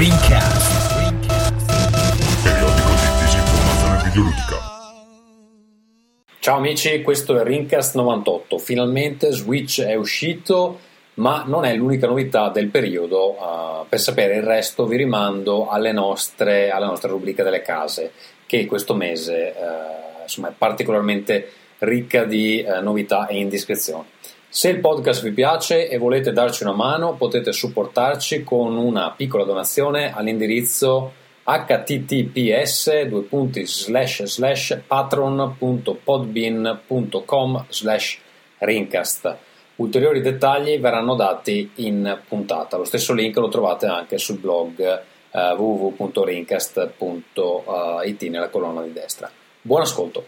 Rincast. Periodico di disinformazione videoludica. Ciao amici, questo è Rincast 98. Finalmente Switch è uscito, ma non è l'unica novità del periodo. Per sapere il resto vi rimando alla nostra rubrica delle case, che questo mese è particolarmente ricca di novità e indiscrezioni. Se il podcast vi piace e volete darci una mano, potete supportarci con una piccola donazione all'indirizzo https://patron.podbean.com/rincast. Ulteriori dettagli verranno dati in puntata. Lo stesso link lo trovate anche sul blog www.rincast.it nella colonna di destra. Buon ascolto.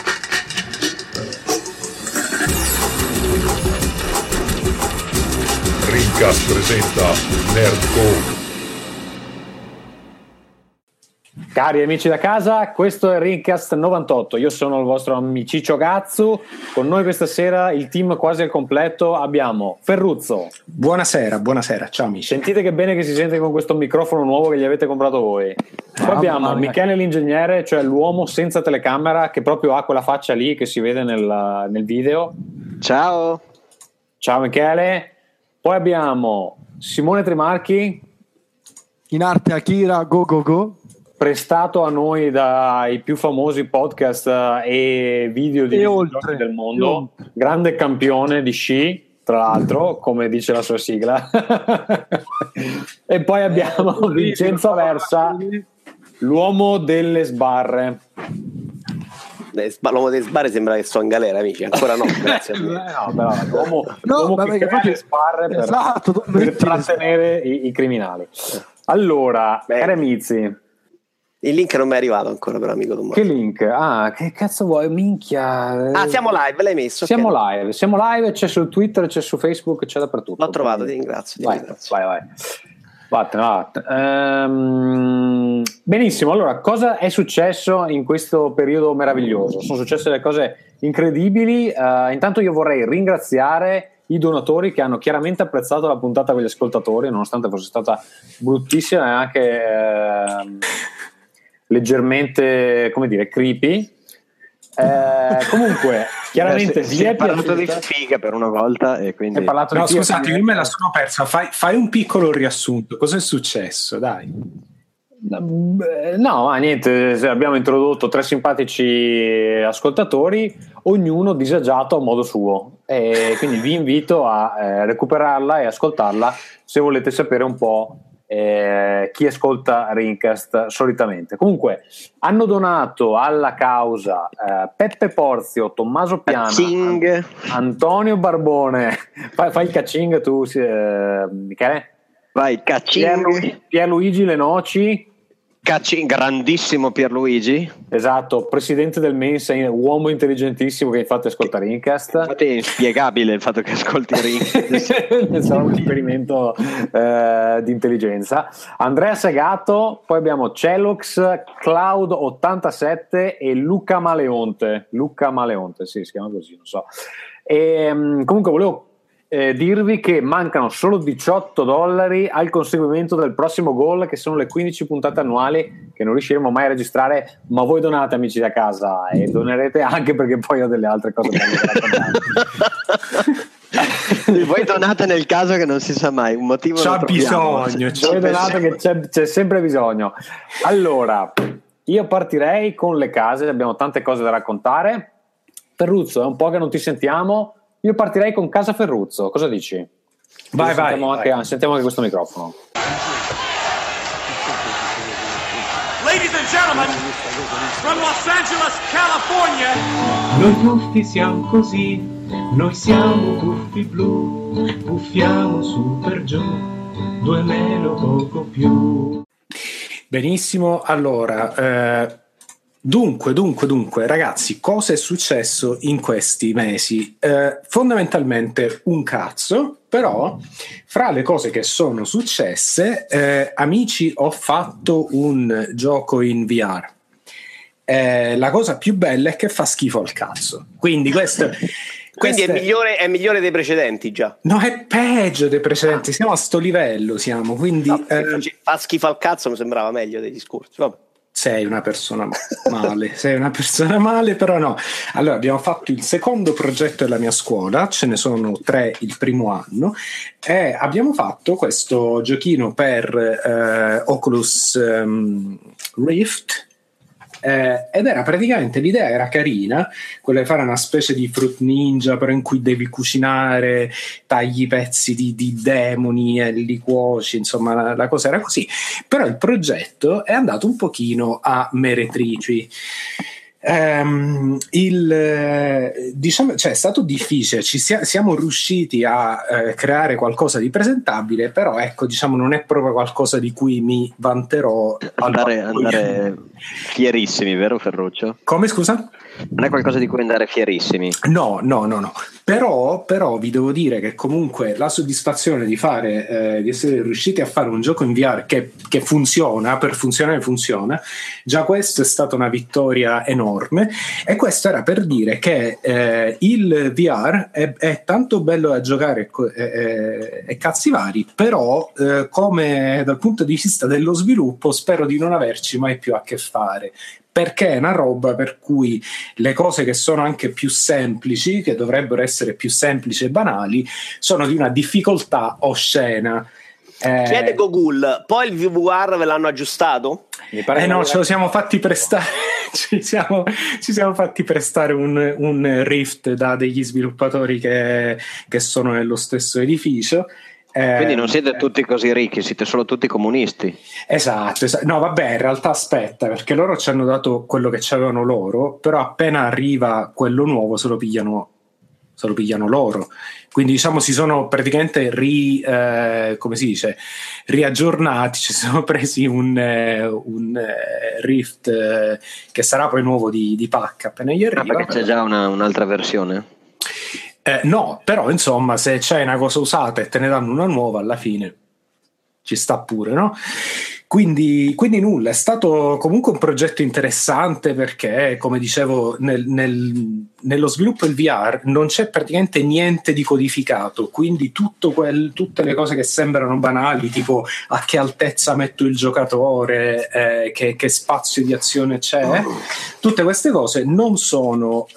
Rincast presenta Nerdcore. Cari amici da casa, questo è Rincast 98. Io sono il vostro amiciccio Gazzu. Con noi questa sera il team quasi al completo. Abbiamo Ferruzzo. Buonasera, ciao amici. Sentite che bene che si sente con questo microfono nuovo che gli avete comprato voi. Poi abbiamo Michele l'ingegnere, cioè l'uomo senza telecamera, che proprio ha quella faccia lì che si vede nel video. Ciao Michele. Poi abbiamo Simone Trimarchi, in arte Akira Go Go Go, prestato a noi dai più famosi podcast e video di videogiochi del mondo, grande campione di sci, tra l'altro, come dice la sua sigla. E poi abbiamo Vincenzo Aversa, l'uomo delle sbarre. L'uomo delle sbarre sembra che sto in galera, amici. Ancora no, grazie a Dio. Però l'uomo che crea le sbarre per trattenere i criminali. Allora, cari amici, il link non mi è arrivato ancora, però, amico Tommaso. Che link? Che cazzo vuoi? Minchia. Siamo live, l'hai messo? Siamo live, c'è su Twitter, c'è su Facebook, c'è dappertutto. L'ho trovato, ti ringrazio. Vai. Vattene. Benissimo, allora, cosa è successo in questo periodo meraviglioso? Sono successe delle cose incredibili. Intanto io vorrei ringraziare i donatori che hanno chiaramente apprezzato la puntata con gli ascoltatori, nonostante fosse stata bruttissima e anche leggermente, come dire, creepy. Comunque, chiaramente si è parlato di sfiga per una volta e quindi no, scusate, io me la sono persa. Fai un piccolo riassunto. Cosa è successo? Dai. No, ma niente, abbiamo introdotto 3 simpatici ascoltatori, ognuno disagiato a modo suo, e quindi vi invito a recuperarla e ascoltarla se volete sapere un po' chi ascolta Rincast solitamente. Comunque hanno donato alla causa Peppe Porzio, Tommaso Piana, Antonio Barbone. Fai il caching tu, Michele? Vai, caching. Pierluigi Lenoci, grandissimo Pierluigi, esatto, presidente del Mensa, uomo intelligentissimo che infatti ascolta Rincast. Infatti è inspiegabile il fatto che ascolti Rincast. Sarà un esperimento di intelligenza. Andrea Segato, poi abbiamo Celox, Cloud87 e Luca Maleonte, sì, si chiama così, non so. E comunque volevo dirvi che mancano solo $18 al conseguimento del prossimo goal, che sono le 15 puntate annuali che non riusciremo mai a registrare, ma voi donate, amici da casa, e donerete anche perché poi ho delle altre cose da raccontare. Voi donate nel caso che non si sa mai, un motivo c'è bisogno, voi donate che c'è sempre bisogno. Allora, io partirei con le case, abbiamo tante cose da raccontare. Ferruzzo, è un po' che non ti sentiamo. Io partirei con Casa Ferruzzo, cosa dici? Vai. Sentiamo anche questo microfono. Ladies and gentlemen, from Los Angeles, California. Noi tuffi siamo così, noi siamo tuffi blu, puffiamo su per giù, 2 meno poco più. Benissimo, allora... Dunque, ragazzi, cosa è successo in questi mesi? Fondamentalmente un cazzo, però fra le cose che sono successe, amici, ho fatto un gioco in VR. La cosa più bella è che fa schifo al cazzo, quindi questo Quindi è migliore dei precedenti già. No, è peggio dei precedenti, siamo a sto livello, quindi... No, fa schifo al cazzo, mi sembrava meglio degli scorsi, vabbè. Sei una persona male, però no. Allora, abbiamo fatto il secondo progetto della mia scuola, ce ne sono 3 il primo anno, e abbiamo fatto questo giochino per Oculus Rift, ed era praticamente, l'idea era carina, quella di fare una specie di Fruit Ninja, però in cui devi cucinare, tagli pezzi di demoni e li cuoci, insomma la cosa era così, però il progetto è andato un pochino a meretrici. Diciamo, cioè, è stato difficile, siamo riusciti a creare qualcosa di presentabile, però ecco, diciamo, non è proprio qualcosa di cui mi vanterò. Andare fierissimi, vero Ferruccio? Come, scusa? Non è qualcosa di cui andare fierissimi. No. Però vi devo dire che comunque la soddisfazione di fare di essere riusciti a fare un gioco in VR che funziona, per funzionare funziona, già questo è stata una vittoria enorme, e questo era per dire che il VR è tanto bello da giocare e cazzi vari, però come dal punto di vista dello sviluppo spero di non averci mai più a che fare, perché è una roba per cui le cose che sono anche più semplici, che dovrebbero essere più semplici e banali, sono di una difficoltà oscena. Chiede Google, poi il VR ve l'hanno aggiustato? No, ce lo siamo fatti prestare. ci siamo fatti prestare un Rift da degli sviluppatori che sono nello stesso edificio. Quindi non siete tutti così ricchi, siete solo tutti comunisti. Esatto. No, vabbè, in realtà aspetta, perché loro ci hanno dato quello che c'avevano loro, però appena arriva quello nuovo se lo pigliano loro. Quindi diciamo si sono praticamente riaggiornati, ci sono presi un Rift che sarà poi nuovo di pacca appena gli arriva. Perché c'è già un'altra versione? No, però insomma, se c'è una cosa usata e te ne danno una nuova, alla fine ci sta pure, no? Quindi nulla, è stato comunque un progetto interessante, perché, come dicevo, nello sviluppo del VR non c'è praticamente niente di codificato, quindi tutte le cose che sembrano banali, tipo a che altezza metto il giocatore, che spazio di azione c'è, tutte queste cose non sono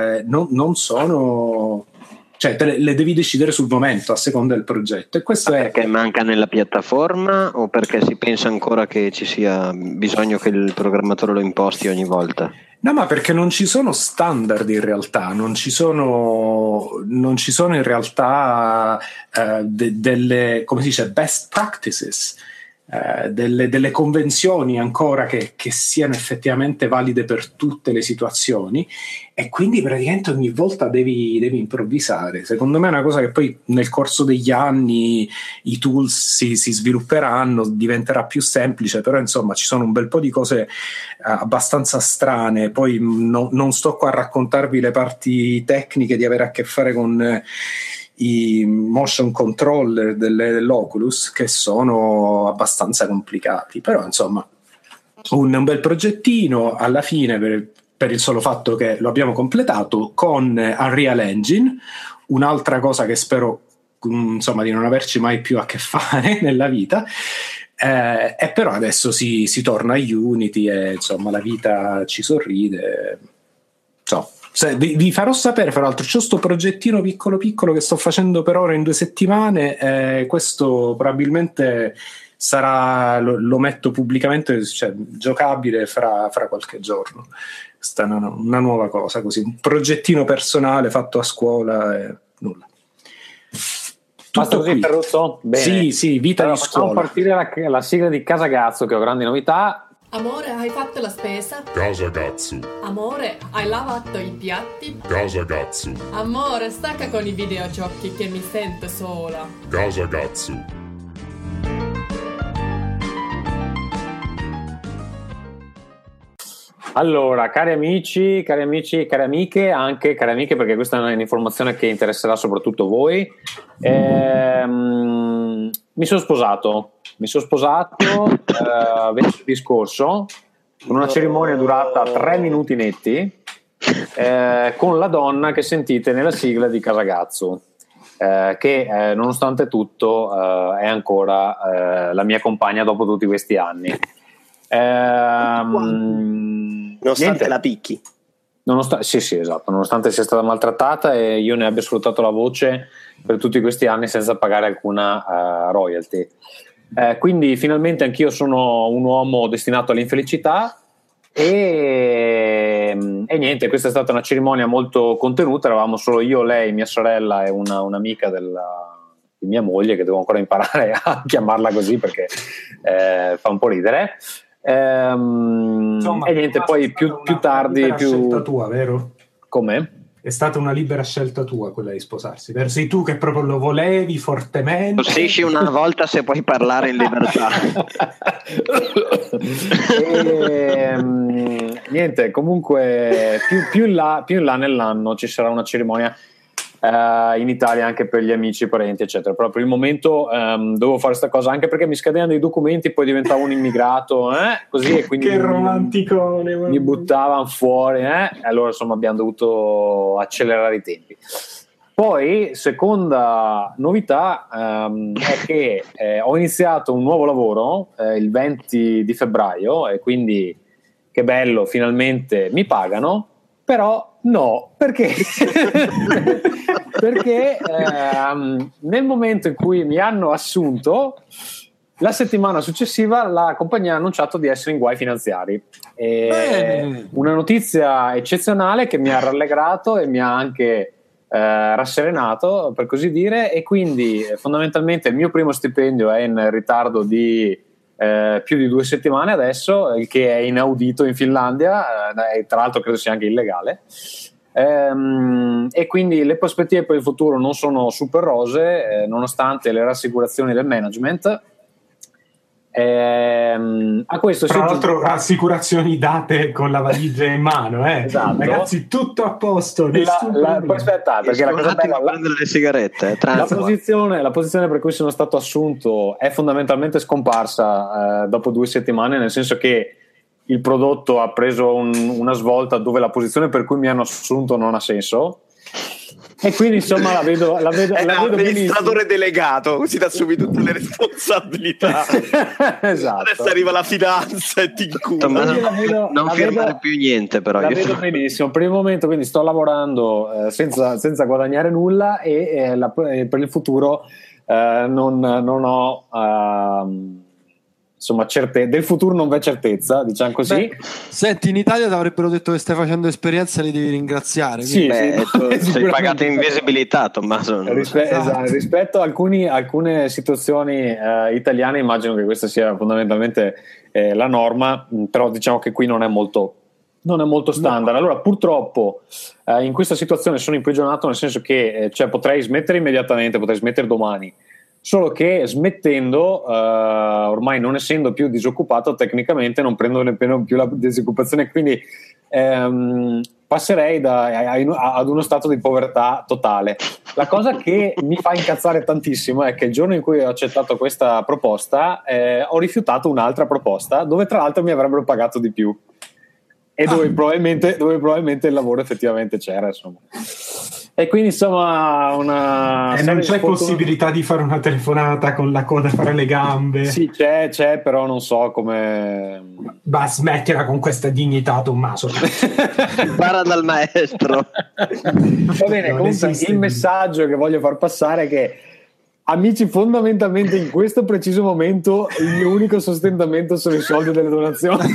cioè le devi decidere sul momento a seconda del progetto, e questo è perché manca nella piattaforma, o perché si pensa ancora che ci sia bisogno che il programmatore lo imposti ogni volta? No, ma perché non ci sono standard in realtà, non ci sono in realtà delle, come si dice, best practices, delle convenzioni ancora che siano effettivamente valide per tutte le situazioni, e quindi praticamente ogni volta devi improvvisare. Secondo me è una cosa che poi nel corso degli anni i tools si svilupperanno, diventerà più semplice, però insomma ci sono un bel po' di cose abbastanza strane. Poi non sto qua a raccontarvi le parti tecniche di avere a che fare con i motion controller dell'Oculus, che sono abbastanza complicati, però insomma un bel progettino alla fine, per il solo fatto che lo abbiamo completato con Unreal Engine, un'altra cosa che spero insomma di non averci mai più a che fare nella vita, e però adesso si torna a Unity e insomma la vita ci sorride. Vi farò sapere, fra l'altro c'ho sto progettino piccolo che sto facendo per ora in 2 settimane, questo probabilmente sarà, lo metto pubblicamente, cioè giocabile fra qualche giorno. Questa è una nuova cosa, così, un progettino personale fatto a scuola e nulla. Basta così, Ferruccio? Bene. Sì, vita di scuola. Facciamo partire la sigla di Casagazzo, che ho grandi novità. Amore, hai fatto la spesa? Casagazzo. Amore, hai lavato i piatti? Casagazzo. Amore, stacca con i videogiochi che mi sento sola. Casagazzo. Allora, cari amici, cari amiche, anche cari amiche, perché questa è un'informazione che interesserà soprattutto voi. Mi sono sposato venerdì scorso, con una cerimonia durata 3 minuti netti. con la donna che sentite nella sigla di Casagazzo, che nonostante tutto è ancora la mia compagna dopo tutti questi anni. Nonostante la picchi. Sì, esatto, nonostante sia stata maltrattata e io ne abbia sfruttato la voce per tutti questi anni senza pagare alcuna royalty. Quindi finalmente anch'io sono un uomo destinato all'infelicità e niente, questa è stata una cerimonia molto contenuta, eravamo solo io, lei, mia sorella e un'amica di mia moglie, che devo ancora imparare a chiamarla così perché fa un po' ridere. Insomma, e niente, poi più tardi scelta tua, vero? Come? È stata una libera scelta tua quella di sposarsi, sei tu che proprio lo volevi fortemente. Tossisci una volta se puoi parlare in libertà. Niente, comunque più in là nell'anno ci sarà una cerimonia in Italia anche per gli amici, parenti eccetera, però per il momento dovevo fare questa cosa anche perché mi scadevano i documenti, poi diventavo un immigrato così, e quindi che romanticone, mi buttavano fuori allora insomma abbiamo dovuto accelerare i tempi. Poi seconda novità è che ho iniziato un nuovo lavoro il 20 di febbraio e quindi che bello, finalmente mi pagano. Però no, perché? Perché nel momento in cui mi hanno assunto, la settimana successiva la compagnia ha annunciato di essere in guai finanziari. Una notizia eccezionale che mi ha rallegrato e mi ha anche rasserenato, per così dire, e quindi fondamentalmente il mio primo stipendio è in ritardo di più di 2 settimane adesso, il che è inaudito in Finlandia, e tra l'altro credo sia anche illegale, e quindi le prospettive per il futuro non sono super rose, nonostante le rassicurazioni del management. A questo tra l'altro assicurazioni date con la valigia in mano, esatto. Ragazzi, tutto a posto, poi aspetta, perché la cosa bella, prendere le sigarette, la posizione per cui sono stato assunto è fondamentalmente scomparsa dopo 2 settimane, nel senso che il prodotto ha preso una svolta dove la posizione per cui mi hanno assunto non ha senso. E quindi insomma la vedo amministratore delegato, così ti assumi tutte le responsabilità. Esatto. Adesso arriva la finanza e ti incula. Non firmare più niente, però la vedo benissimo per il momento, quindi sto lavorando senza guadagnare nulla e per il futuro non ho insomma del futuro non v'è certezza, diciamo così. Beh, senti, in Italia ti avrebbero detto che stai facendo esperienza e li devi ringraziare. Sì, sei pagato in visibilità, Tommaso. Rispetto a alcune situazioni italiane, immagino che questa sia fondamentalmente la norma, però diciamo che qui non è molto standard. Allora purtroppo in questa situazione sono imprigionato, nel senso che potrei smettere immediatamente, potrei smettere domani, solo che smettendo, ormai non essendo più disoccupato, tecnicamente non prendo nemmeno più la disoccupazione, quindi passerei ad uno stato di povertà totale. La cosa che mi fa incazzare tantissimo è che il giorno in cui ho accettato questa proposta ho rifiutato un'altra proposta dove tra l'altro mi avrebbero pagato di più e dove probabilmente il lavoro effettivamente c'era, insomma. E quindi insomma non c'è possibilità di fare una telefonata con la coda fra le gambe? Sì, c'è, però non so come. Ma smettila con questa dignità, Tommaso. Impara dal maestro. Va bene, comunque il messaggio che voglio far passare è che, amici, fondamentalmente in questo preciso momento il mio unico sostentamento sono i soldi delle donazioni.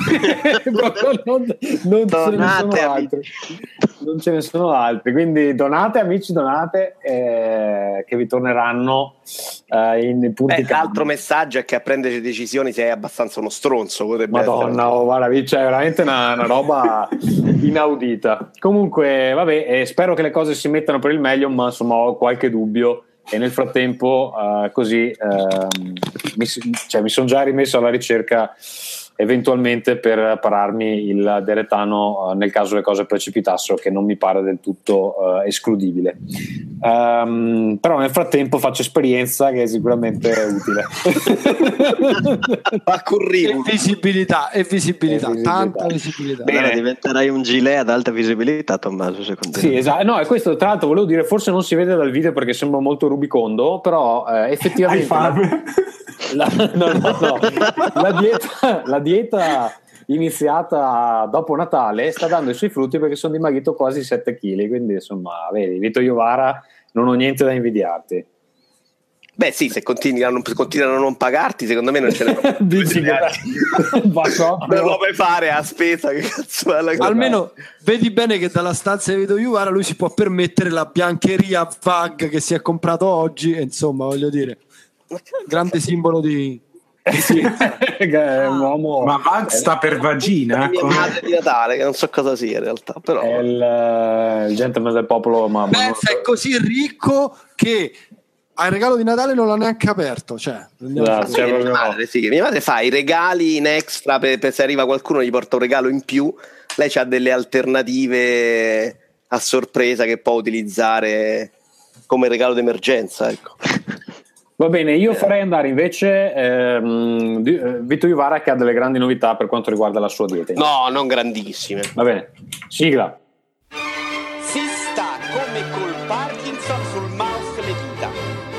Non ce ne sono altri, quindi donate, amici, donate, che vi torneranno in punti. L'altro messaggio è che a prendere decisioni sei abbastanza uno stronzo. Madonna, guarda, c'è veramente una roba inaudita. Comunque vabbè, spero che le cose si mettano per il meglio, ma insomma ho qualche dubbio. E nel frattempo mi sono già rimesso alla ricerca eventualmente per pararmi il deretano nel caso le cose precipitassero, che non mi pare del tutto escludibile. Però nel frattempo faccio esperienza che è sicuramente utile. A curriculum. E visibilità, tanta visibilità. Bene, diventerai un gilet ad alta visibilità, Tommaso, secondo Sì, esatto. No, e questo tra l'altro volevo dire, forse non si vede dal video perché sembra molto rubicondo, però effettivamente la dieta iniziata dopo Natale sta dando i suoi frutti perché sono dimagrito quasi 7 kg, quindi insomma, vedi, Vito Iovara, non ho niente da invidiarti. Beh sì, se continuano a non pagarti, secondo me non ce ne Dici che non lo puoi fare a spesa, che cazzo è la cosa? Almeno vedi bene che dalla stanza di Vito Iovara lui si può permettere la biancheria VAG che si è comprato oggi, e insomma, voglio dire, grande simbolo di un uomo. Ma VAG sta per vagina? Mia madre di Natale, che non so cosa sia in realtà, però È il gentleman del popolo, ma pensa, è così ricco che al regalo di Natale non l'ha neanche aperto, cioè, mia madre fa i regali in extra per se arriva qualcuno gli porta un regalo in più, lei ha delle alternative a sorpresa che può utilizzare come regalo d'emergenza, ecco. Va bene, io farei andare invece Vito Iovara, che ha delle grandi novità per quanto riguarda la sua dieta. No, non grandissime. Va bene, sigla. Si sta come col Parkinson sul mouse le dita.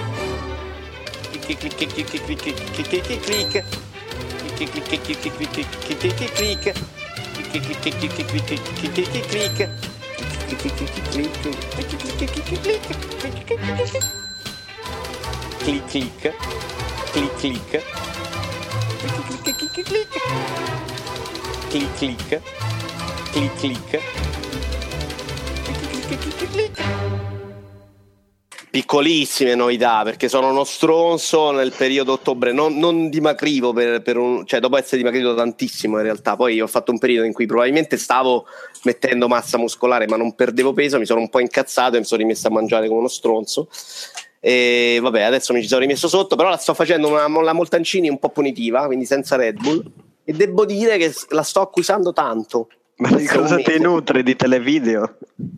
Clic clic clic clic clic clic clic clic clic clic clic clic Piccolissime novità, perché sono uno stronzo nel periodo ottobre, non dimagrivo cioè dopo essere dimagrito tantissimo in realtà, poi ho fatto un periodo in cui probabilmente stavo mettendo massa muscolare ma non perdevo peso, mi sono un po' incazzato e mi sono rimesso a mangiare come uno stronzo e vabbè, adesso mi ci sono rimesso sotto, però la sto facendo la Moltancini un po' punitiva, quindi senza Red Bull, e devo dire che la sto accusando tanto. Ma di cosa ti nutri? Di televideo?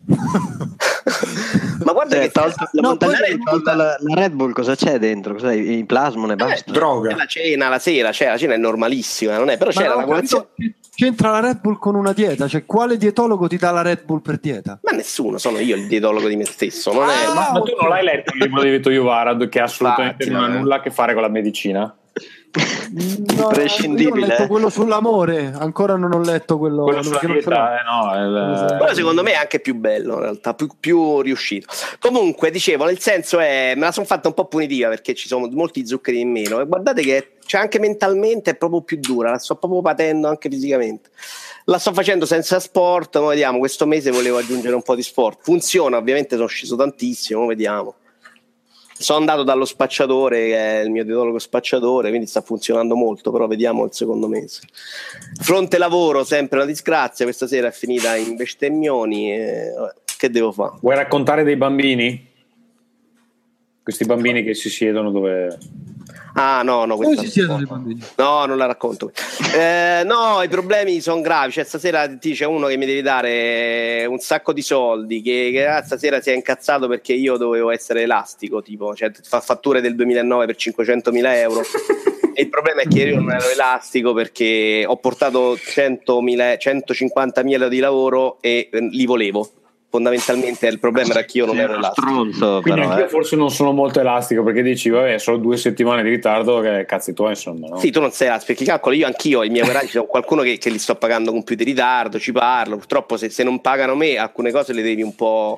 Ma guarda che la Red Bull cosa c'è dentro? Cos'è? I plasmone, basta. Droga. La cena, la sera, cioè la cena è normalissima, non è? Però c'era la colazione. C'entra la Red Bull con una dieta? Cioè, quale dietologo ti dà la Red Bull per dieta? Ma nessuno, sono io il dietologo di me stesso. Non è... Ma tu non l'hai letto il libro di Vito Iovara, che assolutamente non ha nulla a che fare con la medicina? No, prescindibile. Io ho letto quello sull'amore, ancora non ho letto quello sulla dieta, quello secondo me è anche più bello in realtà, più riuscito. Comunque dicevo, nel senso me la sono fatta un po' punitiva perché ci sono molti zuccheri in meno e guardate che c'è anche mentalmente è proprio più dura, la sto proprio patendo anche fisicamente. La sto facendo senza sport, ma vediamo, questo mese volevo aggiungere un po' di sport, funziona, ovviamente sono sceso tantissimo, vediamo. Sono andato dallo spacciatore, che è il mio dietologo spacciatore, quindi sta funzionando molto, però vediamo il secondo mese. Fronte lavoro, sempre una disgrazia, questa sera è finita in bestemmioni, che devo fare? Vuoi raccontare dei bambini? Questi bambini che si siedono dove... Ah no, Come si siedono i bambini? No, non la racconto. No, i problemi sono gravi. Cioè, stasera c'è uno che mi deve dare un sacco di soldi. Che stasera si è incazzato perché io dovevo essere elastico. Tipo, cioè, fa fatture del 2009 per 500.000 euro. E il problema è che io non ero elastico perché ho portato 150.000 euro di lavoro e li volevo. Fondamentalmente il problema era che io non ero elastico. Stronzo, quindi però, io forse non sono molto elastico perché dici vabbè solo 2 settimane di ritardo, che cazzi tuoi, insomma, no? Sì, tu non sei elastico perché calcolo anch'io, i miei operai c'è qualcuno che li sto pagando con più di ritardo, ci parlo, purtroppo se non pagano me alcune cose le devi un po'...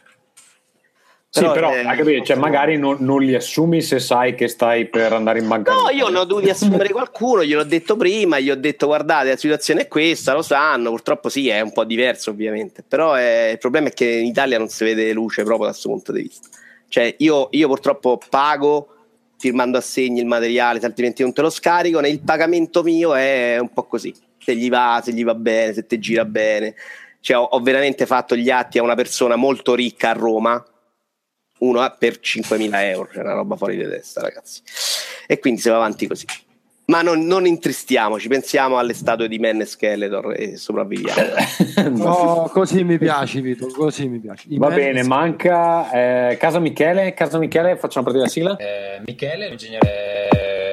Però cioè, magari non li assumi se sai che stai per andare in bancarotta. No, io non ho dovuto assumere qualcuno, gliel'ho detto prima, gli ho detto guardate la situazione è questa, lo sanno, purtroppo sì, è un po' diverso ovviamente, però il problema è che in Italia non si vede luce proprio da questo punto di vista. Cioè io purtroppo pago firmando assegni il materiale, altrimenti non te lo scarico, il pagamento mio è un po' così, se gli va bene, se te gira bene. Cioè ho veramente fatto gli atti a una persona molto ricca a Roma, uno per 5.000 euro, cioè una roba fuori di testa, ragazzi, e quindi si va avanti così. Ma non intristiamoci, pensiamo alle statue di Man e Skeletor e sopravviviamo. No, così mi piaci, Vito, così mi piaci. Va bene, manca Casa Michele, facciamo partire la sigla. Michele, l'ingegnere.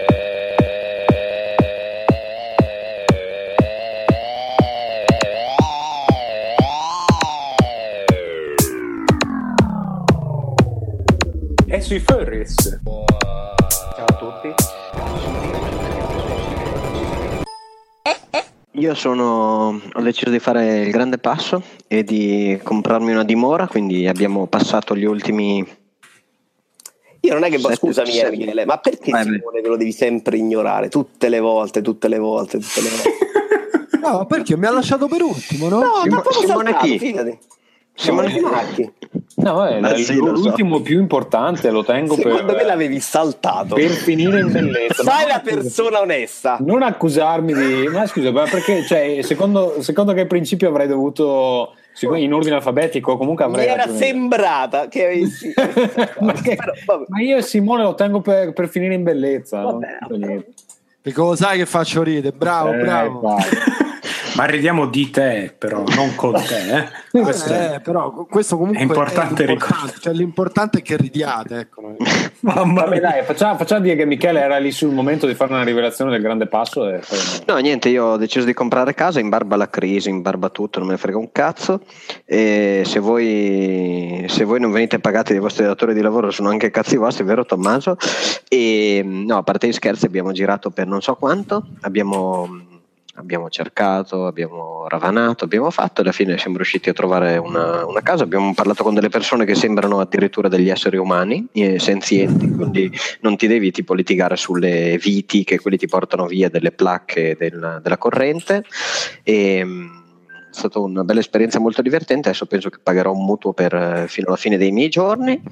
E sui furries. Ciao a tutti. Io ho deciso di fare il grande passo e di comprarmi una dimora, quindi abbiamo passato gli ultimi. Io non è che scusami Michele, ma perché Simone te lo devi sempre ignorare tutte le volte? No, perché mi ha lasciato per ultimo, no? Simone chi? Fidati. Simone Marchi. No, è l'ultimo più importante, lo tengo secondo me l'avevi saltato per finire in bellezza. Fai la persona onesta, non accusarmi di ma scusa, ma perché, cioè, secondo che principio avrei dovuto in ordine alfabetico comunque avrei mi era ragione. Sembrata che avessi ma io e Simone lo tengo per finire in bellezza. Vabbè. Perché lo sai che faccio ridere, bravo. Ma ridiamo di te, però, non con te. Però questo comunque è importante ricordare. Cioè, l'importante è che ridiate. Ecco. Vabbè, dai, facciamo dire che Michele era lì sul momento di fare una rivelazione del grande passo. No, niente, io ho deciso di comprare casa in barba alla crisi, in barba a tutto, non me ne frega un cazzo. E se voi non venite pagati dai vostri datori di lavoro, sono anche cazzi vostri, vero Tommaso? E no, a parte gli scherzi, abbiamo girato per non so quanto, abbiamo cercato, abbiamo ravanato, abbiamo fatto, alla fine siamo riusciti a trovare una casa. Abbiamo parlato con delle persone che sembrano addirittura degli esseri umani, senzienti, quindi non ti devi tipo litigare sulle viti che quelli ti portano via delle placche della corrente. E è stata una bella esperienza, molto divertente. Adesso penso che pagherò un mutuo fino alla fine dei miei giorni.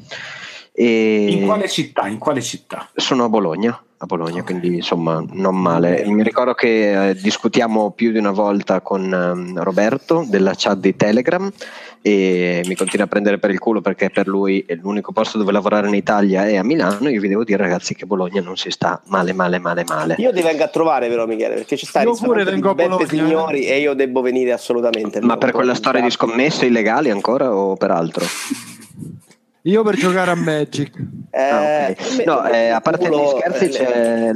In quale città? Sono a Bologna, quindi insomma non male. Mi ricordo che discutiamo più di una volta con Roberto della chat di Telegram e mi continua a prendere per il culo perché per lui è l'unico posto dove lavorare in Italia è a Milano. Io vi devo dire, ragazzi, che Bologna non si sta male. Io ti vengo a trovare però, Michele, perché ci sta il ristorante di Beppe Signori e io devo venire assolutamente. Ma per quella storia di scommesse illegali ancora o per altro? Io per giocare a Magic. Okay. No, a parte gli scherzi c'è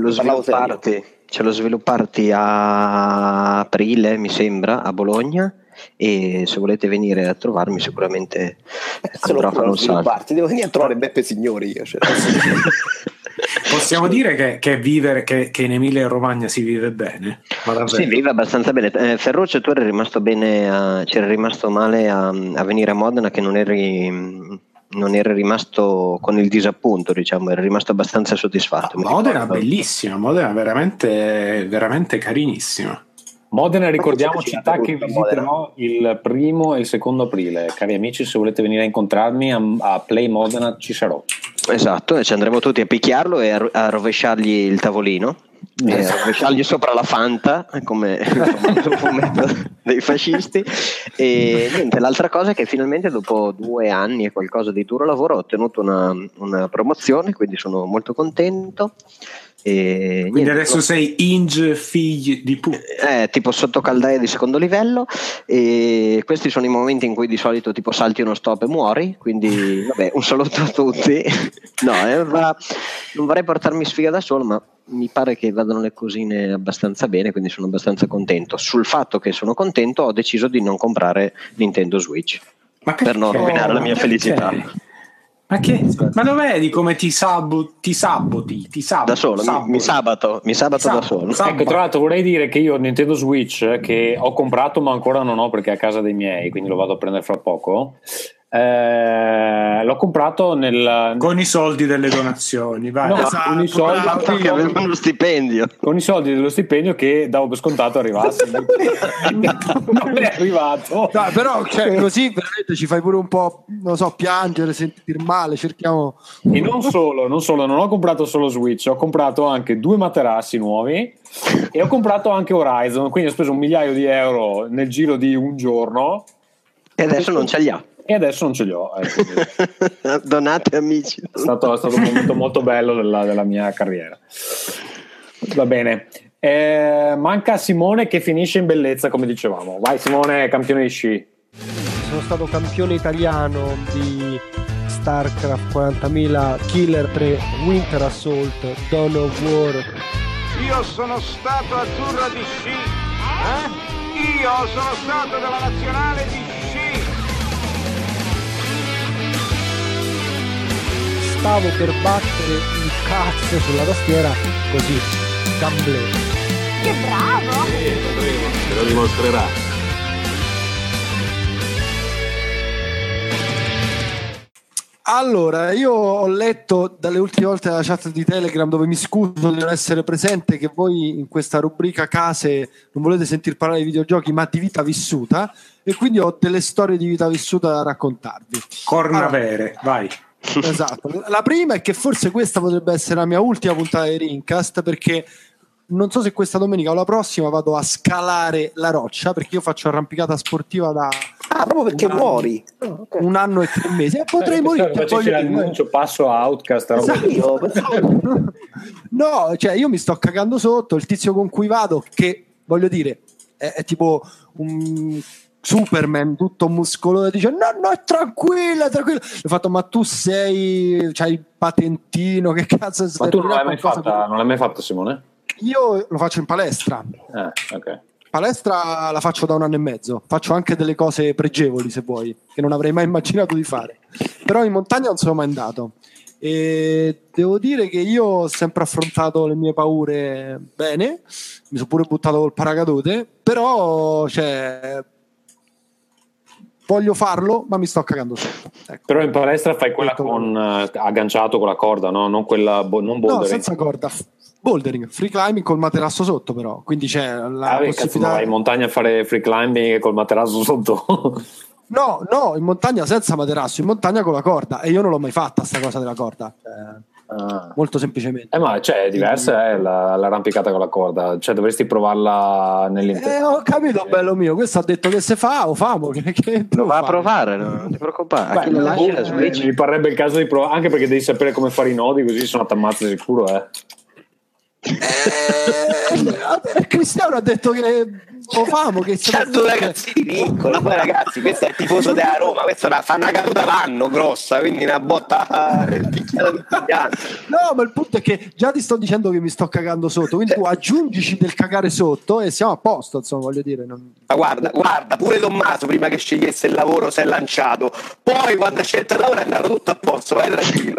lo svilupparti a aprile, mi sembra, a Bologna, e se volete venire a trovarmi sicuramente andrò a fare un salto. Devo venire a trovare Beppe Signori io. Possiamo dire che in Emilia Romagna si vive bene? Si vive abbastanza bene. Ferruccio, tu eri rimasto bene c'eri rimasto male a venire a Modena, che non eri rimasto con il disappunto, diciamo, eri rimasto abbastanza soddisfatto. Modena bellissima, Modena veramente, veramente carinissima. Modena, ricordiamo, città che visiterò il 1° e il 2 aprile. Cari amici, se volete venire a incontrarmi a Play Modena ci sarò. Esatto, e ci andremo tutti a picchiarlo e a rovesciargli il tavolino. E a rovesciargli sopra la Fanta come sul fumetto dei fascisti. E niente, l'altra cosa è che finalmente dopo 2 anni e qualcosa di duro lavoro ho ottenuto una promozione, quindi sono molto contento. E quindi adesso sei Inge figli di tipo sottocaldaia di 2° livello, e questi sono i momenti in cui di solito tipo salti uno stop e muori, quindi vabbè, un saluto a tutti. Non vorrei portarmi sfiga da solo, ma mi pare che vadano le cosine abbastanza bene, quindi sono abbastanza contento. Sul fatto che sono contento ho deciso di non comprare Nintendo Switch per non rovinare la mia felicità. Ma lo vedi come ti saboti da solo? Mi sabato da solo. Ecco, tra l'altro vorrei dire che io ho Nintendo Switch che ho comprato ma ancora non ho perché è a casa dei miei, quindi lo vado a prendere fra poco. L'ho comprato con i soldi delle donazioni, vai. No, con i soldi avevano lo stipendio, con i soldi dello stipendio che davo per scontato arrivasse. Non è arrivato. No, però così veramente ci fai pure un po', non so, piangere, sentir male. Cerchiamo. E non solo, non ho comprato solo Switch, ho comprato anche 2 materassi nuovi e ho comprato anche Horizon, quindi ho speso €1.000.000 nel giro di un giorno e adesso non ce li ha. E adesso non ce li ho. Donate, amici. È stato un momento molto bello della mia carriera. Va bene. Manca Simone che finisce in bellezza, come dicevamo. Vai Simone, campione di sci. Sono stato campione italiano di StarCraft 40.000, Killer 3, Winter Assault, Dawn of War. Io sono stato azzurro di sci. Io sono stato della nazionale di sci. Stavo per battere il cazzo sulla tastiera così, gamble. Che bravo! Te lo dimostrerà. Allora, io ho letto dalle ultime volte la chat di Telegram, dove mi scuso di non essere presente, che voi in questa rubrica case non volete sentir parlare di videogiochi ma di vita vissuta, e quindi ho delle storie di vita vissuta da raccontarvi. Corna vere, vai. Esatto. La prima è che forse questa potrebbe essere la mia ultima puntata di Rincast, perché non so se questa domenica o la prossima vado a scalare la roccia, perché io faccio arrampicata sportiva da proprio perché muori. Un anno e 3 mesi e potrei morire. Facessi l'annuncio, passo a Outcast. No, cioè io mi sto cagando sotto. Il tizio con cui vado, che voglio dire è tipo un Superman tutto muscoloso, dice no, è tranquilla. Ho fatto, ma tu c'hai il patentino, che cazzo ma tu non l'hai mai fatta Simone? Io lo faccio in palestra. Ok. Palestra la faccio da 1 anno e mezzo, faccio anche delle cose pregevoli, se vuoi, che non avrei mai immaginato di fare, però in montagna non sono mai andato, e devo dire che io ho sempre affrontato le mie paure bene, mi sono pure buttato col paracadute, però voglio farlo, ma mi sto cagando sotto, ecco. Però in palestra fai quella con agganciato con la corda, no? Non quella non bouldering. No, senza corda. Bouldering, free climbing col materasso sotto, però quindi c'è la possibilità. Vai in montagna a fare free climbing col materasso sotto? No, in montagna senza materasso, in montagna con la corda, e io non l'ho mai fatta sta cosa della corda. Molto semplicemente. Ma è diversa l'arrampicata con la corda, cioè dovresti provarla nell'interno. Ho capito, bello mio, questo ha detto che se fa o famo, che lo va a provare, non ti preoccupare. Mi parrebbe il caso di provare, anche perché devi sapere come fare i nodi, così sono t'ammazzi sicuro. Cristiano ha detto che lo famo, che certo, ragazzi piccolo, poi ragazzi, questo è il tifoso della Roma, questo fa una caduta l'anno grossa, quindi una botta no, ma il punto è che già ti sto dicendo che mi sto cagando sotto, quindi tu aggiungici del cagare sotto e siamo a posto, insomma, voglio dire. Ma guarda, pure Tommaso prima che scegliesse il lavoro si è lanciato, poi quando ha scelto il lavoro è andato tutto a posto, vai tranquillo.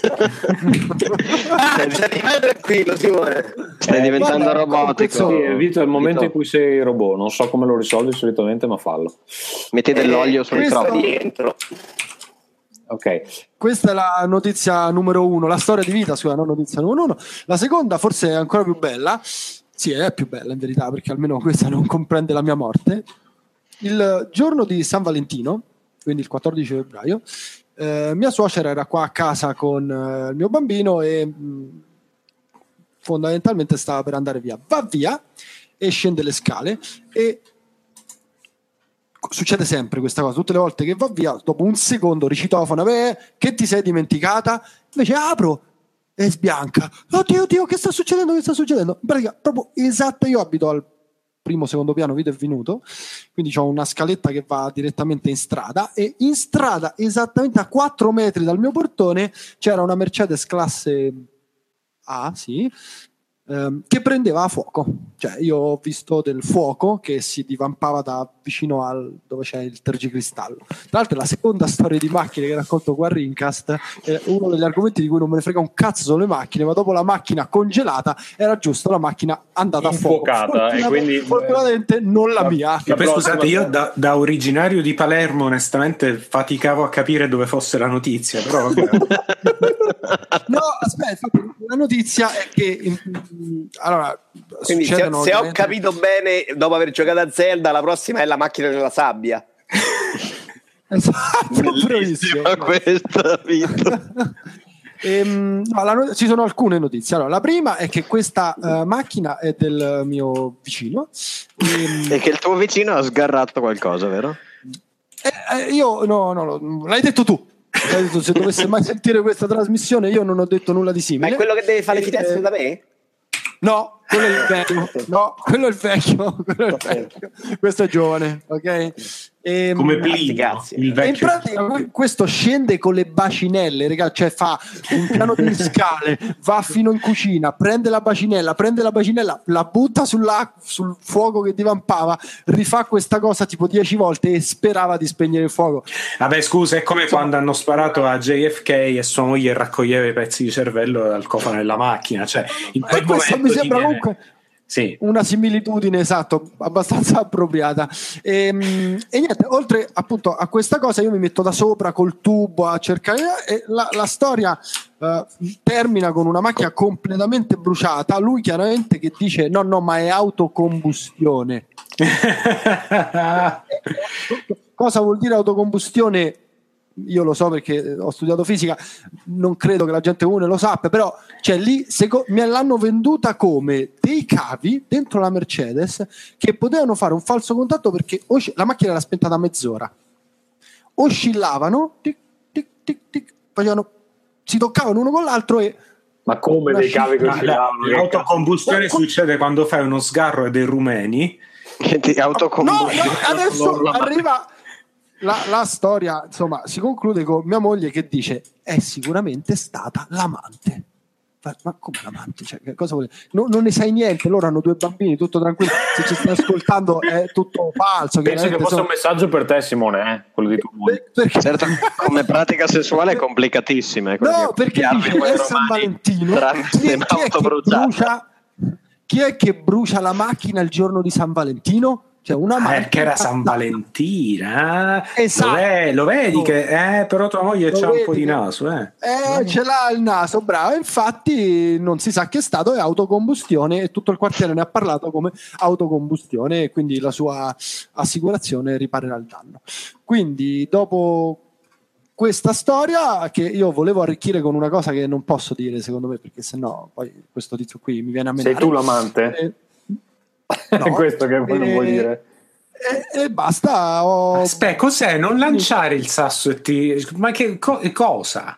Vai tranquillo, Simone. Stai diventando robotico. Sì, Vito, è il momento in cui sei robot, non so come lo risolvi solitamente, ma fallo. Metti dell'olio sul microfono dentro. Ok, questa è la notizia numero 1, la storia di vita, scusa, non notizia numero 1. La seconda forse è ancora più bella, sì, è più bella in verità, perché almeno questa non comprende la mia morte. Il giorno di San Valentino, quindi il 14 febbraio, mia suocera era qua a casa con il mio bambino e fondamentalmente stava per andare via. Va via e scende le scale e succede sempre questa cosa, tutte le volte che va via dopo un secondo ricitofona, che ti sei dimenticata, invece apro e sbianca, oddio che sta succedendo, in pratica proprio esatto, io abito al primo secondo piano, Vito è venuto, quindi ho una scaletta che va direttamente in strada, e in strada esattamente a 4 metri dal mio portone c'era una Mercedes classe A, sì, che prendeva a fuoco, cioè io ho visto del fuoco che si divampava da vicino al dove c'è il tergicristallo. Tra l'altro la seconda storia di macchine che racconto qua a Rincast è uno degli argomenti di cui non me ne frega un cazzo sono le macchine, ma dopo la macchina congelata era giusto la macchina andata a fuoco, e quindi fortunatamente non la mia. E poi scusate, io da originario di Palermo onestamente faticavo a capire dove fosse la notizia, però vabbè. No, aspetta, la notizia è che allora, quindi se ho capito bene, dopo aver giocato a Zelda, la prossima è la macchina nella sabbia. Esatto, bravissimo questa Vito. Ci sono alcune notizie. Allora, la prima è che questa macchina è del mio vicino e che il tuo vicino ha sgarrato qualcosa, vero? Io no, l'hai detto tu. Se dovesse mai sentire questa trasmissione, io non ho detto nulla di simile. Ma è quello che deve fare le finestre da me? No, quello è il vecchio. No, quello è il vecchio. Questo è giovane, ok? Come Plinio, il vecchio. In pratica questo scende con le bacinelle, raga, cioè fa un piano di scale, va fino in cucina, prende la bacinella, la butta sul fuoco che divampava, rifà questa cosa tipo 10 volte e sperava di spegnere il fuoco. Vabbè, scusa, è come quando hanno sparato a JFK e sua moglie raccoglieva i pezzi di cervello dal cofano della macchina, cioè in quel questo mi sembra comunque sì, una similitudine, esatto, abbastanza appropriata. E niente, oltre appunto a questa cosa io mi metto da sopra col tubo a cercare, e la storia termina con una macchina completamente bruciata, lui chiaramente che dice no ma è autocombustione. Cosa vuol dire autocombustione? Io lo so perché ho studiato fisica, non credo che la gente comune lo sappia, però cioè, lì me l'hanno venduta come dei cavi dentro la Mercedes che potevano fare un falso contatto perché la macchina era spenta da mezz'ora, oscillavano, tic, tic, tic, tic, si toccavano uno con l'altro e... Ma come dei cavi che oscillavano? L'autocombustione succede quando fai uno sgarro dei rumeni che ti autocombustisci. No, adesso arriva... La storia, insomma, si conclude con mia moglie che dice è sicuramente stata l'amante. Ma come l'amante? Cioè, che cosa vuole? Non ne sai niente, loro hanno 2 bambini, tutto tranquillo, se ci stai ascoltando è tutto falso. Penso che fosse un messaggio per te, Simone, quello di tua moglie. Certo, come pratica sessuale è complicatissima. No, perché dice è San Valentino, chi è che brucia la macchina il giorno di San Valentino? Cioè una perché era San Valentina, esatto. Lo vedi che però tua moglie c'ha un po' di naso, ce l'ha il naso, bravo. Infatti non si sa che è stato, è autocombustione e tutto il quartiere ne ha parlato come autocombustione e quindi la sua assicurazione riparerà il danno. Quindi dopo questa storia, che io volevo arricchire con una cosa che non posso dire secondo me, perché sennò poi questo tizio qui mi viene a menare. Sei tu l'amante? No, è questo che poi non vuol dire. E basta. Aspetta, cos'è? Non lanciare il sasso e ma che cosa?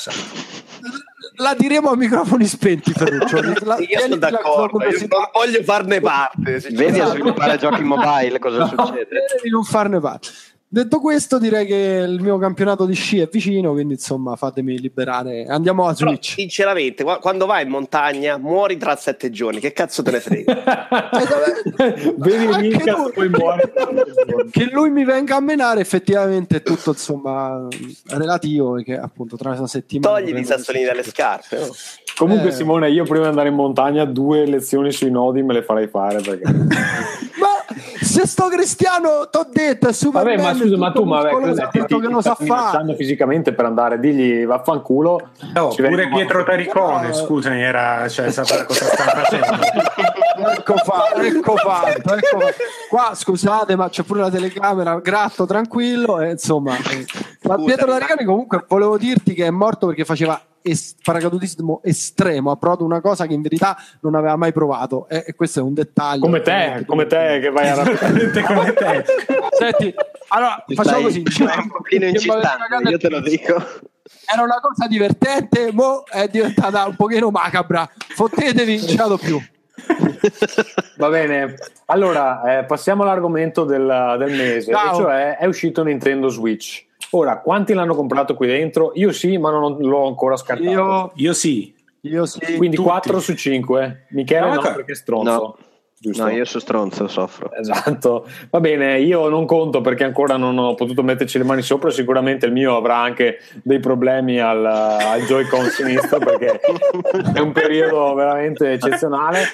La diremo a microfoni spenti, Ferruccio. Io sono d'accordo, io non voglio farne parte. Vedi a sviluppare giochi mobile cosa succede? Di non farne parte. Detto questo, direi che il mio campionato di sci è vicino, quindi insomma fatemi liberare. Andiamo a Switch. Però, sinceramente, quando vai in montagna muori tra 7 giorni, che cazzo te ne frega? Vedi mica, poi muori. Che lui mi venga a menare effettivamente è tutto insomma relativo, perché appunto tra una settimana togli i sassolini dalle scarpe, no? Comunque Simone, io prima di andare in montagna 2 lezioni sui nodi me le farei fare perché... Ma se sto Cristiano t'ho detto è super. Vabbè, ma scusa, ma tu che lo sa fare fisicamente per andare, digli vaffanculo. Pure Pietro Taricone, scusami, era, cioè, sapere cosa sta facendo. ecco fatto. Qua scusate, ma c'è pure la telecamera, gratto tranquillo e insomma. Ma Pietro Taricone comunque volevo dirti che è morto perché faceva paracadutismo estremo, ha provato una cosa che in verità non aveva mai provato e questo è un dettaglio come te che vai a rappresentare come te. Senti, allora facciamo così, un pochino incitante, io te lo dico. Era una cosa divertente, mo è diventata un pochino macabra, fottetevi, non ce la do più. Va bene, allora passiamo all'argomento del mese. Ciao. E cioè è uscito Nintendo Switch. Ora, quanti l'hanno comprato qui dentro? Io sì, ma non l'ho ancora scartato. Io sì. Quindi tutti. 4 su 5. Michele no, perché è stronzo. No. Giusto? No, io sono stronzo, soffro. Esatto. Va bene, io non conto perché ancora non ho potuto metterci le mani sopra. Sicuramente il mio avrà anche dei problemi al Joy-Con sinistro perché è un periodo veramente eccezionale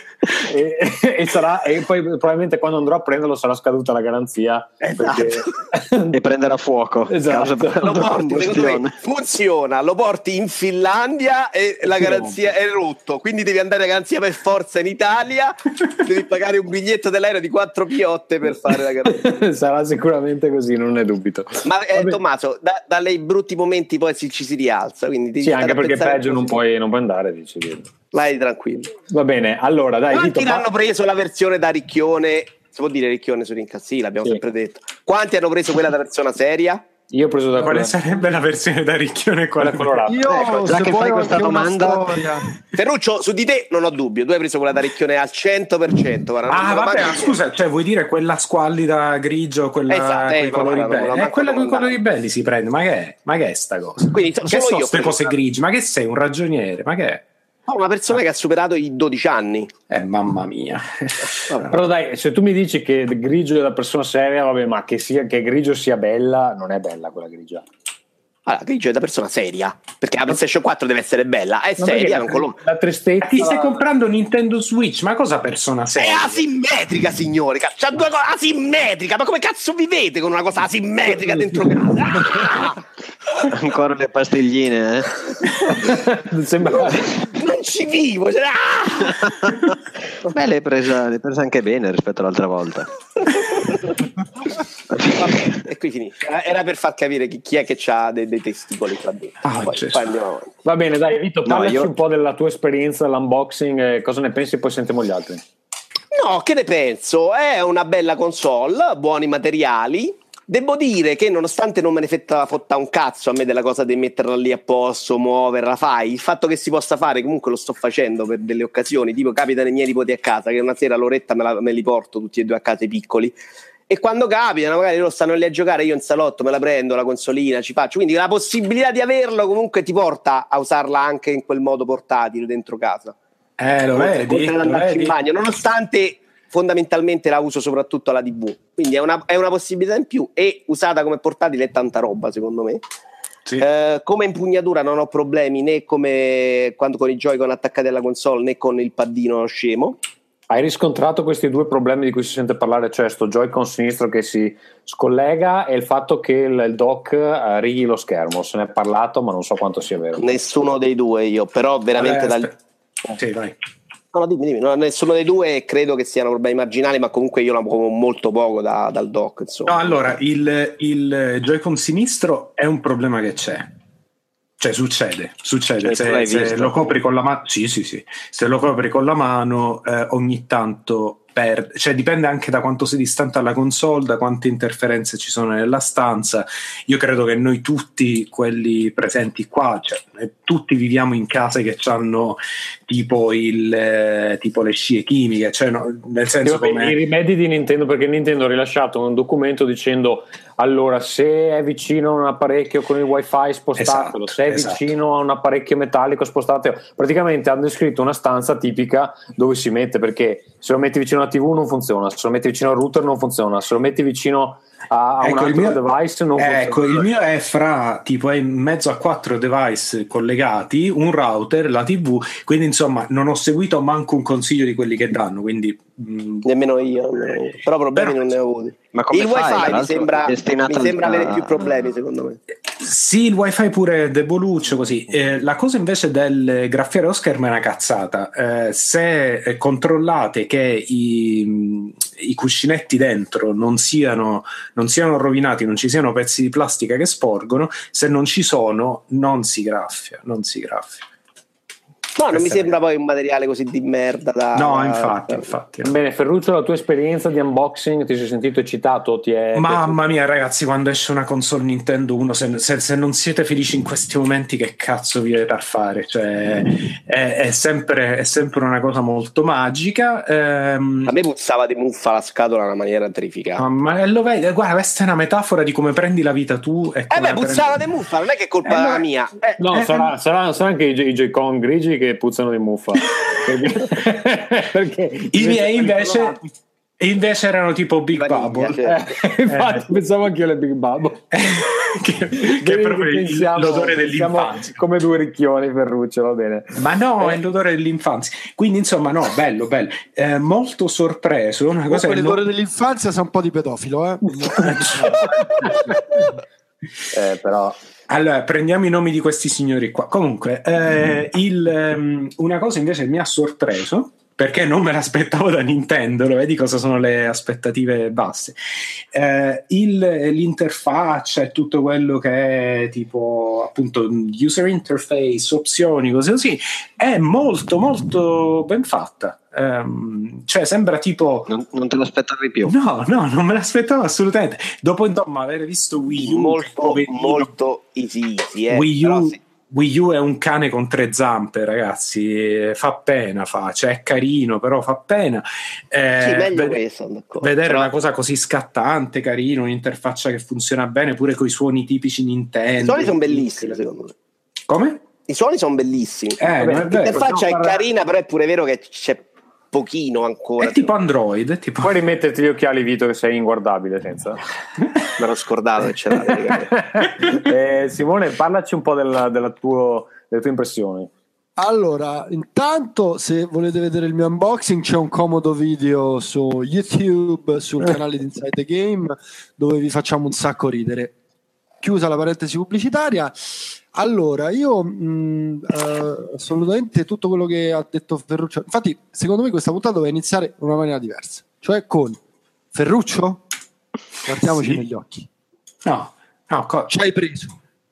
e poi probabilmente quando andrò a prenderlo sarà scaduta la garanzia. Esatto. E prenderà fuoco. Esatto. Lo porti, funziona, lo porti in Finlandia e la garanzia è rotto, quindi devi andare a garanzia per forza in Italia, devi pagare un biglietto dell'aereo di 4 piotte per fare la garanzia. Sarà sicuramente così, non ne dubito. Ma Tommaso, dalle brutti momenti poi ci si rialza, quindi sì, anche perché peggio non puoi andare, dici. Vai tranquillo. Va bene, allora dai. Quanti hanno preso la versione da ricchione? Si può dire ricchione su Rincassi, l'abbiamo sempre detto. Quanti hanno preso quella da persona seria? Io ho preso da quale sarebbe la versione da ricchione e quella colorata? Io già se che vuoi fai ho questa anche una domanda, storia. Ferruccio, su di te non ho dubbio, tu hai preso quella da ricchione al 100%. Guarda, non me lo vabbè, manco scusa, cioè vuoi dire quella squallida grigio, quella Esatto, con i colori belli? Quella con i colori belli belli si prende, ma che è sta cosa? Quindi che solo sono io queste cose grigie? Ma che sei, un ragioniere? Ma che è? una persona che ha superato i 12 anni. Mamma mia. Però dai, se tu mi dici che il grigio è la persona seria, vabbè, ma che grigio sia bella, non è bella quella grigia. Allora, grigio è da persona seria, perché la PlayStation 4 deve essere bella, è seria, è un colore. La tristezza. Ti stai comprando Nintendo Switch, ma cosa persona seria? È asimmetrica, signore, c'ha due cose asimmetrica, ma come cazzo vivete con una cosa asimmetrica dentro casa? Ancora le pastigline, Sembra... non ci vivo, Beh, l'hai presa anche bene rispetto all'altra volta. Vabbè, e qui finisce. Era per far capire chi è che ha dei testicoli qua dentro. Poi andiamo avanti. Va bene, dai, Vito, parlaci io... un po' della tua esperienza, l'unboxing, cosa ne pensi, poi sentiamo gli altri. No, che ne penso? È una bella console, buoni materiali. Devo dire che nonostante non me ne fotta un cazzo a me della cosa di metterla lì a posto, muoverla, il fatto che si possa fare, comunque lo sto facendo per delle occasioni, tipo capita ai miei nipoti a casa, che una sera l'oretta me li porto tutti e due a casa, i piccoli, e quando capitano magari loro stanno lì a giocare, io in salotto me la prendo, la consolina, ci faccio, quindi la possibilità di averlo comunque ti porta a usarla anche in quel modo portatile dentro casa. Lo vedi? Oltre ad andarci in bagno, nonostante... fondamentalmente la uso soprattutto alla TV, quindi è una possibilità in più, e usata come portatile è tanta roba secondo me. Sì. Come impugnatura non ho problemi né come quando con i Joy-Con attaccati alla console né con il paddino scemo. Hai riscontrato questi due problemi di cui si sente parlare, cioè sto Joy-Con sinistro che si scollega e il fatto che il dock righi lo schermo? Se ne è parlato ma non so quanto sia vero. Nessuno dei due io, però veramente Sì, vai. No, dimmi. No, nessuno dei due, credo che siano problemi marginali, ma comunque io la muovo molto poco dal dock, insomma. No, allora, il Joy-Con sinistro è un problema che c'è. Cioè succede. Se lo copri con la mano, sì. Se lo copri con la mano, ogni tanto perde. Cioè dipende anche da quanto sei distante dalla console, da quante interferenze ci sono nella stanza. Io credo che noi tutti, quelli presenti qua, cioè tutti viviamo in case che hanno tipo le scie chimiche, cioè nel senso come... i rimedi di Nintendo, perché Nintendo ha rilasciato un documento dicendo allora se è vicino a un apparecchio con il wifi spostatelo, se è vicino a un apparecchio metallico spostatelo. Praticamente hanno descritto una stanza tipica dove si mette, perché se lo metti vicino alla TV non funziona, se lo metti vicino al router non funziona, se lo metti vicino a un altro device non funziona. Ecco, il mio è è in mezzo a 4 device collegati, un router, la TV, quindi insomma non ho seguito manco un consiglio di quelli che danno, quindi nemmeno io, però problemi non ne ho avuti. Ma come il wifi mi sembra avere più problemi secondo me. Sì, il wifi pure è deboluccio così. La cosa invece del graffiare lo schermo è una cazzata. Se controllate che i cuscinetti dentro non siano rovinati, non ci siano pezzi di plastica che sporgono, se non ci sono non si graffia. No, non mi sembra poi un materiale così di merda No, infatti. Bene, Ferruccio, la tua esperienza di unboxing, ti sei sentito eccitato? Mamma mia, ragazzi, quando esce una console Nintendo 1, se non siete felici in questi momenti, che cazzo vi avete a fare? Cioè, è sempre una cosa molto magica. A me puzzava di muffa la scatola in una maniera terrificante. Ma lo vedi, guarda, questa è una metafora di come prendi la vita tu. Puzzava di muffa, non è che è colpa mia. No, sarà anche i Joy-Con grigi che puzzano di muffa. Perché i miei invece erano tipo Big Bubble. Infatti pensavo anch'io alle Big Bubble. che è proprio l'odore dell'infanzia, come due ricchioni, Ferruccio, va bene, ma no, è l'odore dell'infanzia, quindi insomma no, bello, molto sorpreso. Una cosa l'odore dell'infanzia sa un po' di pedofilo, però allora prendiamo i nomi di questi signori qua. Comunque una cosa invece mi ha sorpreso, perché non me l'aspettavo da Nintendo, lo vedi cosa sono le aspettative basse. L'interfaccia e tutto quello che è tipo appunto user interface, opzioni, cose così, è molto molto ben fatta. Cioè sembra tipo non te l'aspettavi più. No, non me l'aspettavo assolutamente dopo insomma aver visto Wii U molto easy Wii U, sì. Wii U è un cane con 3 zampe, ragazzi, fa pena, cioè è carino, però fa pena. Sì, meglio questo, vedere una cosa così scattante, carino, un'interfaccia che funziona bene, pure con i suoni tipici Nintendo. I suoni sono bellissimi, secondo me. Come? I suoni sono bellissimi. L'interfaccia è carina, però è pure vero che c'è pochino ancora. È tipo Android. Puoi rimetterti gli occhiali, Vito, che sei inguardabile senza. Me l'ho scordato che c'era. Simone, parlaci un po' delle tue impressioni. Allora, intanto se volete vedere il mio unboxing c'è un comodo video su YouTube, sul canale di Inside the Game, dove vi facciamo un sacco ridere. Chiusa la parentesi pubblicitaria. Allora, io assolutamente tutto quello che ha detto Ferruccio. Infatti, secondo me questa puntata deve iniziare in una maniera diversa, cioè con Ferruccio, guardiamoci negli occhi. No, ci hai preso.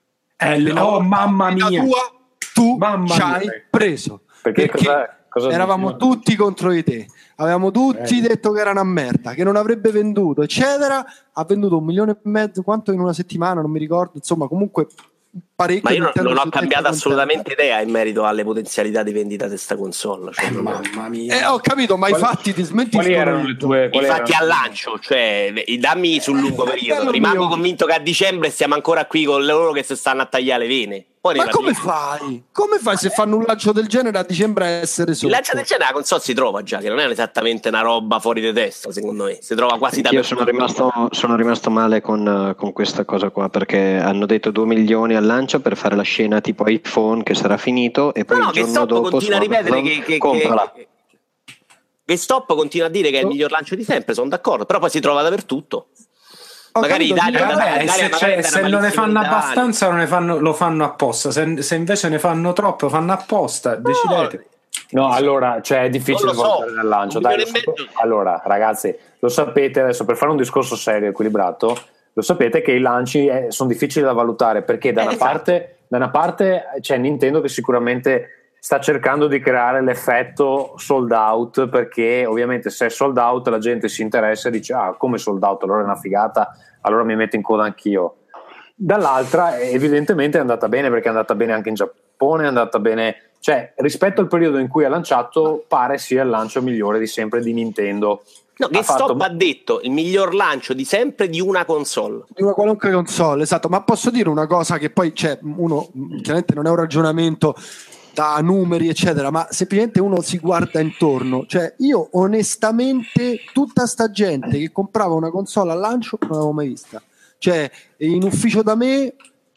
Mamma mia. Tu ci hai preso. Perché cosa eravamo tutti contro di te. Avevamo tutti detto che era una merda, che non avrebbe venduto, eccetera. Ha venduto 1,5 milioni, quanto in una settimana, non mi ricordo. Insomma, comunque parecchio. Ma io non ho cambiato assolutamente idea in merito alle potenzialità di vendita di questa console. Cioè, mamma mia. Ho capito, ma i fatti ti smentiscono. Quali erano le tue? I fatti al lancio, cioè dammi sul lungo periodo. Rimango convinto che a dicembre stiamo ancora qui con loro che si stanno a tagliare le vene. Ma come fai? Come fai se fanno un lancio del genere a dicembre a essere sotto? Il lancio del genere la console si trova già, che non è esattamente una roba fuori di testa, secondo me. Si trova quasi da. Io sono rimasto male con questa cosa qua, perché hanno detto 2 milioni al lancio per fare la scena tipo iPhone che sarà finito e poi il giorno dopo continua a ripetere che Stop continua a dire che è il miglior lancio di sempre, sono d'accordo, però poi si trova dappertutto. Magari se non ne fanno abbastanza lo fanno apposta, se invece ne fanno troppo fanno apposta, decidete. No, allora, cioè è difficile valutare dal lancio. Allora, ragazzi, lo sapete adesso, per fare un discorso serio, equilibrato, lo sapete che i lanci sono difficili da valutare, perché da una parte c'è Nintendo che sicuramente sta cercando di creare l'effetto sold out, perché ovviamente se è sold out la gente si interessa e dice come sold out, allora è una figata, allora mi metto in coda anch'io. Dall'altra evidentemente è andata bene, perché è andata bene anche in Giappone, è andata bene, cioè rispetto al periodo in cui ha lanciato pare sia il lancio migliore di sempre di Nintendo. No, GameStop ha detto il miglior lancio di sempre di una console, di una qualunque console, esatto. Ma posso dire una cosa che poi uno chiaramente non è un ragionamento da numeri eccetera, ma semplicemente uno si guarda intorno. Cioè io onestamente tutta sta gente che comprava una console al lancio non l'avevo mai vista. Cioè in ufficio da me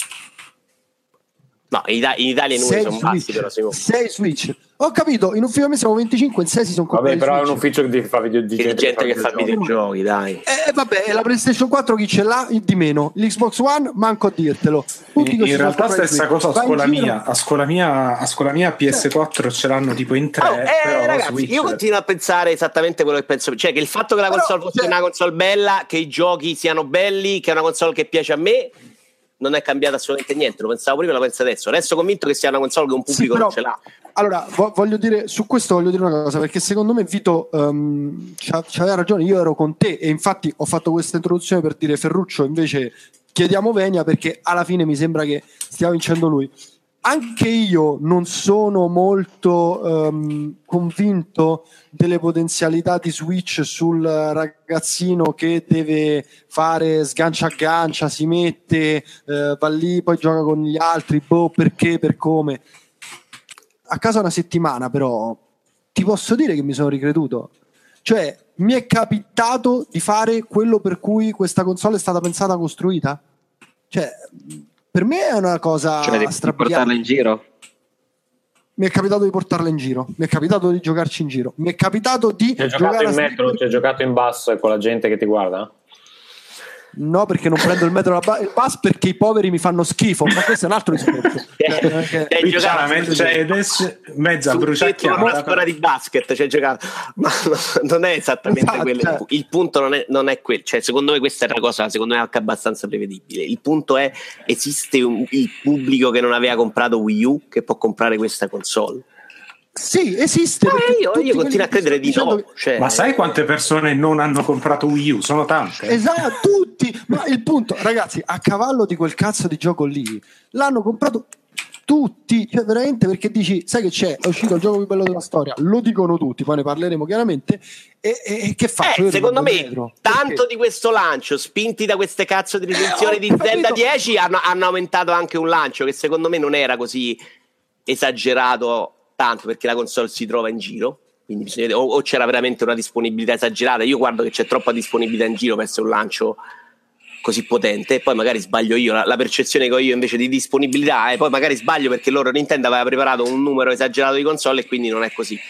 in Italia i numeri sono bassi, però 6 Switch. Ho capito, in ufficio da me siamo 25, in 6 si sono comprati. Vabbè, però è un ufficio di gente che fa videogiochi, dai. Vabbè, e la PlayStation 4 chi ce l'ha? Di meno. L'Xbox One manco a dirtelo. In realtà stessa cosa a scuola mia. A scuola mia PS4 ce l'hanno tipo in 3. Però ragazzi, Switch... io continuo a pensare esattamente quello che penso, cioè che il fatto che la console fosse una console bella, che i giochi siano belli, che è una console che piace a me, non è cambiato assolutamente niente. Lo pensavo prima e lo penso adesso. Resto convinto che sia una console che un pubblico non ce l'ha. Allora, voglio dire una cosa, perché secondo me Vito c'aveva ragione. Io ero con te e infatti ho fatto questa introduzione per dire Ferruccio invece chiediamo venia, perché alla fine mi sembra che stia vincendo lui. Anche io non sono molto convinto delle potenzialità di Switch sul ragazzino che deve fare sgancia a gancia, si mette, va lì, poi gioca con gli altri, perché, per come. A casa una settimana, però ti posso dire che mi sono ricreduto. Cioè, mi è capitato di fare quello per cui questa console è stata pensata, costruita. Cioè, per me è una cosa di portarla in giro. Mi è capitato di portarla in giro, mi è capitato di giocarci in giro, mi è capitato di giocare in metro, ti hai giocato in bus con la gente che ti guarda? No, perché non prendo il metro il bus, perché i poveri mi fanno schifo, ma questo è un altro discorso. Mezza bruciacchiata una di basket, cioè giocato, ma non è esattamente quello. Il punto non è quello, cioè secondo me questa è una cosa, secondo me anche abbastanza prevedibile. Il punto è: esiste il pubblico che non aveva comprato Wii U che può comprare questa console. Sì, esiste. Io continuo a credere di no. Cioè... Ma sai quante persone non hanno comprato Wii U? Sono tante. Esatto, tutti. Ma il punto, ragazzi, a cavallo di quel cazzo di gioco lì, l'hanno comprato tutti, cioè veramente, perché dici, sai che c'è, è uscito il gioco più bello della storia, lo dicono tutti, poi ne parleremo chiaramente, e che faccio? Secondo me tanto di questo lancio, spinti da queste cazzo di recensioni di Zelda 10, hanno aumentato anche un lancio che secondo me non era così esagerato tanto, perché la console si trova in giro, quindi bisogna, o c'era veramente una disponibilità esagerata. Io guardo che c'è troppa disponibilità in giro per essere un lancio così potente, e poi magari sbaglio io, la percezione che ho io invece di disponibilità, e poi magari sbaglio perché Nintendo aveva preparato un numero esagerato di console e quindi non è così,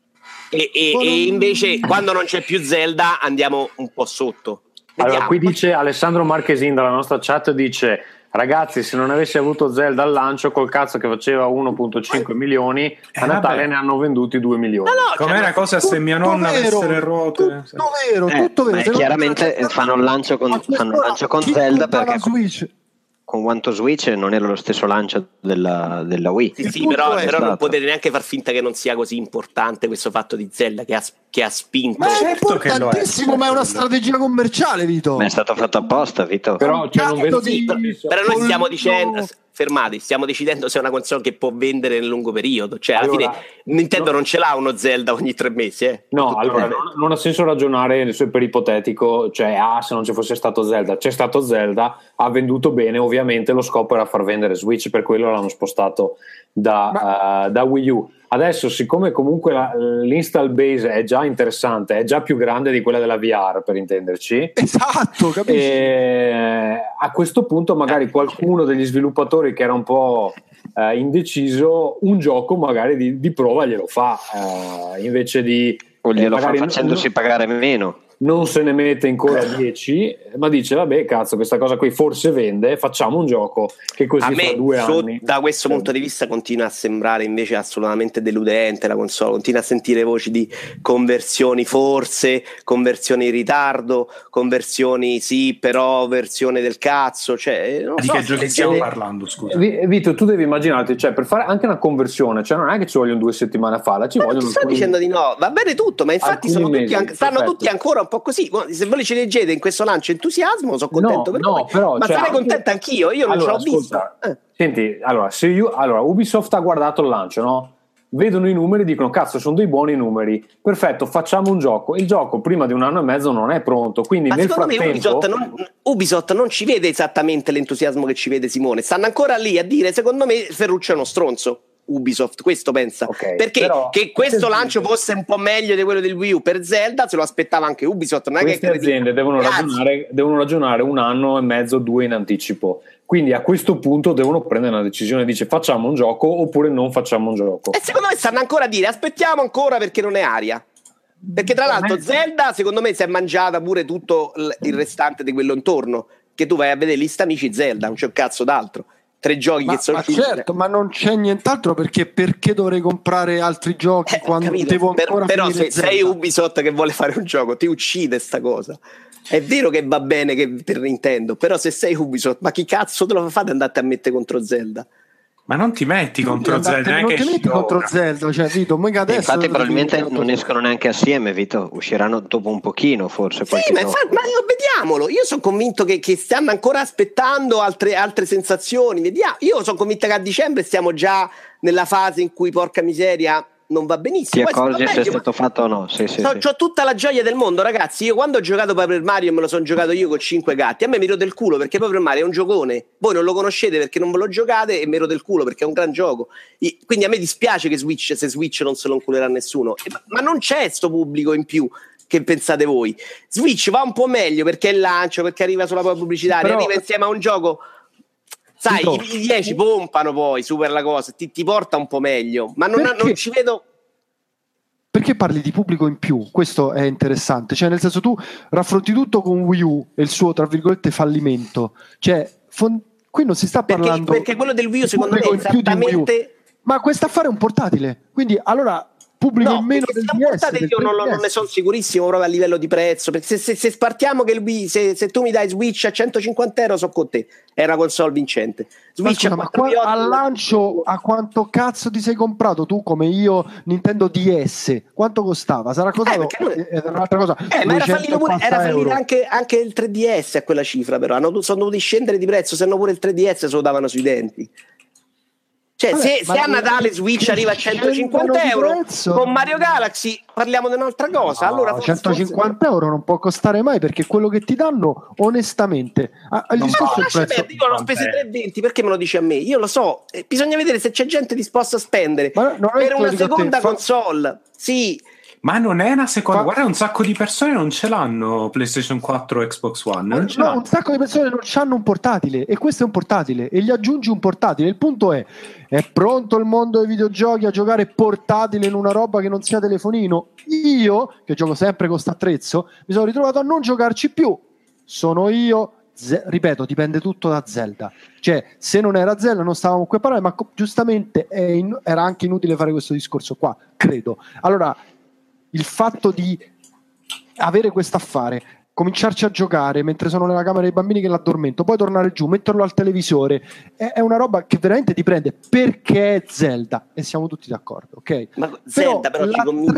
e invece quando non c'è più Zelda andiamo un po' sotto. Allora, qui dice Alessandro Marchesin dalla nostra chat, dice: ragazzi, se non avessi avuto Zelda al lancio, col cazzo che faceva 1.5 milioni, a Natale ne hanno venduti 2 milioni. Com'era cosa se mia nonna avesse le ruote? Tutto vero. Chiaramente fanno il lancio con Zelda, perché con One Switch non era lo stesso lancio della Wii. Sì, però non potete neanche far finta che non sia così importante questo fatto di Zelda che ha spinto. Ma è importantissimo, ma è una strategia commerciale, Vito. Ma è stato fatto apposta, Vito. Però non vedo però noi stiamo dicendo, fermati, stiamo decidendo se è una console che può vendere nel lungo periodo, cioè alla fine Nintendo non ce l'ha uno Zelda ogni 3 mesi. No, allora non ha senso ragionare per ipotetico, cioè se non ci fosse stato Zelda, c'è stato Zelda, ha venduto bene, ovviamente lo scopo era far vendere Switch, per quello l'hanno spostato da Wii U. Adesso, siccome comunque l'install base è già interessante, è già più grande di quella della VR, per intenderci, esatto, capisci? A questo punto magari qualcuno degli sviluppatori che era un po' indeciso, un gioco magari di prova glielo fa, invece di o glielo fa facendosi pagare meno. Non se ne mette ancora 10, ma dice vabbè, cazzo, questa cosa qui forse vende, facciamo un gioco che così fra 2 anni. Da questo punto di vista continua a sembrare invece assolutamente deludente la console, continua a sentire voci di conversioni forse, conversioni in ritardo, conversioni sì, però versione del cazzo, cioè non di so, che giochi stiamo parlando, scusa? Vito, tu devi immaginarti, cioè per fare anche una conversione, cioè non è che ci vogliono 2 settimane a farla, ci vogliono. Non sto dicendo di no, va bene tutto, ma infatti stanno tutti ancora un po' così. Se voi ci leggete in questo lancio entusiasmo, sono contento per voi, però, ma sarei contenta anch'io, io non ce l'ho vista. Senti, allora Ubisoft ha guardato il lancio, no? Vedono i numeri, dicono cazzo, sono dei buoni numeri, perfetto, facciamo un gioco. Il gioco prima di 1 anno e mezzo non è pronto, quindi nel frattempo Ubisoft non ci vede esattamente l'entusiasmo che ci vede Simone, stanno ancora lì a dire secondo me Ferruccio è uno stronzo. Ubisoft questo pensa, perché che questo lancio fosse un po' meglio di quello del Wii U per Zelda se lo aspettava anche Ubisoft. Non è queste aziende devono ragionare 1 anno e mezzo, 2 in anticipo, quindi a questo punto devono prendere una decisione, dice facciamo un gioco oppure non facciamo un gioco, e secondo me stanno ancora a dire aspettiamo ancora perché non è aria, perché tra l'altro Zelda secondo me si è mangiata pure tutto il restante di quello intorno, che tu vai a vedere lista amici Zelda, non c'è un cazzo d'altro. 3 giochi che sono certo, ma non c'è nient'altro, perché dovrei comprare altri giochi quando devo ancora però se sei Ubisoft che vuole fare un gioco ti uccide sta cosa. È vero che va bene che per Nintendo, però se sei Ubisoft, ma chi cazzo te lo fate andate a mettere contro Zelda? Ma non ti metti contro Zelda, non ti metti contro Zelda, cioè Vito, mica adesso. Infatti probabilmente non escono neanche assieme, Vito, usciranno dopo un pochino forse. Sì, ma vediamolo, io sono convinto che stanno ancora aspettando altre sensazioni, vediamo. Io sono convinta che a dicembre stiamo già nella fase in cui porca miseria non va benissimo. Ti accorgi se è stato fatto o no? Sì. C'ho tutta la gioia del mondo, ragazzi. Io quando ho giocato Paper Mario me lo sono giocato io con 5 gatti. A me mi rode il culo perché Paper Mario è un giocone. Voi non lo conoscete perché non ve lo giocate e mi rode il culo perché è un gran gioco. Quindi a me dispiace che se Switch non se lo inculerà nessuno. Ma non c'è sto pubblico in più che pensate voi. Switch va un po' meglio perché è il lancio, perché arriva sulla pubblicitaria, arriva insieme a un gioco. Sai, i 10 pompano poi, super la cosa, ti porta un po' meglio, ma non ci vedo. Perché parli di pubblico in più? Questo è interessante, cioè nel senso tu raffronti tutto con Wii U e il suo, tra virgolette, fallimento, cioè qui non si sta parlando perché quello del Wii U secondo me è esattamente... Ma questo affare è un portatile, quindi allora pubblico No, in meno del DS. Io non ne sono sicurissimo proprio a livello di prezzo, perché se partiamo che se tu mi dai Switch a 150 euro so con te, è una console vincente. Switch ma al lancio a quanto cazzo ti sei comprato tu come io Nintendo DS? Quanto costava? Sarà costato un'altra cosa. Ma era fallito anche il 3DS a quella cifra, però sono dovuti scendere di prezzo, se no pure il 3DS se lo davano sui denti. Cioè, se a Natale Switch arriva a 150 euro, con Mario Galaxy parliamo di un'altra cosa. No, allora 150 euro non può costare mai, perché quello che ti danno, onestamente, il discorso è il prezzo. Io l'ho speso 3,20, perché me lo dici a me? Io lo so, bisogna vedere se c'è gente disposta a spendere per una seconda console. Sì. Ma non è una seconda, guarda, un sacco di persone non ce l'hanno PlayStation 4 o Xbox One. Un sacco di persone non hanno un portatile, e questo è un portatile, e gli aggiungi un portatile. Il punto è pronto il mondo dei videogiochi a giocare portatile in una roba che non sia telefonino? Io, che gioco sempre con st'attrezzo, mi sono ritrovato a non giocarci più. Sono io. Ripeto, dipende tutto da Zelda. Cioè, se non era Zelda non stavamo qui a parlare, ma giustamente era anche inutile fare questo discorso qua, credo. Allora, il fatto di avere questo affare, cominciarci a giocare mentre sono nella camera dei bambini che l'addormento, poi tornare giù, metterlo al televisore, è una roba che veramente ti prende, perché è Zelda, e siamo tutti d'accordo, ok? Ma Zelda però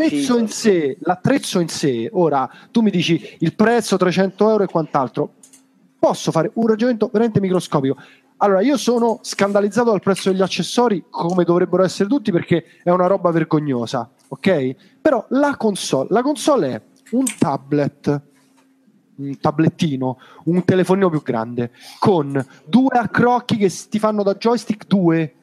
l'attrezzo in sé, ora tu mi dici il prezzo 300 euro e quant'altro, posso fare un ragionamento veramente microscopico. Allora, io sono scandalizzato dal prezzo degli accessori, come dovrebbero essere tutti, perché è una roba vergognosa, ok? Però la console è un tablet, un tablettino, un telefonino più grande, con 2 accrocchi che ti fanno da joystick, due,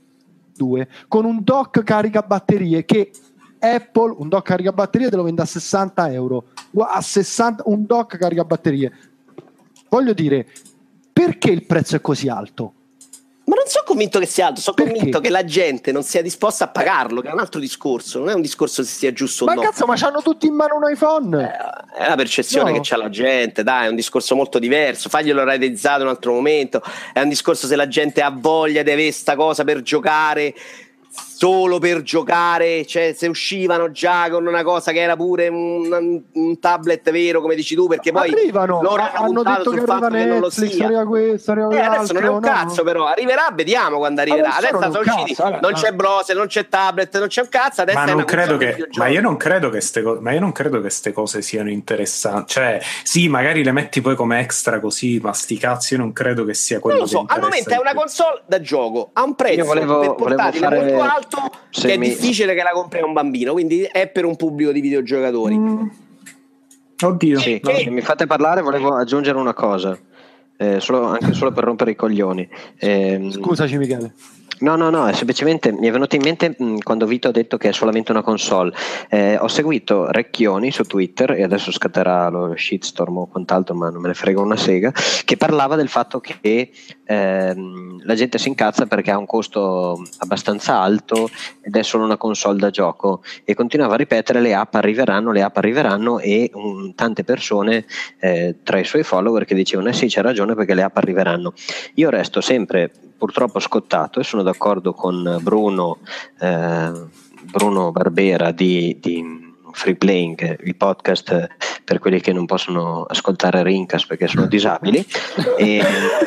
con un dock caricabatterie che Apple, un dock caricabatterie te lo vende a 60 euro, a 60, un dock caricabatterie. Voglio dire, perché il prezzo è così alto? Ma non sono convinto che sia alto, sono convinto che la gente non sia disposta a pagarlo, che è un altro discorso, non è un discorso se sia giusto o no. Ma cazzo, ma c'hanno tutti in mano un iPhone! È la percezione che c'ha la gente, dai, è un discorso molto diverso, faglielo realizzato in un altro momento, è un discorso se la gente ha voglia di avere sta cosa per giocare, solo per giocare, cioè se uscivano già con una cosa che era pure un tablet vero, come dici tu, perché poi arrivano, loro hanno detto che arriva Netflix, arriva questo, arriva adesso non è un cazzo, però arriverà, vediamo quando arriverà. Adesso sono usciti, non c'è browser, non c'è tablet, non c'è un cazzo, adesso io non credo che ste cose siano interessanti, cioè sì, magari le metti poi come extra così, ma sti cazzi, io non credo che sia quello. Non lo so, al momento è una console da gioco a un prezzo per portatile molto alto, che è difficile che la compri a un bambino, quindi è per un pubblico di videogiocatori. Oddio, sì, mi fate parlare, volevo aggiungere una cosa, anche solo per rompere i coglioni. Scusaci Michele. No, semplicemente mi è venuto in mente quando Vito ha detto che è solamente una console. Ho seguito Recchioni su Twitter, e adesso scatterà lo shitstorm o quant'altro, ma non me ne frega una sega, che parlava del fatto che la gente si incazza perché ha un costo abbastanza alto ed è solo una console da gioco, e continuava a ripetere le app arriveranno, e tante persone tra i suoi follower che dicevano sì, c'è ragione, perché le app arriveranno. Io resto sempre purtroppo scottato, e sono d'accordo con Bruno Barbera di Free Playing, il podcast per quelli che non possono ascoltare Rincast perché sono disabili, e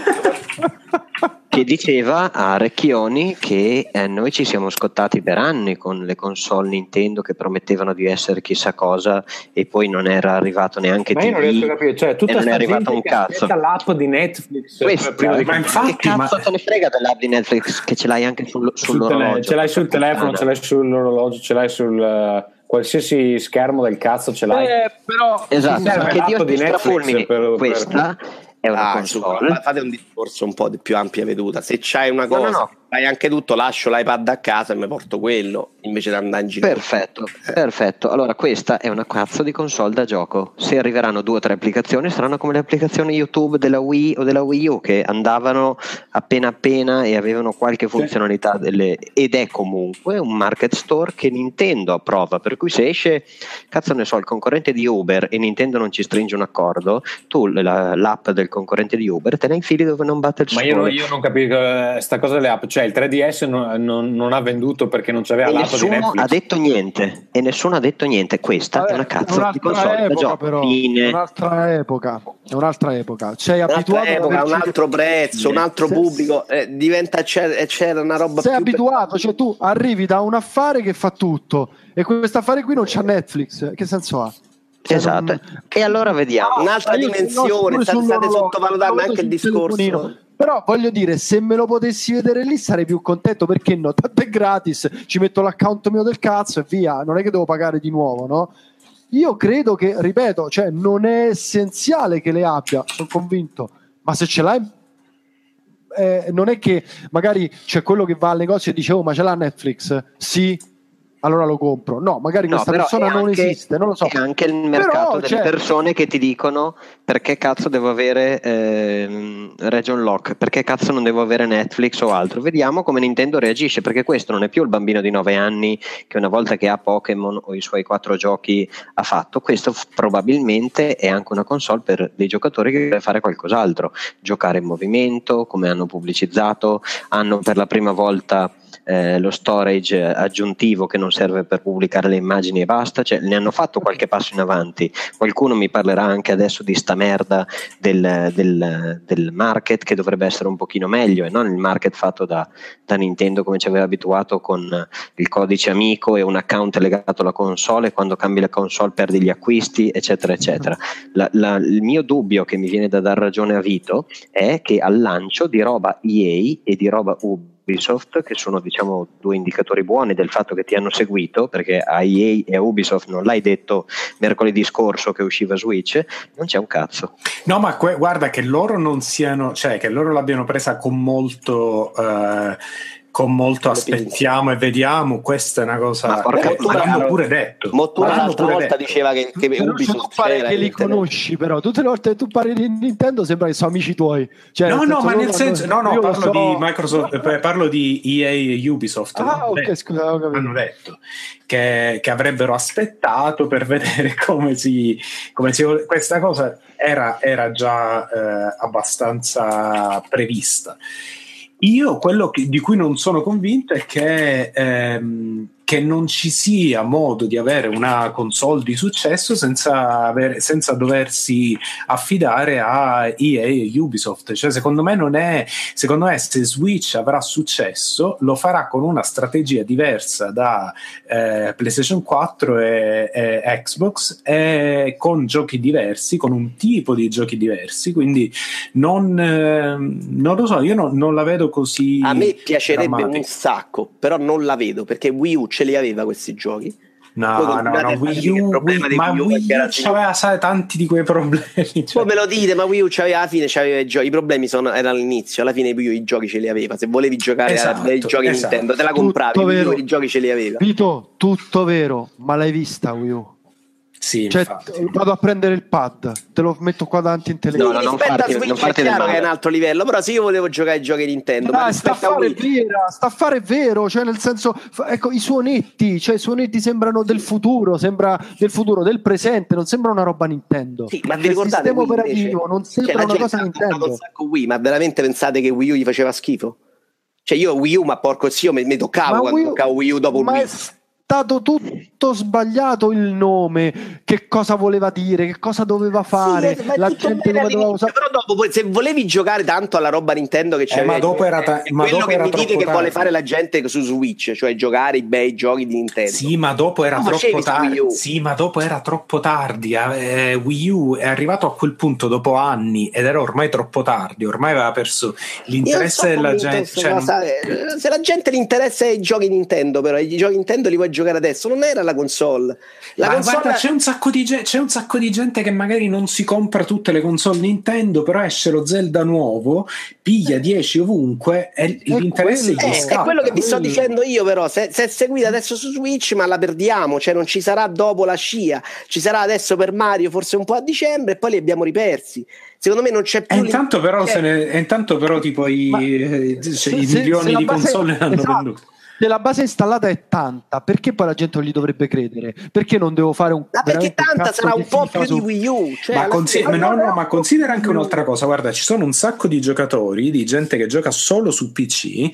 che diceva a Recchioni che noi ci siamo scottati per anni con le console Nintendo che promettevano di essere chissà cosa, e poi non era arrivato neanche TV, io non riesco a capire, cioè tutta non è arrivato un cazzo. L'app di Netflix ma infatti, che cazzo te ne frega dell'app di Netflix, che ce l'hai anche sull'orologio, ce l'hai sul telefono, ce l'hai sull'orologio, ce l'hai sul qualsiasi schermo del cazzo, ce l'hai, però esatto, che Dio ti strafulmini questa è una console. Fate un discorso un po' di più ampia veduta. Se c'hai una cosa, fai anche tutto, lascio l'iPad a casa e mi porto quello invece di andare in giro. Perfetto. Allora, questa è una cazzo di console da gioco. Se arriveranno 2 o 3 applicazioni, saranno come le applicazioni YouTube della Wii o della Wii U, che andavano appena e avevano qualche funzionalità ed è comunque un market store che Nintendo approva, per cui se esce, cazzo ne so, il concorrente di Uber e Nintendo non ci stringe un accordo, tu l'app del concorrente di Uber te la infili dove non batte il sole. Ma io non capisco sta cosa delle app, cioè cioè il 3DS non ha venduto perché non c'aveva l'app di Netflix. Ha detto niente e nessuno ha detto niente. Questa è una cazzo di console da gioco. Però, è un'altra epoca. Sei abituato a un altro prezzo, un altro pubblico, c'era una roba. Sei abituato, cioè tu arrivi da un affare che fa tutto e questo affare qui non c'ha Netflix, che senso ha? Esatto. E allora vediamo un'altra dimensione, state sottovalutando anche il discorso. Però voglio dire, se me lo potessi vedere lì sarei più contento, perché no? Tanto è gratis, ci metto l'account mio del cazzo e via, non è che devo pagare di nuovo, no? Io credo che, ripeto, cioè non è essenziale che le abbia, sono convinto, ma se ce l'hai non è che magari c'è quello che va al negozio e dice ma ce l'ha Netflix? Sì, allora lo compro. No, magari questa persona non esiste, non lo so. È anche il mercato delle persone che ti dicono perché cazzo devo avere Region Lock, perché cazzo non devo avere Netflix o altro. Vediamo come Nintendo reagisce, perché questo non è più il bambino di 9 anni che una volta che ha Pokémon o i suoi 4 giochi ha fatto. Questo probabilmente è anche una console per dei giocatori che devono fare qualcos'altro, giocare in movimento, come hanno pubblicizzato, hanno per la prima volta lo storage aggiuntivo che non serve per pubblicare le immagini e basta, cioè ne hanno fatto qualche passo in avanti. Qualcuno mi parlerà anche adesso di sta merda del market che dovrebbe essere un pochino meglio e non il market fatto da Nintendo come ci aveva abituato con il codice amico e un account legato alla console, e quando cambi la console perdi gli acquisti eccetera eccetera. Il mio dubbio, che mi viene da dar ragione a Vito, è che al lancio di roba EA e di roba Ubisoft, che sono diciamo due indicatori buoni del fatto che ti hanno seguito, perché a EA e a Ubisoft non l'hai detto mercoledì scorso che usciva Switch, non c'è un cazzo. No, ma guarda che loro non siano, cioè che loro l'abbiano presa con molto aspettiamo e vediamo, questa è una cosa, ma l'hanno pure detto. Mottura l'altra volta diceva che Ubisoft pare che li conosci, però tutte le volte che tu parli di Nintendo sembra che sono amici tuoi, cioè, parlo di Microsoft, parlo di EA e Ubisoft. Ok, scusa, hanno detto che avrebbero aspettato per vedere come si questa cosa era già abbastanza prevista. Io quello di cui non sono convinto è che non ci sia modo di avere una console di successo senza doversi affidare a EA e Ubisoft. Cioè, secondo me se Switch avrà successo lo farà con una strategia diversa da PlayStation 4 e Xbox, e con giochi diversi, con un tipo di giochi diversi, quindi non lo so, io non la vedo così. A me piacerebbe drammatica. Un sacco, però non la vedo, perché Wii U ce li aveva questi giochi. No, Wii U c'aveva tanti di quei problemi. Poi me lo dite, ma Wii U alla fine c'aveva i giochi. I problemi erano all'inizio, alla fine Wii U i giochi ce li aveva. Se volevi giocare ai giochi Nintendo, te la compravi. Wii U i giochi ce li aveva. Vito, tutto vero, ma l'hai vista Wii U? Sì, cioè, vado a prendere il pad, te lo metto qua davanti in televisore. No, rispetto a Switch è chiaro che è un altro livello, però se io volevo giocare ai giochi Nintendo, sta a fare vero, cioè nel senso, ecco, i suonetti sembrano del futuro, del presente, non sembra una roba Nintendo. Sì, ma vi ricordate, il sistema operativo non sembra una cosa Nintendo. Wii, ma veramente pensate che Wii U gli faceva schifo? Cioè io Wii U, ma porco zio, mi toccavo quando toccavo Wii U dopo un Wii. Stato tutto sbagliato il nome, che cosa voleva dire, che cosa doveva fare, la gente doveva usare. Però dopo, se volevi giocare tanto alla roba Nintendo che c'è, ma dopo era quello che mi dite che vuole fare la gente su Switch, cioè giocare i bei giochi di Nintendo. Sì, ma dopo era troppo tardi. Sì, ma dopo era troppo tardi. Wii U è arrivato a quel punto dopo anni ed era ormai troppo tardi, ormai aveva perso l'interesse della gente. Se la gente gli interessa i giochi Nintendo, però i giochi Nintendo li vuoi giocare adesso, non era la console. Guarda, c'è un sacco di gente che magari non si compra tutte le console Nintendo, però esce lo Zelda nuovo, piglia 10 ovunque e l'interesse gli scappa. È quello che vi sto dicendo io, però se seguite adesso su Switch, ma la perdiamo, cioè non ci sarà dopo la scia, ci sarà adesso per Mario forse un po' a dicembre e poi li abbiamo ripersi. Secondo me non c'è più. Intanto però tipo i milioni di console hanno venduto. Se la base installata è tanta, perché poi la gente non gli dovrebbe credere? Perché non devo fare un... Ma perché tanta sarà un po' più di Wii U? Cioè, ma considera anche un'altra cosa. Guarda, ci sono un sacco di giocatori, di gente che gioca solo su PC,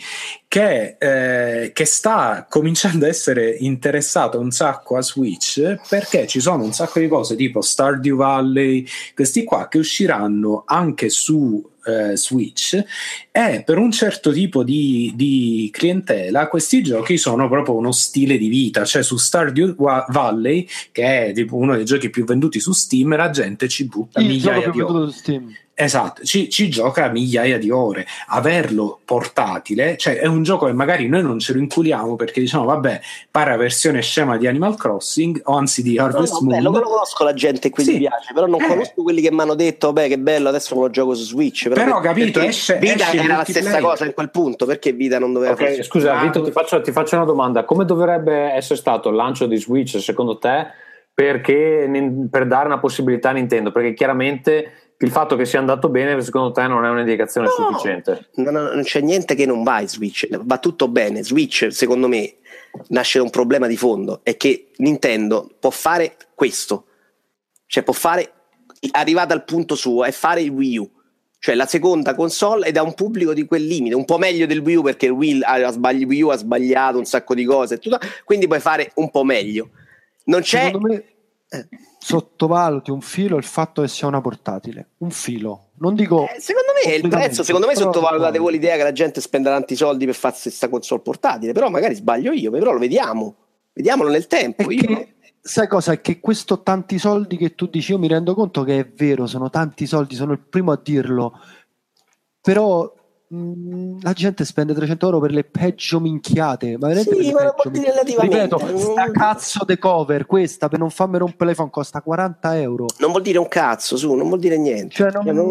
che sta cominciando a essere interessato un sacco a Switch, perché ci sono un sacco di cose tipo Stardew Valley, questi qua che usciranno anche su Switch, e per un certo tipo di clientela questi giochi sono proprio uno stile di vita. Cioè su Stardew Valley, che è tipo uno dei giochi più venduti su Steam, la gente ci butta migliaia di ore. Esatto, ci gioca migliaia di ore. Averlo portatile, cioè è un gioco che magari noi non ce lo inculiamo perché diciamo vabbè, pare la versione scema di Animal Crossing, o anzi di Harvest Moon. Lo conosco la gente che gli piace, però non conosco quelli che mi hanno detto vabbè che bello, adesso me lo gioco su Switch. Però capito, Vita era la stessa cosa in quel punto, perché Vita non doveva fare? Scusa Vito, ti faccio una domanda: come dovrebbe essere stato il lancio di Switch secondo te per dare una possibilità a Nintendo? Perché chiaramente il fatto che sia andato bene secondo te non è un'indicazione sufficiente? Non c'è niente che non va in Switch, va tutto bene. Switch secondo me nasce da un problema di fondo, è che Nintendo può fare questo, cioè può fare, arrivata al punto suo, è fare il Wii U, cioè la seconda console, ed ha un pubblico di quel limite, un po' meglio del Wii U, perché il Wii U ha sbagliato un sacco di cose, quindi puoi fare un po' meglio. Non c'è... Secondo me sottovaluti un filo il fatto che sia una portatile, un filo, non dico secondo me il prezzo, secondo me sottovalutate voi l'idea che la gente spenda tanti soldi per farsi questa console portatile, però magari sbaglio io, però lo vediamolo nel tempo. Sai cosa? È che questo tanti soldi che tu dici, io mi rendo conto che è vero, sono tanti soldi, sono il primo a dirlo, però la gente spende 300 euro per le peggio minchiate, ma veramente sì, ma non vuol dire relativamente. Ripeto, sta cazzo de cover, questa per non farmi rompere l'iPhone costa 40 euro. Non vuol dire un cazzo, non vuol dire niente. Cioè,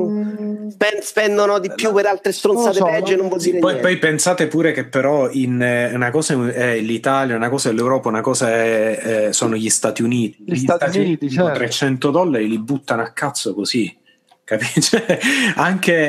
spendono di più per altre stronzate peggio, non vuol dire niente. Poi pensate pure che però una cosa è l'Italia, una cosa è l'Europa, una cosa sono gli Stati Uniti. Gli Stati Uniti, certo. $300 li buttano a cazzo così. Capisci? Anche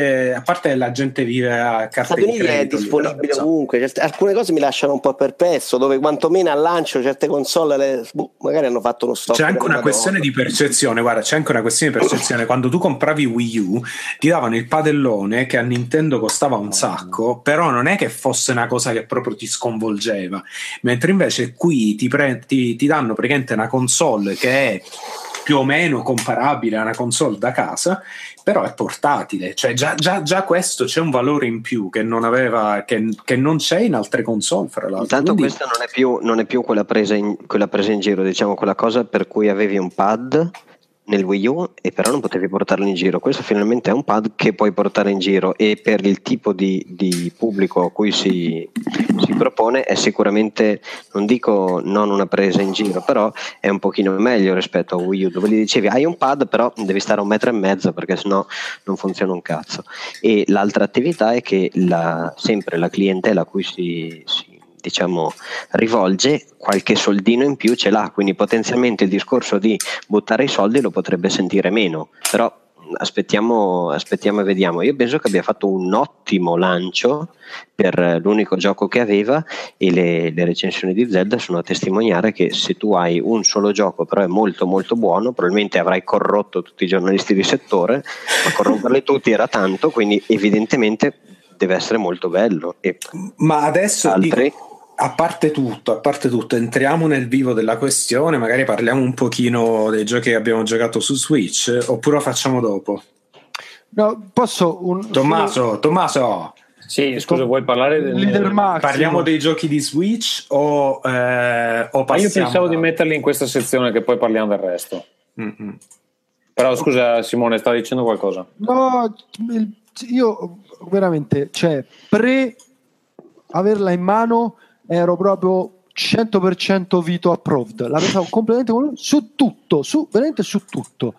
a parte che la gente vive a carta di credito, è disponibile ovunque. Alcune cose mi lasciano un po' perplesso, dove quantomeno al lancio certe console magari hanno fatto uno stock. C'è anche una questione di percezione. Guarda, c'è anche una questione di percezione. Quando tu compravi Wii U ti davano il padellone che a Nintendo costava un sacco, però non è che fosse una cosa che proprio ti sconvolgeva, mentre invece qui ti danno praticamente una console che è più o meno comparabile a una console da casa, però è portatile. Cioè già questo c'è un valore in più che non aveva, che non c'è in altre console, fra l'altro. Intanto quindi questa non è più quella presa in giro, diciamo, quella cosa per cui avevi un pad nel Wii U e però non potevi portarlo in giro. Questo finalmente è un pad che puoi portare in giro, e per il tipo di pubblico a cui si propone è sicuramente, non dico non una presa in giro, però è un pochino meglio rispetto a Wii U, dove gli dicevi hai un pad però devi stare a 1,5 metri perché sennò non funziona un cazzo. E l'altra attività è che sempre la clientela a cui si diciamo rivolge qualche soldino in più ce l'ha, quindi potenzialmente il discorso di buttare i soldi lo potrebbe sentire meno, però aspettiamo e vediamo. Io penso che abbia fatto un ottimo lancio per l'unico gioco che aveva, e le recensioni di Zelda sono a testimoniare che se tu hai un solo gioco però è molto molto buono, probabilmente avrai corrotto tutti i giornalisti di settore, ma corromperli tutti era tanto, quindi evidentemente deve essere molto bello. Ma adesso a parte tutto, entriamo nel vivo della questione, magari parliamo un pochino dei giochi che abbiamo giocato su Switch, oppure lo facciamo dopo? No, posso Tommaso. Sì, scusa, vuoi parlare Leader Max? Parliamo dei giochi di Switch o passiamo? Ma io pensavo di metterli in questa sezione, che poi parliamo del resto. Mm-mm. Però scusa Simone, stavi dicendo qualcosa? No, io veramente, cioè, averla in mano ero proprio 100% Vito approved, la pensavo completamente su tutto, veramente su tutto.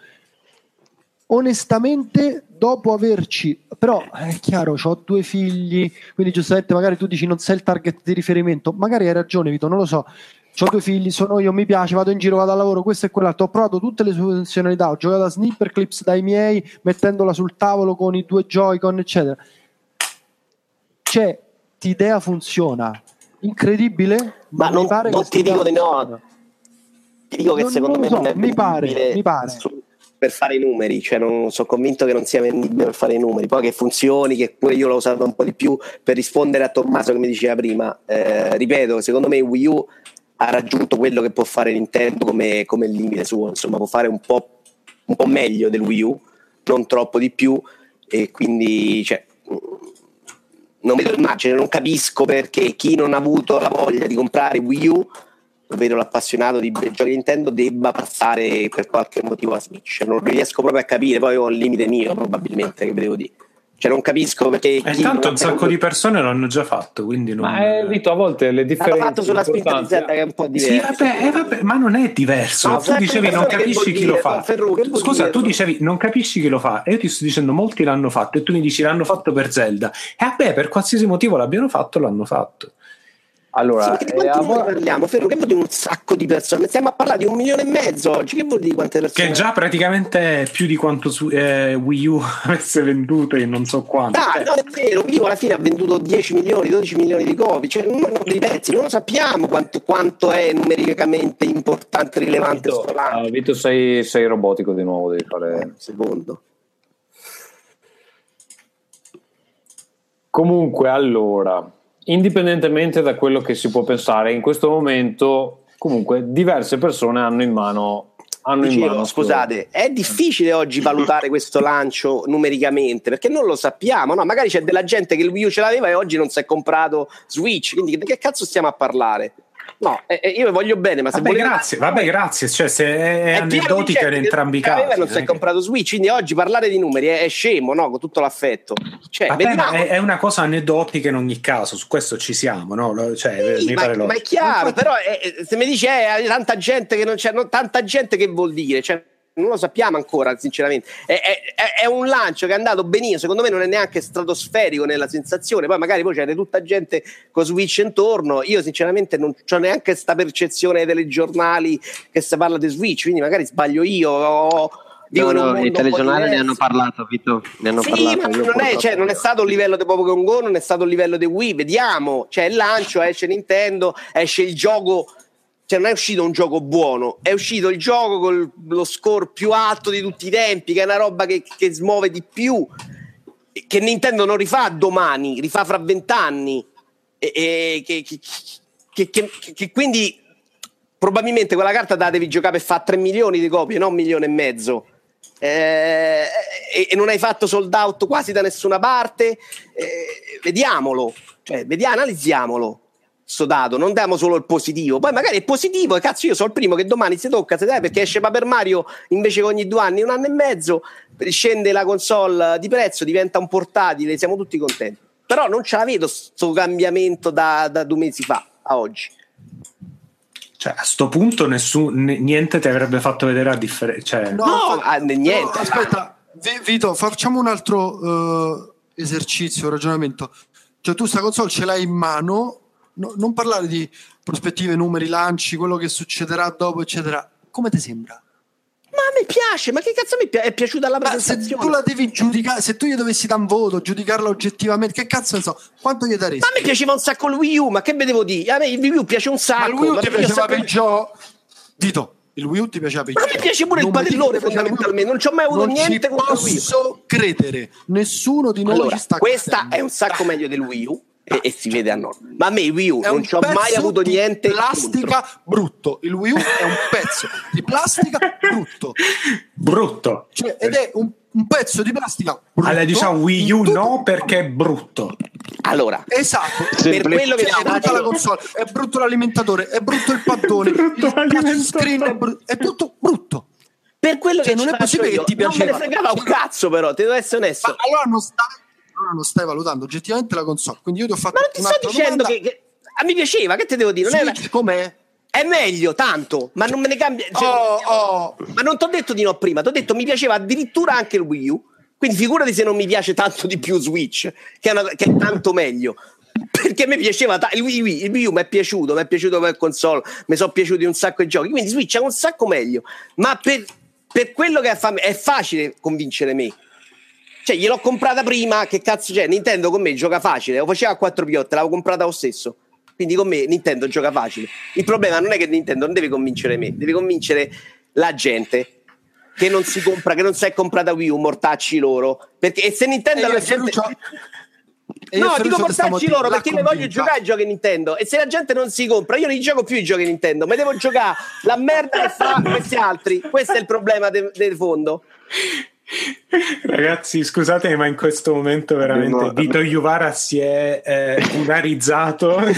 Onestamente, dopo averci, però è chiaro, ho 2 figli, quindi giustamente magari tu dici non sei il target di riferimento, magari hai ragione Vito, non lo so. Ho 2 figli, sono io, mi piace, vado in giro, vado al lavoro, questo e quell'altro. Ho provato tutte le sue funzionalità, ho giocato a Snipper Clips dai miei, mettendola sul tavolo con i 2 Joy-Con, eccetera. Cioè, l'idea funziona. incredibile, ma non ti dico di no. Ti dico che secondo me non è mi pare. Per fare i numeri, cioè non sono convinto che non sia vendibile per fare i numeri, poi che funzioni, che pure io l'ho usato un po' di più per rispondere a Tommaso che mi diceva prima, ripeto, secondo me Wii U ha raggiunto quello che può fare Nintendo come limite suo, insomma può fare un po' meglio del Wii U, non troppo di più, e quindi cioè, non vedo immagine, non capisco perché chi non ha avuto la voglia di comprare Wii U, ovvero l'appassionato di giochi Nintendo, debba passare per qualche motivo a Switch. Non riesco proprio a capire, poi ho un limite mio probabilmente, che vedevo di. Cioè non capisco perché tanto un sacco di persone l'hanno già fatto, quindi non... Ma Vito, a volte le differenze l'hanno fatto sulla spinta di Zelda, che è un po' diverso. Sì, vabbè, ma non è diverso. No, tu dicevi non capisci chi lo fa. Scusa, tu dire? dicevi non capisci chi lo fa, e io ti sto dicendo molti l'hanno fatto, e tu mi dici l'hanno fatto per Zelda. E vabbè, per qualsiasi motivo l'abbiano fatto, l'hanno fatto. Allora, sì, parliamo, Ferro, che vuol dire un sacco di persone? Stiamo a parlare di 1,5 milioni oggi, che vuol dire quante persone? Che già praticamente più di quanto Wii U avesse venduto in non so quanto. No, è vero, Wii U alla fine ha venduto 10 milioni, 12 milioni di copie, cioè non di pezzi, non lo sappiamo quanto è numericamente importante, rilevante. Vito, sei robotico di nuovo, devi fare un secondo. Comunque, allora, indipendentemente da quello che si può pensare, in questo momento comunque diverse persone hanno in mano scusate, è difficile oggi valutare questo lancio numericamente perché non lo sappiamo, no? Magari c'è della gente che il Wii U ce l'aveva e oggi non si è comprato Switch, quindi di che cazzo stiamo a parlare? No, io voglio bene, ma se grazie, cioè se è aneddotica in entrambi i casi. Non si è comprato Switch, quindi oggi parlare di numeri è scemo, no? Con tutto l'affetto. Cioè, è una cosa aneddotica in ogni caso, su questo ci siamo, no? Cioè, sì, ma è chiaro, però se mi dici tanta gente che non c'è, tanta gente che vuol dire? Cioè, non lo sappiamo ancora, sinceramente. È un lancio che è andato benissimo, secondo me non è neanche stratosferico nella sensazione, poi magari c'è tutta gente con Switch intorno, io sinceramente non ho neanche questa percezione dei telegiornali che si parla di Switch, quindi magari sbaglio io. I telegiornali ne hanno parlato, Vito, ma non è stato il livello di Pokémon Go, non è stato il livello di Wii, vediamo, cioè il lancio, esce Nintendo, esce il gioco. Cioè non è uscito un gioco buono, è uscito il gioco con lo score più alto di tutti i tempi, che è una roba che smuove di più, che Nintendo non rifà domani, rifà fra 20 anni, che quindi probabilmente quella carta la devi giocare per fare 3 milioni di copie, non 1,5 milioni, e non hai fatto sold out quasi da nessuna parte. Vediamolo, cioè analizziamolo sto dato, non diamo solo il positivo, poi magari è positivo e cazzo io sono il primo che domani si tocca perché esce Paper Mario invece che ogni 2 anni, 1 anno e mezzo, scende la console di prezzo, diventa un portatile, siamo tutti contenti, però non ce la vedo sto cambiamento da 2 mesi fa a oggi. Cioè a sto punto niente ti avrebbe fatto vedere la differenza, cioè... niente. No, aspetta, Vito, facciamo un altro esercizio, ragionamento. Cioè tu sta console ce l'hai in mano, non parlare di prospettive, numeri, lanci, quello che succederà dopo, eccetera. Come ti sembra? Ma a me piace, ma che cazzo mi è piaciuta la presentazione? Se tu la devi giudicare, se tu gli dovessi dare un voto, giudicarla oggettivamente, che cazzo ne so, quanto gli daresti? Ma a me piaceva un sacco il Wii U, ma che vedevo dire? A me il Wii U piace un sacco. Ma il Wii U ti piaceva per il gioco? Dito, il Wii U ti piaceva per il gioco? Ma a me piace pure il padellone fondamentalmente, non ci ho mai avuto niente contro il Wii U. Non posso credere, nessuno di noi ci sta questa credendo. È un sacco meglio del Wii U. E si vede a nord, ma a me il Wii U non ci ho mai avuto niente plastica contro. Brutto, il Wii U è un pezzo di plastica brutto, cioè, ed è un pezzo di plastica brutto. Allora diciamo Wii U no, perché è brutto. Allora, esatto, per quello che è brutta la console, è brutto l'alimentatore, è brutto il paddone, il screen è tutto brutto. Per quello che non è possibile che ti piaceva. Non me ne fregava un cazzo, però ti devo essere onesto. Ma allora non stai valutando oggettivamente la console, quindi io ti ho fatto. Ma non ti sto dicendo che mi piaceva, che te devo dire? Switch com'è? È meglio tanto, ma non me ne cambia, ma non ti ho detto di no prima, ti ho detto mi piaceva addirittura anche il Wii U, quindi figurati se non mi piace tanto di più Switch, che è tanto meglio, perché mi piaceva il Wii U mi è piaciuto come console, mi sono piaciuti un sacco i giochi, quindi Switch è un sacco meglio, ma per quello che è facile convincere me. Cioè gliel'ho comprata prima, che cazzo c'è? Nintendo con me gioca facile, lo faceva a 4 piotte, l'avevo comprata lo stesso. Quindi con me Nintendo gioca facile. Il problema non è che Nintendo non deve convincere me, deve convincere la gente che non si compra, che non si è comprata Wii U, mortacci loro. Perché e se Nintendo la gente... No, dico mortacci loro perché le voglio giocare ai giochi Nintendo. E se la gente non si compra, io non gli gioco più i giochi Nintendo, ma devo giocare la merda che fa questi altri. Questo è il problema del fondo. Ragazzi, scusatemi, ma in questo momento veramente Vito Iuvara si è unarizzato. No,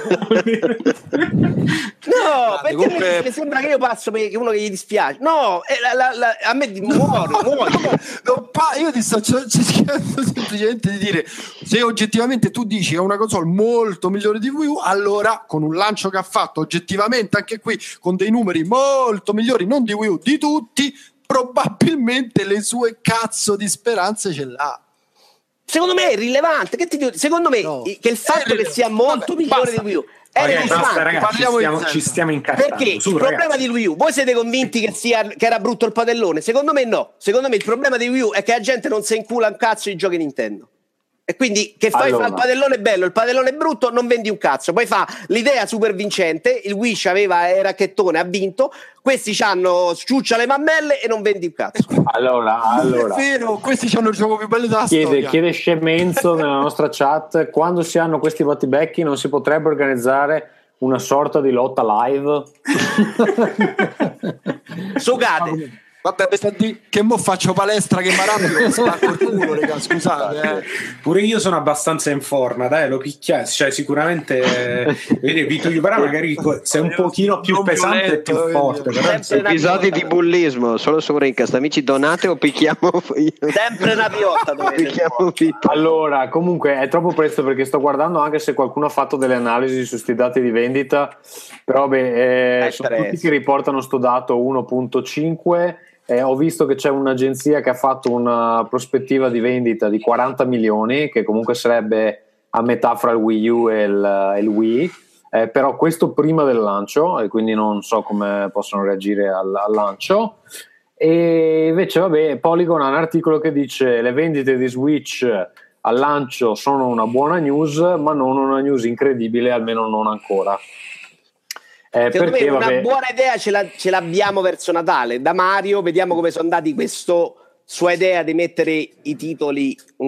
perché comunque... mi sembra che io passo per uno che gli dispiace. No, a me muore. Io ti sto cercando semplicemente di dire, se oggettivamente tu dici che è una console molto migliore di Wii U, allora con un lancio che ha fatto oggettivamente anche qui con dei numeri molto migliori, non di Wii U, di tutti, probabilmente le sue cazzo di speranze ce l'ha. Secondo me è irrilevante. Che ti dico? Secondo me che il fatto che sia molto migliore di Wii U è ci stiamo incazzando. Perché il problema di Wii U, voi siete convinti che era brutto il padellone? Secondo me no. Secondo me il problema di Wii U è che la gente non si incula un cazzo di giochi Nintendo. E quindi che fai? Fa il padellone bello, il padellone brutto, non vendi un cazzo. Poi fa l'idea super vincente, il Wish aveva il racchettone, ha vinto, questi c'hanno sciuccia le mammelle e non vendi un cazzo. Allora è vero, questi c'hanno il gioco più bello della storia. Chiede Scemenzo nella nostra chat, quando si hanno questi battibecchi non si potrebbe organizzare una sorta di lotta live? Sogate. Vabbè, che mo faccio palestra che mi spacco il culo, raga, scusate. Pure io sono abbastanza in forma, dai, lo picchiate, cioè sicuramente Vito Iuvara magari se è un pochino più pesante e più forte, però episodi di bullismo solo su Rincast, amici, donate o picchiamo sempre una piotta. Allora, comunque è troppo presto perché sto guardando anche se qualcuno ha fatto delle analisi su sti dati di vendita, però sono tutti che riportano sto dato 1.5. Ho visto che c'è un'agenzia che ha fatto una prospettiva di vendita di 40 milioni, che comunque sarebbe a metà fra il Wii U e il Wii, però questo prima del lancio, e quindi non so come possono reagire al lancio. E invece Polygon ha un articolo che dice: le vendite di Switch al lancio sono una buona news, ma non una news incredibile, almeno non ancora. Secondo me una buona idea ce l'abbiamo verso Natale. Da Mario vediamo come sono andati questo sua idea di mettere i titoli un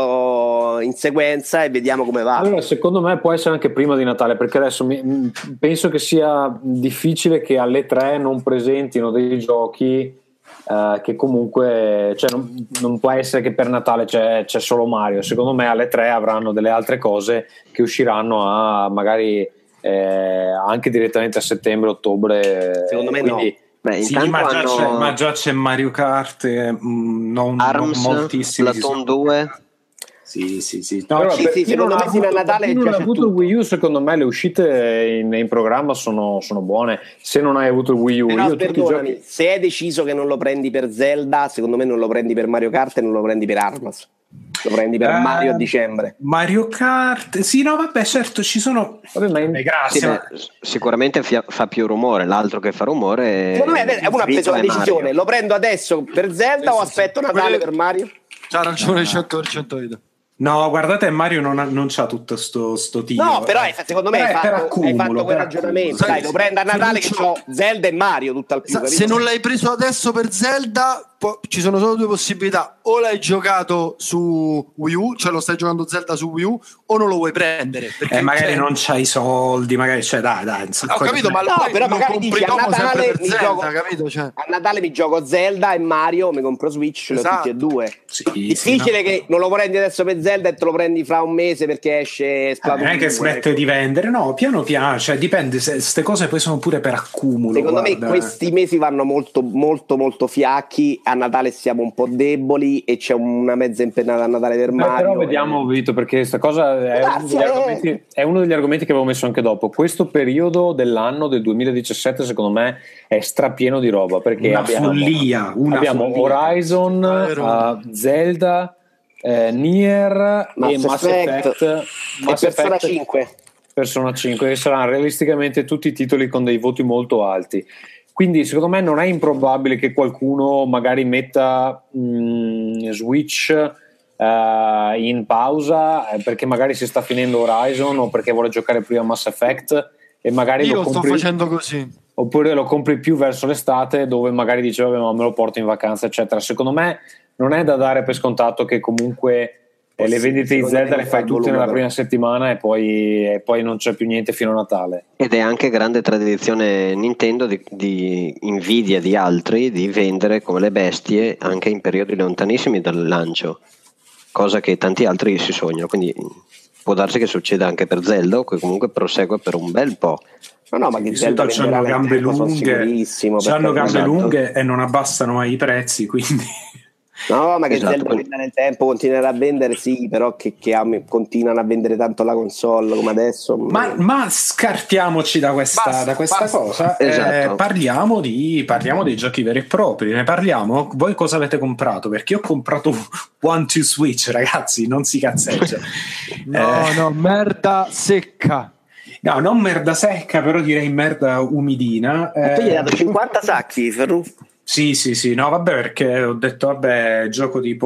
po' in sequenza e vediamo come va. Allora, secondo me può essere anche prima di Natale, perché adesso penso che sia difficile che alle 3 non presentino dei giochi che comunque, cioè, non può essere che per Natale c'è solo Mario. Secondo me alle 3 avranno delle altre cose che usciranno a magari anche direttamente a settembre, ottobre. Secondo me no. Beh, sì, ma già c'è Mario Kart, non moltissimi. Splatoon 2. Sì. No, secondo me fino a Natale non ha avuto il Wii U, secondo me le uscite in programma sono buone. Se non hai avuto il Wii U, però perdonami, se hai deciso che non lo prendi per Zelda, secondo me non lo prendi per Mario Kart e non lo prendi per Armas. Lo prendi per Mario a dicembre. Mario Kart, sì, no, vabbè, certo, ci sono. Grazie. Sicuramente fa più rumore. L'altro che fa rumore secondo me è una preso la decisione. Mario. Lo prendo adesso per Zelda o aspetto Natale per Mario? C'ha ragione 100% Vito. No, guardate, Mario non c'ha tutto sto tiro. No, però secondo me hai fatto quel ragionamento. Dai, lo prendo a Natale che c'ho Zelda e Mario tutto al più. Se non l'hai preso adesso per Zelda, ci sono solo due possibilità: o l'hai giocato su Wii U, cioè lo stai giocando Zelda su Wii U, o non lo vuoi prendere perché magari non c'hai i soldi, magari dai ho capito, ma no, però magari dici a Natale mi Zelda, gioco, capito? Cioè. A Natale mi gioco Zelda e Mario, mi compro Switch, esatto. Tutti e due. Sì, difficile che non lo prendi adesso per Zelda e te lo prendi fra un mese perché esce Splatoon. Non è che smette di vendere, no, piano piano, cioè dipende, se queste cose poi sono pure per accumulo. Secondo me questi mesi vanno molto molto molto fiacchi, a Natale siamo un po' deboli e c'è una mezza impennata a Natale per Mario. Però vediamo, Vito, perché questa cosa è uno degli argomenti che avevo messo anche dopo. Questo periodo dell'anno del 2017 secondo me è strapieno di roba, perché abbiamo follia. Horizon, Zelda, Nier e Mass Effect e Persona 5. Persona 5, che saranno realisticamente tutti titoli con dei voti molto alti. Quindi secondo me non è improbabile che qualcuno magari metta Switch in pausa perché magari si sta finendo Horizon o perché vuole giocare prima Mass Effect e magari io lo compri, sto facendo così, oppure lo compri più verso l'estate dove magari dice vabbè ma me lo porto in vacanza eccetera. Secondo me non è da dare per scontato che comunque le vendite di Zelda le fai tutte nella prima settimana e poi non c'è più niente fino a Natale. Ed è anche grande tradizione Nintendo di invidia di altri di vendere come le bestie anche in periodi lontanissimi dal lancio, cosa che tanti altri si sognano, quindi può darsi che succeda anche per Zelda o che comunque prosegue per un bel po'. No, ma che Zelda hanno gambe lunghe e non abbassano mai i prezzi, quindi no, ma che Zelda venda nel tempo, continuerà a vendere, sì, però che continuano a vendere tanto la console come adesso. Ma scartiamoci da questa cosa. Esatto. Parliamo dei giochi veri e propri. Ne parliamo? Voi cosa avete comprato? Perché io ho comprato One to Switch, ragazzi, non si cazzeggia. no, merda secca. No, non merda secca, però direi merda umidina. Tu gli hai dato 50 sacchi, Ferru? Sì, no, vabbè, perché ho detto, vabbè, gioco di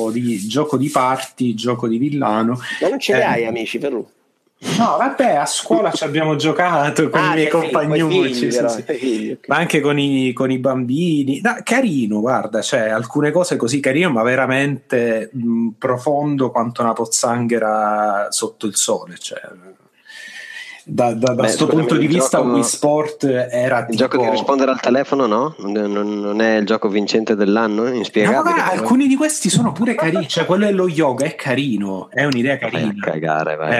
party, gioco di villano. Ma non ce li hai amici, Ferru? No, vabbè, a scuola ci abbiamo giocato con i miei compagnucci, sì. Ma anche con i bambini. No, carino, guarda, cioè alcune cose così carino, ma veramente profondo quanto una pozzanghera sotto il sole, cioè. Da questo punto di vista Wii Sport era il gioco di rispondere al telefono, no? Non è il gioco vincente dell'anno? Inspiegabile. No, alcuni di questi sono pure carini, cioè quello dello yoga è carino, è un'idea carina. Vai a cagare, vai.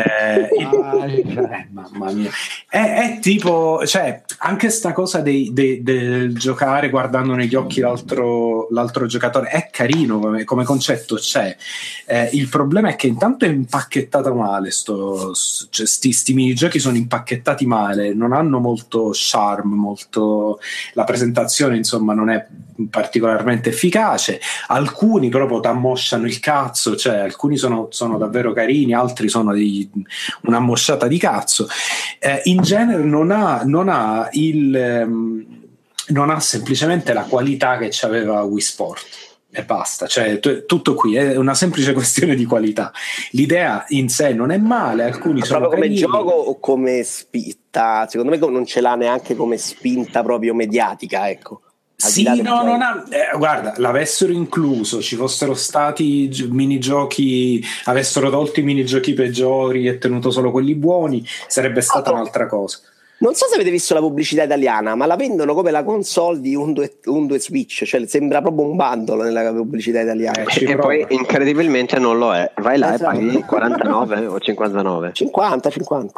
Mamma mia. È tipo, cioè anche sta cosa del giocare guardando negli occhi l'altro giocatore è carino come concetto, c'è. Il problema è che intanto è impacchettata male sti minigiochi sono impacchettati male, non hanno molto charme, la presentazione insomma non è particolarmente efficace, alcuni proprio t'ammosciano il cazzo, cioè alcuni sono davvero carini, altri sono un'ammosciata di cazzo. In genere non ha semplicemente la qualità che c'aveva Wii Sport e basta, cioè tutto qui è una semplice questione di qualità. L'idea in sé non è male, alcuni ma sono proprio carini. come gioco o come spinta, secondo me non ce l'ha neanche come spinta proprio mediatica, ecco. Sì, no, non ha, guarda, l'avessero incluso, ci fossero stati minigiochi, avessero tolto i minigiochi peggiori e tenuto solo quelli buoni, sarebbe stata un'altra cosa. Non so se avete visto la pubblicità italiana, ma la vendono come la console di un 2 Switch, cioè sembra proprio un bundle nella pubblicità italiana. E poi incredibilmente non lo è. Vai là e paghi 49 o 59? 50.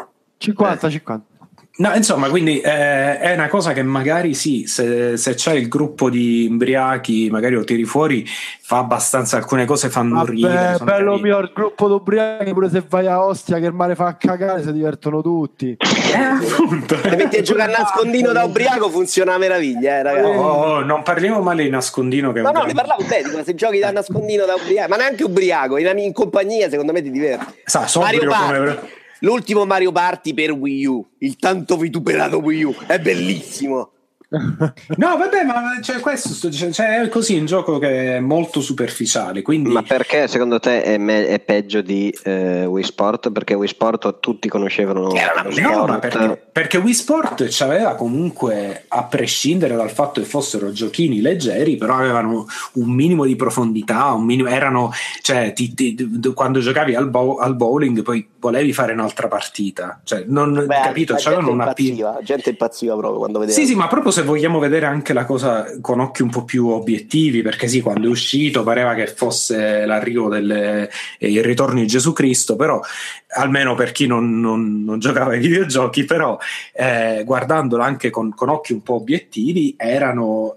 No, insomma, quindi è una cosa che magari sì, se c'hai il gruppo di imbriachi, magari lo tiri fuori, fa abbastanza, alcune cose fanno ridere. Bello carine. Mio, il gruppo di ubriachi, pure se vai a Ostia che il mare fa cagare, si divertono tutti. Appunto. Se metti a giocare a nascondino da ubriaco funziona a meraviglia, ragazzi. Oh, non parliamo male di nascondino. Che no, ne parlavo bene, se giochi da nascondino da ubriaco, ma neanche ubriaco, in compagnia secondo me ti diverti. Mario Party. L'ultimo Mario Party per Wii U, il tanto vituperato Wii U, è bellissimo. No, vabbè, ma questo è così un gioco che è molto superficiale. Quindi... Ma perché secondo te è peggio di Wii Sport? Perché Wii Sport tutti conoscevano. No, ma perché Wii Sport c'aveva comunque, a prescindere dal fatto che fossero giochini leggeri, però avevano un minimo di profondità, erano, cioè quando giocavi al bowling poi volevi fare un'altra partita, cioè capito? C'erano una gente impazziva proprio quando vedeva. Sì, ma proprio se vogliamo vedere anche la cosa con occhi un po' più obiettivi, perché sì, quando è uscito pareva che fosse l'arrivo il ritorno di Gesù Cristo, però almeno per chi non giocava ai videogiochi, però guardandolo anche con occhi un po' obiettivi erano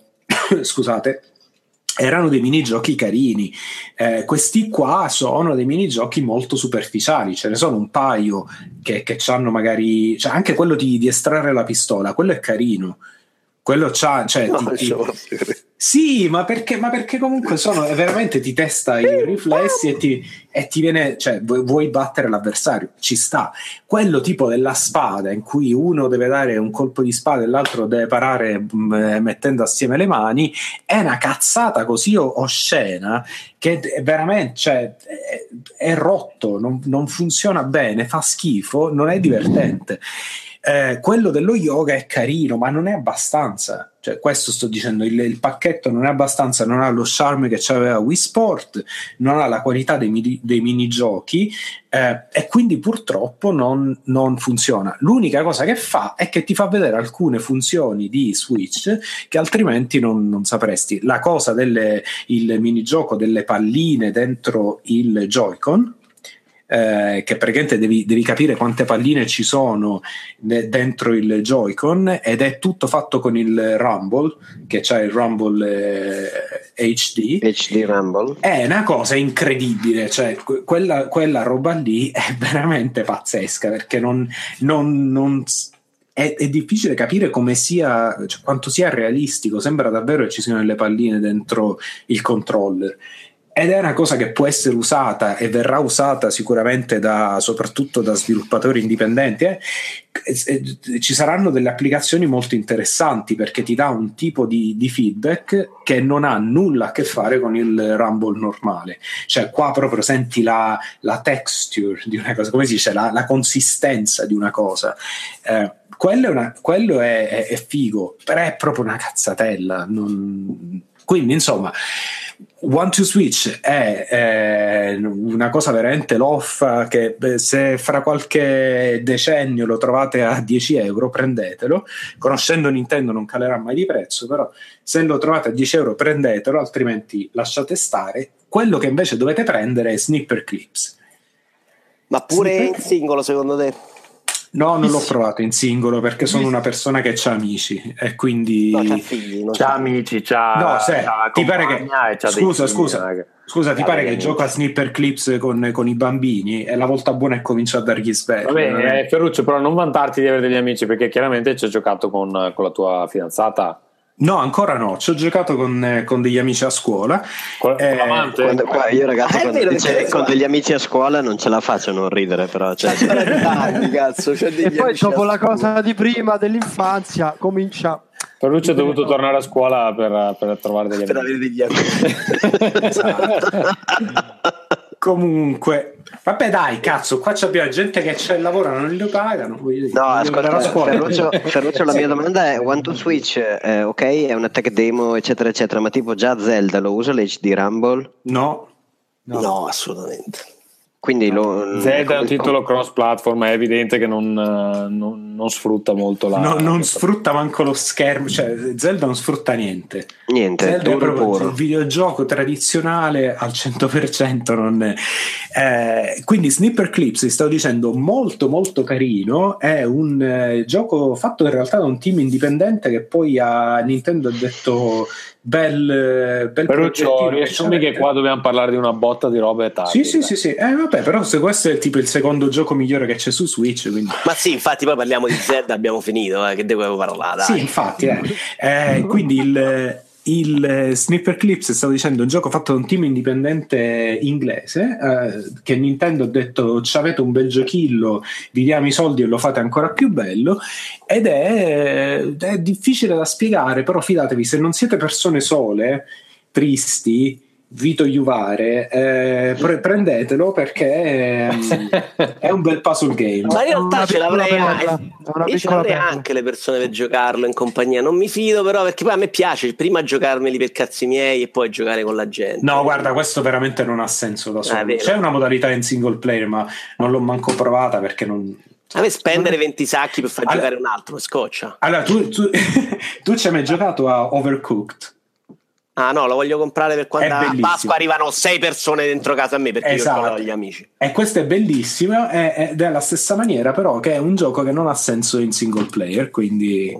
erano dei minigiochi carini. Questi qua sono dei minigiochi molto superficiali, ce ne sono un paio che hanno magari, cioè anche quello di estrarre la pistola, quello è carino. Quello c'ha, cioè, Sì, ma perché comunque veramente ti testa i riflessi e ti viene, cioè vuoi battere l'avversario, ci sta. Quello tipo della spada in cui uno deve dare un colpo di spada e l'altro deve parare mettendo assieme le mani, è una cazzata così oscena che è veramente, cioè, è rotto, non funziona bene, fa schifo, non è divertente. Quello dello yoga è carino, ma non è abbastanza. Cioè, questo sto dicendo, il pacchetto non è abbastanza, non ha lo charme che c'aveva Wii Sport, non ha la qualità dei minigiochi, e quindi purtroppo non funziona. L'unica cosa che fa è che ti fa vedere alcune funzioni di Switch che altrimenti non sapresti. La cosa il minigioco delle palline dentro il Joy-Con, che praticamente devi capire quante palline ci sono dentro il Joy-Con, ed è tutto fatto con il Rumble, che c'è il Rumble HD Rumble. È una cosa incredibile, cioè quella roba lì è veramente pazzesca, perché è difficile capire come sia, cioè, quanto sia realistico. Sembra davvero che ci siano delle palline dentro il controller. Ed è una cosa che può essere usata e verrà usata sicuramente soprattutto da sviluppatori indipendenti. Ci saranno delle applicazioni molto interessanti, perché ti dà un tipo di feedback che non ha nulla a che fare con il Rumble normale. Cioè qua proprio senti la texture di una cosa, come si dice, la consistenza di una cosa. Quello è figo, però è proprio una cazzatella. Quindi insomma, One to Switch è una cosa veramente loffa, che se fra qualche decennio lo trovate a 10 euro prendetelo. Conoscendo Nintendo non calerà mai di prezzo, però se lo trovate a 10 euro prendetelo, altrimenti lasciate stare. Quello che invece dovete prendere è Snipper Clips. Ma pure in singolo, secondo te? No, non l'ho provato in singolo, perché sono una persona che c'ha amici e quindi no, c'ha figli, c'ha amici, ti pare che scusa, ti pare che gioco a Snipper Clips con i bambini e la volta buona è cominciare a dargli sberle? Vabbè, Ferruccio, però non vantarti di avere degli amici, perché chiaramente ci hai giocato con la tua fidanzata. No, ancora no, ci ho giocato con degli amici a scuola. Io ragazzi, quando dice con degli amici a scuola non ce la faccio a non ridere, però cazzo, e poi dopo la cosa di prima dell'infanzia comincia. Ferruccio è dovuto tornare a scuola per trovare degli amici. Comunque, vabbè, dai, cazzo, qua c'abbiamo gente che c'è il lavoro, non lo pagano. No, ascolta, Ferruccio, la mia domanda è: One to Switch, ok, è una tech demo, eccetera, eccetera, ma tipo già Zelda lo usa l'HD Rumble? No, assolutamente. Quindi Zelda è un titolo cross platform, è evidente che non sfrutta molto non sfrutta manco lo schermo, cioè Zelda non sfrutta niente. Zelda è proprio un videogioco tradizionale al 100%. Quindi Snipper Clips, stavo dicendo, molto molto carino. È un gioco fatto in realtà da un team indipendente che poi a Nintendo ha detto bel Ferruccio, riassumi che qua dobbiamo parlare di una botta di robe e tardi. Sì. Vabbè, però se questo è tipo il secondo gioco migliore che c'è su Switch, quindi... Ma sì, infatti poi parliamo di Zelda, abbiamo finito, che devo parlare, dai. Sì, infatti, quindi il Snipper Clips, stavo dicendo, è un gioco fatto da un team indipendente inglese, che Nintendo ha detto: c'avete un bel giochillo, vi diamo i soldi e lo fate ancora più bello. Ed è difficile da spiegare, però fidatevi, se non siete persone sole, tristi, Vito Iuvare, prendetelo, perché è un bel puzzle game. Ma in realtà ce l'avrei anche le persone per giocarlo in compagnia. Non mi fido però, perché poi a me piace prima giocarmeli per cazzi miei e poi giocare con la gente. No, guarda, questo veramente non ha senso da solo. C'è una modalità in single player, ma non l'ho manco provata, perché non... A me spendere 20 sacchi per far giocare un altro mi scoccia. Allora, tu ci hai mai giocato a Overcooked? Ah no, lo voglio comprare per quando a Pasqua arrivano 6 persone dentro casa a me, perché io ho gli amici. E questo è bellissimo, ed è alla stessa maniera, però, che è un gioco che non ha senso in single player, quindi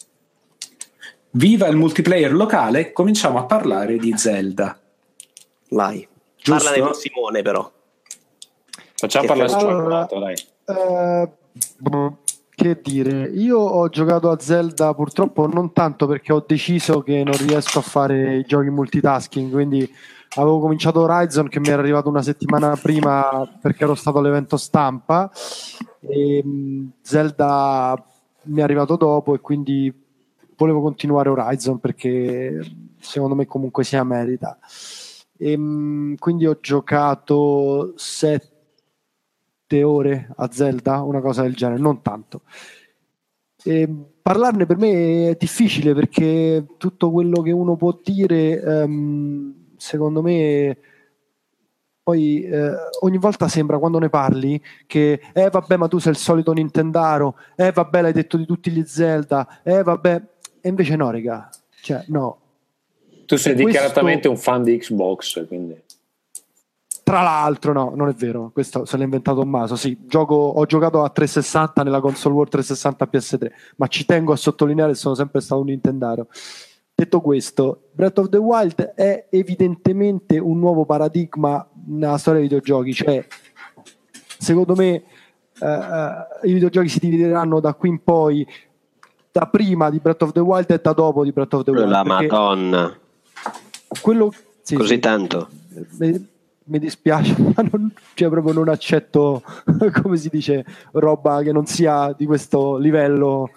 viva il multiplayer locale. Cominciamo a parlare di Zelda. Vai. Giusto? Parlane con Simone, però. Facciamo parlare su dai. Che dire, io ho giocato a Zelda purtroppo non tanto perché ho deciso che non riesco a fare i giochi multitasking, quindi avevo cominciato Horizon che mi era arrivato una settimana prima perché ero stato all'evento stampa e Zelda mi è arrivato dopo e quindi volevo continuare Horizon perché secondo me comunque sia merita. Quindi ho giocato 7 ore a Zelda, una cosa del genere, non tanto. Parlarne per me è difficile perché tutto quello che uno può dire secondo me poi ogni volta sembra quando ne parli che vabbè ma tu sei il solito Nintendaro, vabbè l'hai detto di tutti gli Zelda, vabbè, e invece no raga, cioè no. Tu sei dichiaratamente un fan di Xbox, quindi tra l'altro no, non è vero, questo se l'ha inventato Tommaso. Sì, ho giocato a 360 nella console War 360 PS3, ma ci tengo a sottolineare che sono sempre stato un Nintendaro. Detto questo, Breath of the Wild è evidentemente un nuovo paradigma nella storia dei videogiochi, cioè secondo me i videogiochi si divideranno da qui in poi, da prima di Breath of the Wild e da dopo di Breath of the Wild. La Madonna, quello, sì, così sì, tanto mi dispiace, ma cioè proprio non accetto, come si dice, roba che non sia di questo livello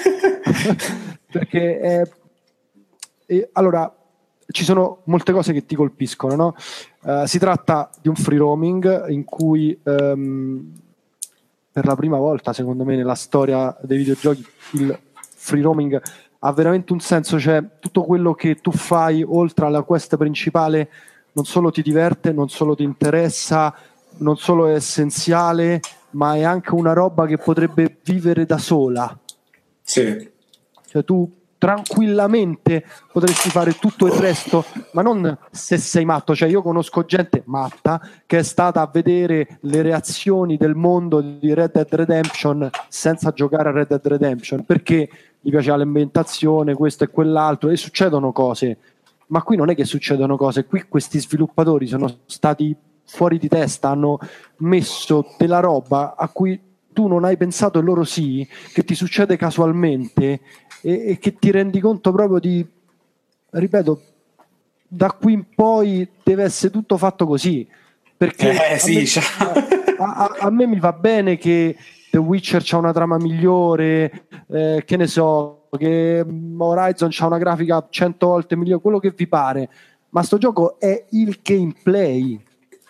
perché allora ci sono molte cose che ti colpiscono, no? Si tratta di un free roaming in cui per la prima volta secondo me nella storia dei videogiochi il free roaming ha veramente un senso, cioè tutto quello che tu fai oltre alla quest principale non solo ti diverte, non solo ti interessa, non solo è essenziale, ma è anche una roba che potrebbe vivere da sola. Sì. Cioè tu tranquillamente potresti fare tutto il resto, ma non se sei matto. Cioè io conosco gente matta che è stata a vedere le reazioni del mondo di Red Dead Redemption senza giocare a Red Dead Redemption perché gli piaceva l'ambientazione, questo e quell'altro, e succedono cose. Ma qui non è che succedono cose, qui questi sviluppatori sono stati fuori di testa, hanno messo della roba a cui tu non hai pensato e loro sì, che ti succede casualmente e che ti rendi conto proprio di, ripeto, da qui in poi deve essere tutto fatto così, perché sì, a me mi va bene che The Witcher c'ha una trama migliore, che ne so, che Horizon c'ha una grafica 100 volte migliore, quello che vi pare, ma sto gioco è il gameplay.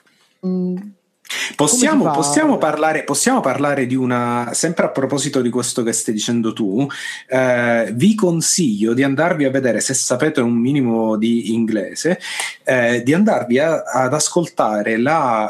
Possiamo parlare di una, sempre a proposito di questo che stai dicendo tu, vi consiglio di andarvi a vedere, se sapete un minimo di inglese, di andarvi ad ascoltare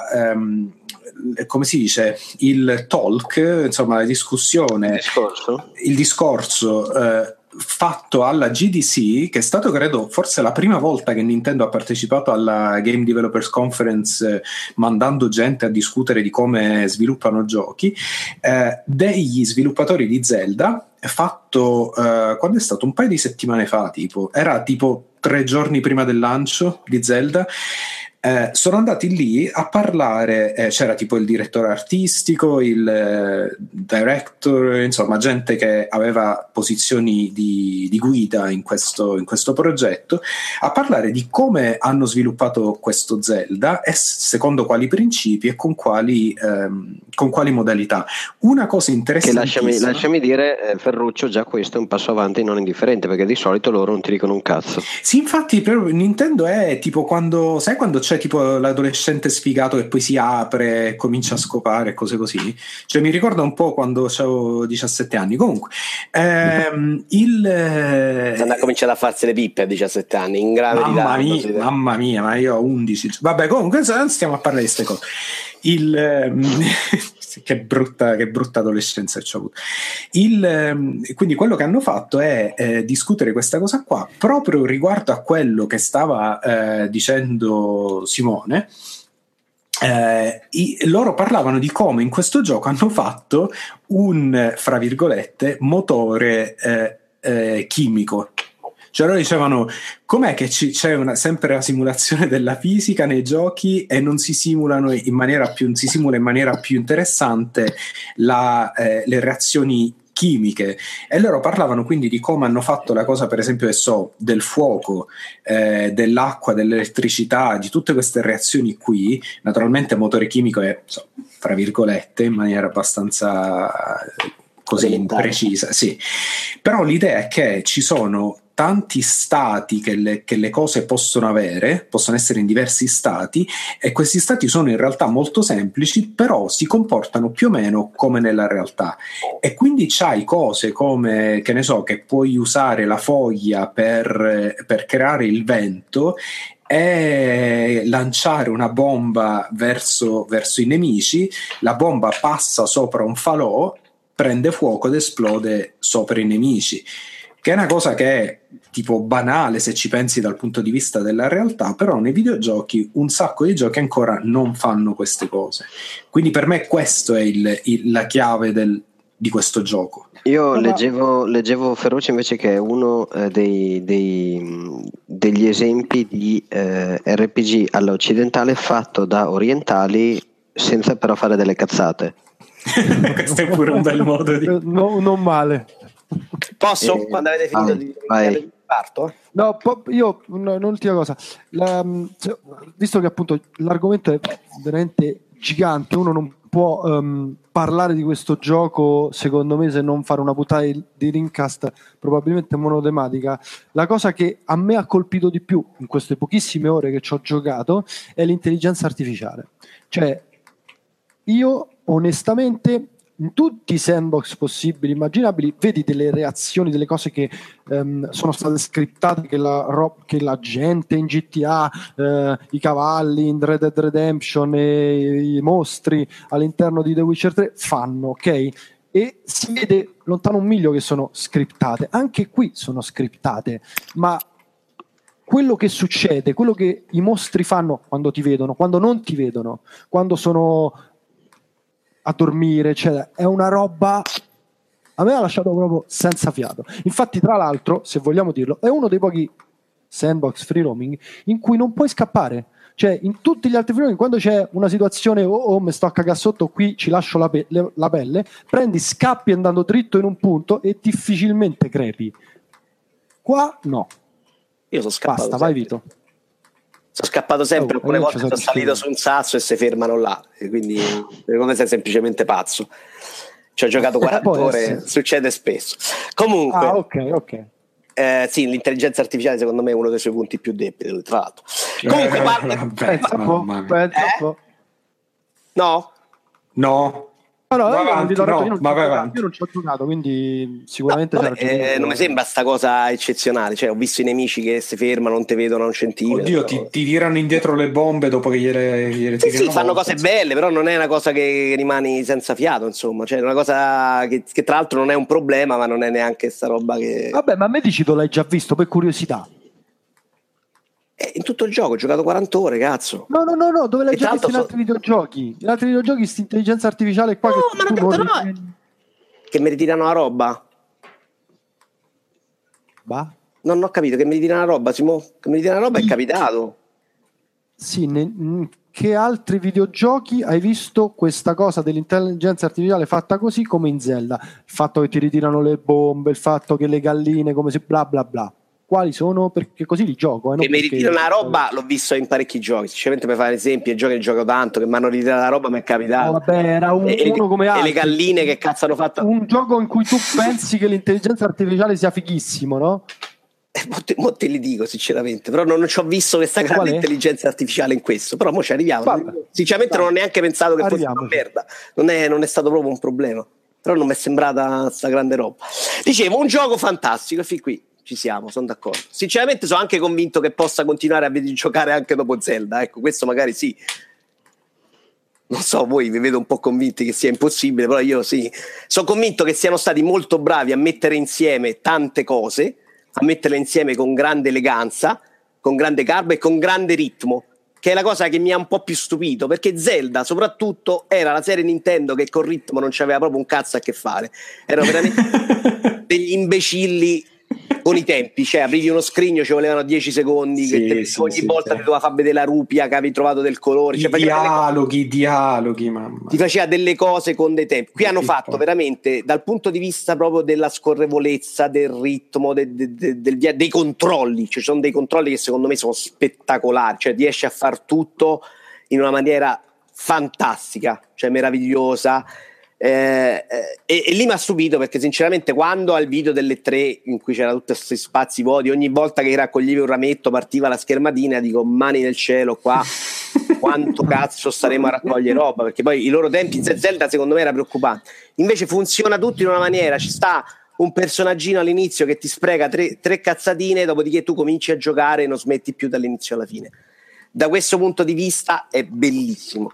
come si dice, il talk, insomma la discussione, il discorso fatto alla GDC, che è stato credo forse la prima volta che Nintendo ha partecipato alla Game Developers Conference mandando gente a discutere di come sviluppano giochi, degli sviluppatori di Zelda, fatto quando è stato un paio di settimane fa, era tipo 3 giorni prima del lancio di Zelda. Sono andati lì a parlare, c'era tipo il direttore artistico, il director, insomma gente che aveva posizioni di guida in questo progetto, a parlare di come hanno sviluppato questo Zelda e secondo quali principi e con quali modalità. Una cosa interessantissima, che lasciami dire, Ferruccio, già questo è un passo avanti non indifferente, perché di solito loro non ti dicono un cazzo. Sì, infatti proprio Nintendo è tipo quando c'è tipo l'adolescente sfigato che poi si apre e comincia a scopare cose così, cioè mi ricorda un po' quando avevo 17 anni. Comunque ha cominciato a farsi le pippe a 17 anni in grave ritardo. Mamma mia, ma io ho 11. Vabbè, comunque non stiamo a parlare di queste cose. Che brutta adolescenza che ho avuto. Quindi quello che hanno fatto è discutere questa cosa qua proprio riguardo a quello che stava dicendo Simone. Loro parlavano di come in questo gioco hanno fatto un, fra virgolette, motore chimico. Cioè loro dicevano, com'è che c'è sempre la simulazione della fisica nei giochi e non si simula in maniera più interessante le reazioni chimiche, e loro parlavano quindi di come hanno fatto la cosa, per esempio del fuoco, dell'acqua, dell'elettricità, di tutte queste reazioni qui. Naturalmente motore chimico è, tra virgolette, in maniera abbastanza così imprecisa, sì. Però l'idea è che ci sono tanti stati che le cose possono essere in diversi stati, e questi stati sono in realtà molto semplici, però si comportano più o meno come nella realtà, e quindi c'hai cose come, che ne so, che puoi usare la foglia per creare il vento e lanciare una bomba verso i nemici. La bomba passa sopra un falò, prende fuoco ed esplode sopra i nemici, che è una cosa che è tipo banale se ci pensi dal punto di vista della realtà, però nei videogiochi un sacco di giochi ancora non fanno queste cose. Quindi per me questo è la chiave di questo gioco. Io leggevo Ferruccio invece che è uno degli esempi di RPG all'occidentale fatto da orientali senza però fare delle cazzate. Questo è pure un bel modo di... No, non male. Posso? Quando avete finito di parto? No, io un'ultima cosa. Visto che appunto l'argomento è veramente gigante, uno non può parlare di questo gioco, secondo me, se non fare una puntata di Rincast probabilmente monotematica. La cosa che a me ha colpito di più in queste pochissime ore che ci ho giocato è l'intelligenza artificiale. Cioè, io onestamente in tutti i sandbox possibili, immaginabili, vedi delle reazioni, delle cose che sono state scriptate, che la gente in GTA, i cavalli in Red Dead Redemption e i mostri all'interno di The Witcher 3 fanno, ok? E si vede lontano un miglio che sono scriptate. Anche qui sono scriptate, ma quello che succede, quello che i mostri fanno quando ti vedono, quando non ti vedono, quando sono a dormire, cioè è una roba, a me ha lasciato proprio senza fiato. Infatti, tra l'altro, se vogliamo dirlo, è uno dei pochi sandbox free roaming in cui non puoi scappare. Cioè, in tutti gli altri free roaming, quando c'è una situazione mi sto a cagare sotto, qui ci lascio la pelle, prendi, scappi andando dritto in un punto e difficilmente crepi. Qua no. Io sono scappato. Basta, vai Vito. Sono scappato sempre, alcune volte sono salito su un sasso e si fermano là, e quindi secondo me sei semplicemente pazzo. Ci ho giocato 40 ore, succede spesso. Comunque, ok. Sì, l'intelligenza artificiale secondo me è uno dei suoi punti più deboli, tra l'altro. Comunque pensa un po'. No? No, io non ci ho giocato, quindi sicuramente non mi sembra sta cosa eccezionale. Cioè, ho visto i nemici che si fermano, non ti vedono a un centimetro. Oddio, ti tirano indietro le bombe dopo che gliele sì, fanno cose belle, però non è una cosa che rimani senza fiato, insomma. Cioè, è una cosa che tra l'altro non è un problema, ma non è neanche sta roba che... Vabbè, ma a me dici tu l'hai già visto per curiosità? In tutto il gioco ho giocato 40 ore, cazzo. No, dove l'hai già visto in altri videogiochi? In altri videogiochi questa intelligenza artificiale qua che mi ritirano la roba. Bah? Non ho capito, che mi ritirano la roba, Simo? Che mi ritirano la roba è capitato. Sì, che altri videogiochi hai visto questa cosa dell'intelligenza artificiale fatta così come in Zelda? Il fatto che ti ritirano le bombe, il fatto che le galline, come se bla bla bla. Quali sono? Perché così li gioco. Che mi ritirano la roba l'ho visto in parecchi giochi. Sinceramente, per fare esempio, i giochi che gioco tanto, che mi hanno ritirato la roba, mi è capitato. Vabbè, era uno come altri. E le galline che cazzo hanno fatto? Un gioco in cui tu pensi che l'intelligenza artificiale sia fighissimo, no? Mo te li dico sinceramente, però non ci ho visto questa grande intelligenza artificiale in questo. Però mo ci arriviamo. Sinceramente non ho neanche pensato che fosse una merda. Non è stato proprio un problema. Però non mi è sembrata sta grande roba. Dicevo, un gioco fantastico, e fin qui ci siamo, sono d'accordo. Sinceramente sono anche convinto che possa continuare a giocare anche dopo Zelda, ecco, questo magari sì. Non so, voi vi vedo un po' convinti che sia impossibile, però io sì. Sono convinto che siano stati molto bravi a mettere insieme tante cose, a metterle insieme con grande eleganza, con grande garbo e con grande ritmo, che è la cosa che mi ha un po' più stupito, perché Zelda soprattutto era la serie Nintendo che col ritmo non c'aveva proprio un cazzo a che fare. Erano veramente degli imbecilli con i tempi, cioè aprivi uno scrigno, ci volevano 10 secondi, ogni volta ti doveva far vedere la rupia che avevi trovato del colore, cioè dialoghi, mamma. Ti faceva delle cose con dei tempi. Qui hanno fatto veramente, dal punto di vista proprio della scorrevolezza, del ritmo, dei controlli, cioè ci sono dei controlli che secondo me sono spettacolari, cioè riesci a far tutto in una maniera fantastica, cioè meravigliosa. E lì mi ha stupito, perché sinceramente quando al video delle 3 in cui c'era tutti questi spazi vuoti, ogni volta che raccoglievi un rametto partiva la schermatina, dico mani nel cielo, qua quanto cazzo staremo a raccogliere roba, perché poi i loro tempi in Zelda secondo me era preoccupante. Invece funziona tutto in una maniera, ci sta un personaggino all'inizio che ti spreca tre cazzatine, dopodiché tu cominci a giocare e non smetti più dall'inizio alla fine. Da questo punto di vista è bellissimo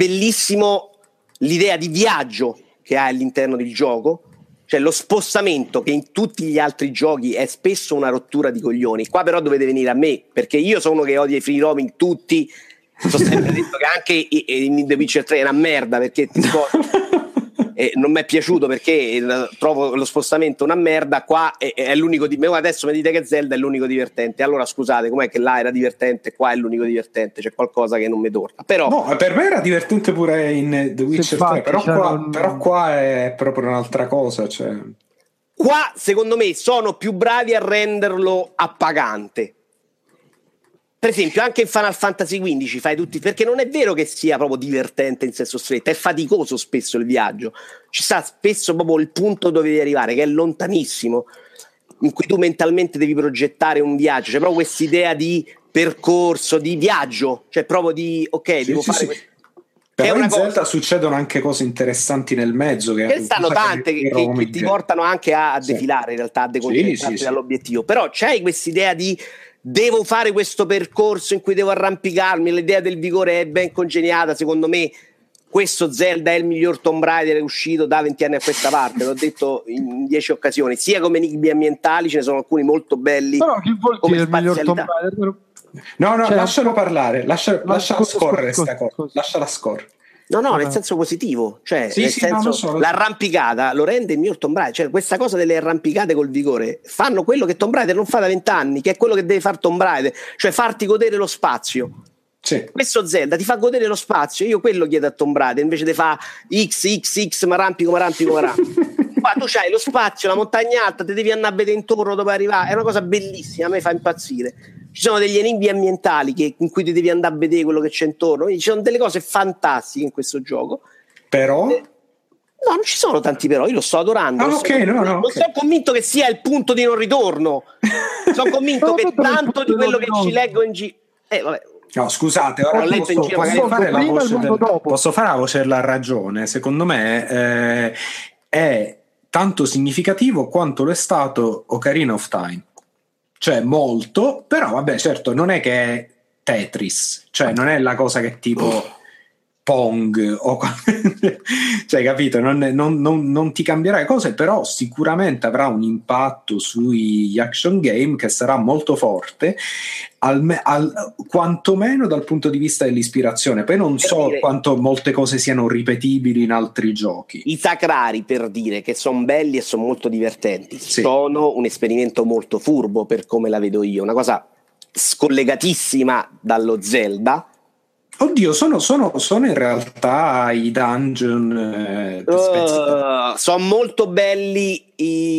l'idea di viaggio che ha all'interno del gioco, cioè lo spostamento che in tutti gli altri giochi è spesso una rottura di coglioni. Qua però dovete venire a me, perché io sono uno che odia i free roaming tutti. Ho sempre detto che anche in The Witcher 3 è una merda, perché ti sposti e non mi è piaciuto perché trovo lo spostamento una merda. Qua è l'unico adesso mi dite che Zelda è l'unico divertente, allora scusate, com'è che là era divertente, qua è l'unico divertente? C'è qualcosa che non mi torna. Però no, per me era divertente pure in The Witcher 3, però qua è proprio un'altra cosa, cioè. Qua secondo me sono più bravi a renderlo appagante. Per esempio anche in Final Fantasy XV fai tutti, perché non è vero che sia proprio divertente in senso stretto, è faticoso spesso il viaggio, ci sta spesso proprio il punto dove devi arrivare che è lontanissimo, in cui tu mentalmente devi progettare un viaggio, c'è proprio questa idea di percorso, di viaggio, cioè proprio di devo fare questo. Però in Zelda succedono anche cose interessanti nel mezzo che stanno tante che ti portano anche a defilare, in realtà a deconcentrarti dall'obiettivo, però c'hai quest'idea di devo fare questo percorso in cui devo arrampicarmi, l'idea del vigore è ben congegnata. Secondo me questo Zelda è il miglior Tomb Raider uscito da 20 anni a questa parte, l'ho detto in 10 occasioni, sia come enigmi ambientali, ce ne sono alcuni molto belli, però chi vuol dire il miglior Tomb Raider? No, lascialo parlare, lasciala scorrere sta cosa, lasciala scorrere. No, nel senso positivo, cioè nel senso l'arrampicata lo rende il miglior Tomb Raider, cioè questa cosa delle arrampicate col vigore fanno quello che Tomb Raider non fa da 20 anni, che è quello che deve fare Tomb Raider, cioè farti godere lo spazio. Questo Zelda ti fa godere lo spazio, io quello chiedo a Tomb Raider, invece di fa x, ma arrampico. Qua tu c'hai lo spazio, la montagna alta, ti devi andare a vedere intorno dove arrivare, è una cosa bellissima, a me fa impazzire. Ci sono degli enigmi ambientali in cui ti devi andare a vedere quello che c'è intorno, quindi ci sono delle cose fantastiche in questo gioco. Però? No, non ci sono tanti però, io lo sto adorando. Non sono convinto che sia il punto di non ritorno. Sono convinto che tanto di quello che ci leggo in giro. Vabbè. No, scusate, ora posso fare la voce della ragione. Secondo me è tanto significativo quanto lo è stato Ocarina of Time. Cioè molto, però vabbè, certo, non è che è Tetris, cioè non è la cosa che tipo Pong o cioè capito, non ti cambierà cose, però sicuramente avrà un impatto sugli action game che sarà molto forte, quantomeno dal punto di vista dell'ispirazione. Poi non so quanto molte cose siano ripetibili in altri giochi. I sacrari, per dire, che sono belli e sono molto divertenti, sono un esperimento molto furbo per come la vedo io, una cosa scollegatissima dallo Zelda. Oddio, sono in realtà i dungeon sono molto belli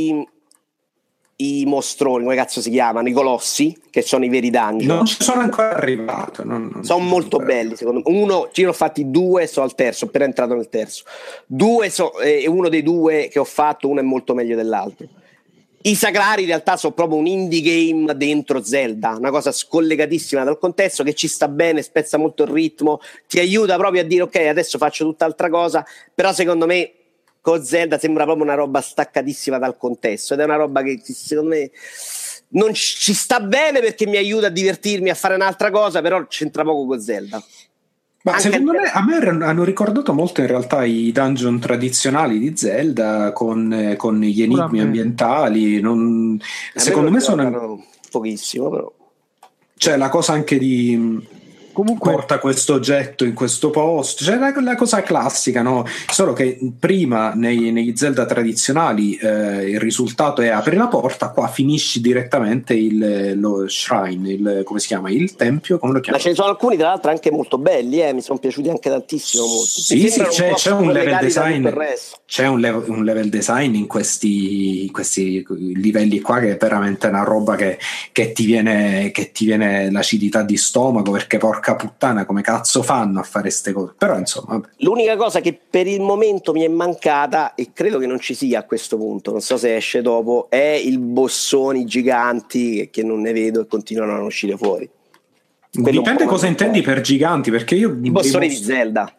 i mostroni, come cazzo si chiamano, i colossi, che sono i veri dungeon. Non ci sono ancora arrivato, sono molto belli secondo me. Uno, io ne ho fatti 2, sono al terzo, ho appena entrato nel terzo. Uno dei 2 che ho fatto, uno è molto meglio dell'altro. I sacrari in realtà sono proprio un indie game dentro Zelda, una cosa scollegatissima dal contesto, che ci sta bene, spezza molto il ritmo, ti aiuta proprio a dire ok, adesso faccio tutt'altra cosa, però secondo me con Zelda sembra proprio una roba staccatissima dal contesto, ed è una roba che secondo me non ci sta bene, perché mi aiuta a divertirmi, a fare un'altra cosa, però c'entra poco con Zelda. Ma secondo me, a me hanno ricordato molto in realtà i dungeon tradizionali di Zelda con gli enigmi ambientali. Secondo me sono pochissimo, però. Cioè la cosa anche di comunque porta questo oggetto in questo posto, cioè la cosa classica, no? Solo che prima negli Zelda tradizionali il risultato è apri la porta, qua finisci direttamente lo shrine, come si chiama? Il tempio, come lo chiama? Ma ce ne sono alcuni tra l'altro anche molto belli, mi sono piaciuti anche tantissimo, molto. Sì, c'è un level design, c'è un level design in questi livelli qua che è veramente una roba che ti viene l'acidità di stomaco, perché porca puttana come cazzo fanno a fare ste cose. Però insomma, vabbè. L'unica cosa che per il momento mi è mancata, e credo che non ci sia a questo punto, non so se esce dopo, è il bossoni giganti che non ne vedo e continuano a non uscire fuori. Dipende cosa intendi per giganti, perché io i bossoni di Zelda,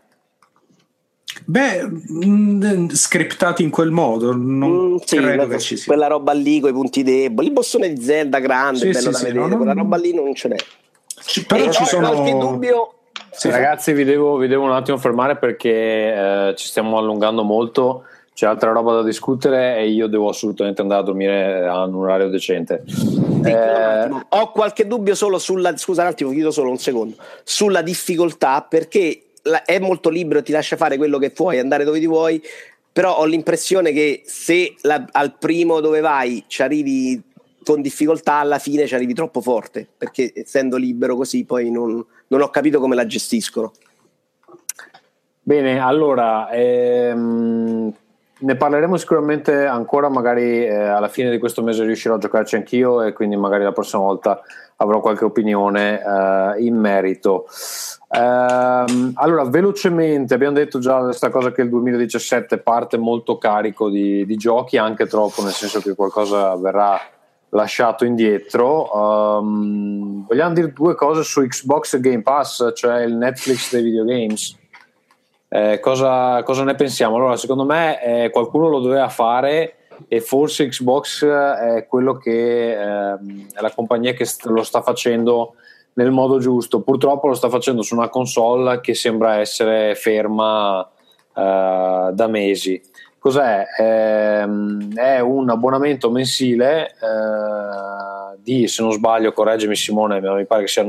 scriptati in quel modo non credo che ci sia quella roba lì con i punti deboli. Il bossone di Zelda grande, bello da vedere, quella roba lì non ce n'è. Però ci sono qualche dubbio. Ragazzi, vi devo un attimo fermare perché ci stiamo allungando molto, c'è altra roba da discutere e io devo assolutamente andare a dormire a un orario decente. Ho qualche dubbio solo scusa un attimo, chiudo solo un secondo, sulla difficoltà, perché è molto libero, ti lascia fare quello che vuoi, andare dove ti vuoi, però ho l'impressione che se al primo dove vai ci arrivi con difficoltà, alla fine ci arrivi troppo forte, perché essendo libero così poi non ho capito come la gestiscono. Bene, allora ne parleremo sicuramente ancora, magari alla fine di questo mese riuscirò a giocarci anch'io e quindi magari la prossima volta avrò qualche opinione in merito. Allora, velocemente abbiamo detto già questa cosa che il 2017 parte molto carico di giochi, anche troppo, nel senso che qualcosa verrà lasciato indietro. Vogliamo dire due cose su Xbox Game Pass, cioè il Netflix dei videogames. Cosa ne pensiamo? Allora, secondo me qualcuno lo doveva fare e forse Xbox è quello che è la compagnia che lo sta facendo nel modo giusto. Purtroppo lo sta facendo su una console che sembra essere ferma da mesi. Cos'è? È un abbonamento mensile di, se non sbaglio, correggimi Simone, mi pare che sia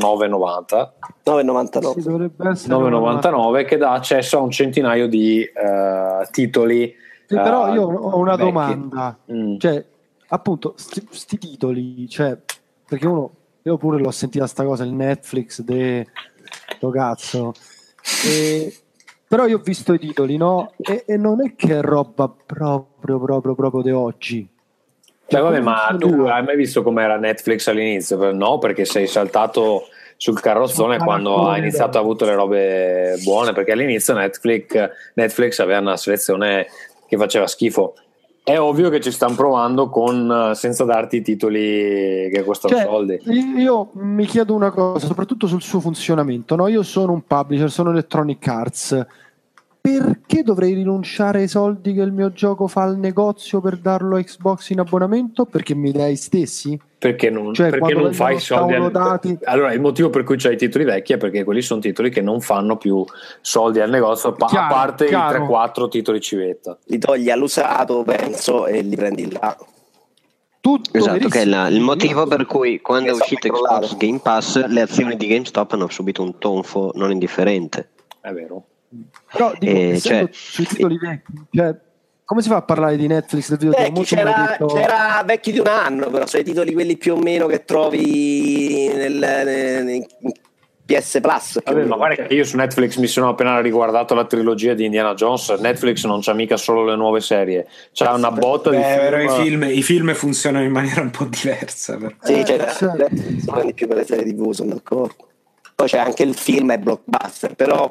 9,99 che dà accesso a un centinaio di titoli. Sì, però io ho una domanda, cioè appunto sti titoli, cioè, perché io pure l'ho sentita sta cosa, il Netflix sto cazzo, però io ho visto i titoli, no? E non è che è roba proprio di oggi. Cioè, vabbè, ma tu hai mai visto com'era Netflix all'inizio? No, perché sei saltato sul carrozzone quando ha iniziato, ha avuto le robe buone, perché all'inizio Netflix aveva una selezione che faceva schifo. È ovvio che ci stanno provando senza darti i titoli che costano soldi. Io mi chiedo una cosa, soprattutto sul suo funzionamento, no? Io sono un publisher, sono Electronic Arts, perché dovrei rinunciare ai soldi che il mio gioco fa al negozio per darlo a Xbox in abbonamento? Perché mi dai stessi? Perché non fai soldi allora, il motivo per cui c'hai i titoli vecchi è perché quelli sono titoli che non fanno più soldi al negozio, a parte i 3-4 titoli civetta. Li togli all'usato, penso, e li prendi là. Tutto esatto, che è il motivo per cui quando è uscito Xbox Game Pass le azioni di GameStop hanno subito un tonfo non indifferente. È vero. Però dico, sui titoli vecchi, cioè, come si fa a parlare di Netflix del videogioco? C'era vecchi di un anno, però sono i titoli quelli più o meno che trovi nel PS Plus. Vabbè, ma guarda che io su Netflix mi sono appena riguardato la trilogia di Indiana Jones. Netflix non c'ha mica solo le nuove serie, c'ha una botta di film. I film funzionano in maniera un po' diversa. Sì, sono di più per le serie TV, sono d'accordo. Poi c'è anche il film e blockbuster, però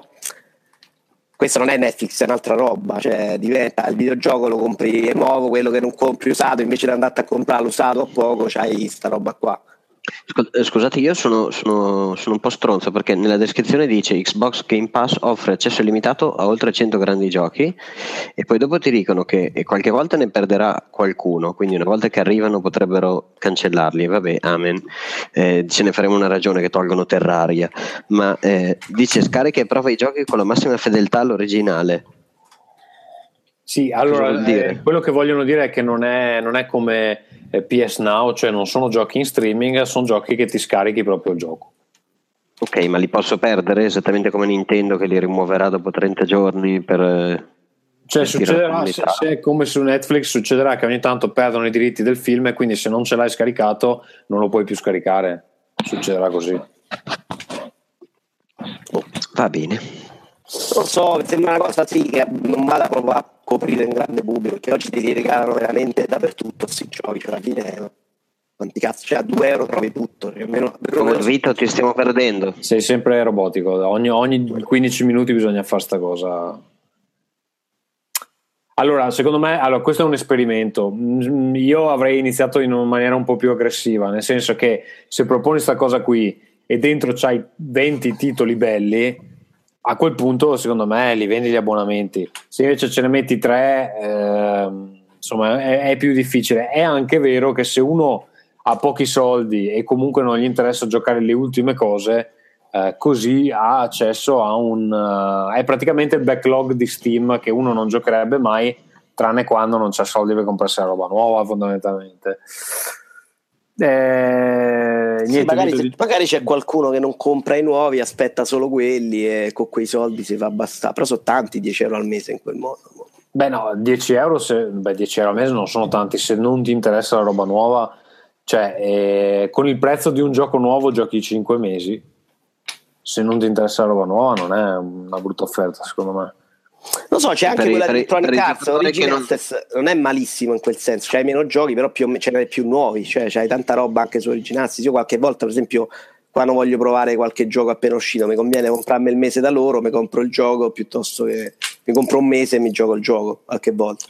questo non è Netflix, è un'altra roba, cioè diventa il videogioco, lo compri nuovo, quello che non compri usato, invece di andare a comprare l'usato a poco c'hai sta roba qua. Scusate, io sono un po' stronzo perché nella descrizione dice Xbox Game Pass offre accesso illimitato a oltre 100 grandi giochi e poi dopo ti dicono che qualche volta ne perderà qualcuno, quindi una volta che arrivano potrebbero cancellarli, vabbè, amen, ce ne faremo una ragione che tolgono Terraria, ma dice scarica e prova i giochi con la massima fedeltà all'originale. Sì, allora quello che vogliono dire è che non è come PS Now, cioè non sono giochi in streaming, sono giochi che ti scarichi proprio il gioco. Ok, ma li posso perdere esattamente come Nintendo che li rimuoverà dopo 30 giorni per... Cioè succederà, se è come su Netflix, succederà che ogni tanto perdono i diritti del film e quindi se non ce l'hai scaricato non lo puoi più scaricare. Succederà così. Va bene. Non so, sembra una cosa sì che non vada proprio a coprire in grande pubblico, perché oggi ti regalano veramente dappertutto questi giochi, cioè alla fine quanti cazzo, cioè a €2 trovi tutto, cioè, almeno Vito, ti stiamo perdendo. Sei sempre robotico, ogni 15 minuti bisogna fare sta cosa. Allora, secondo me, questo è un esperimento. Io avrei iniziato in una maniera un po' più aggressiva, nel senso che se proponi sta cosa qui e dentro c'hai 20 titoli belli, a quel punto secondo me li vendi gli abbonamenti. Se invece ce ne metti 3, insomma è più difficile. È anche vero che se uno ha pochi soldi e comunque non gli interessa giocare le ultime cose, così ha accesso a è praticamente il backlog di Steam che uno non giocherebbe mai, tranne quando non c'ha soldi per comprarsi la roba nuova, fondamentalmente. Sì, magari c'è qualcuno che non compra i nuovi, aspetta solo quelli e con quei soldi si fa bastare, però sono tanti €10 al mese in quel modo. Beh no, €10 €10 al mese non sono tanti se non ti interessa la roba nuova, cioè con il prezzo di un gioco nuovo giochi 5 mesi. Se non ti interessa la roba nuova non è una brutta offerta, secondo me. Non so, c'è anche quella di Electronic Arts, Origins non è malissimo in quel senso, c'hai meno giochi però ce n'hai più nuovi, cioè c'hai tanta roba anche su Origins. Io qualche volta, per esempio, quando voglio provare qualche gioco appena uscito, mi conviene comprarmi il mese da loro, mi compro il gioco piuttosto che mi compro un mese e mi gioco il gioco qualche volta.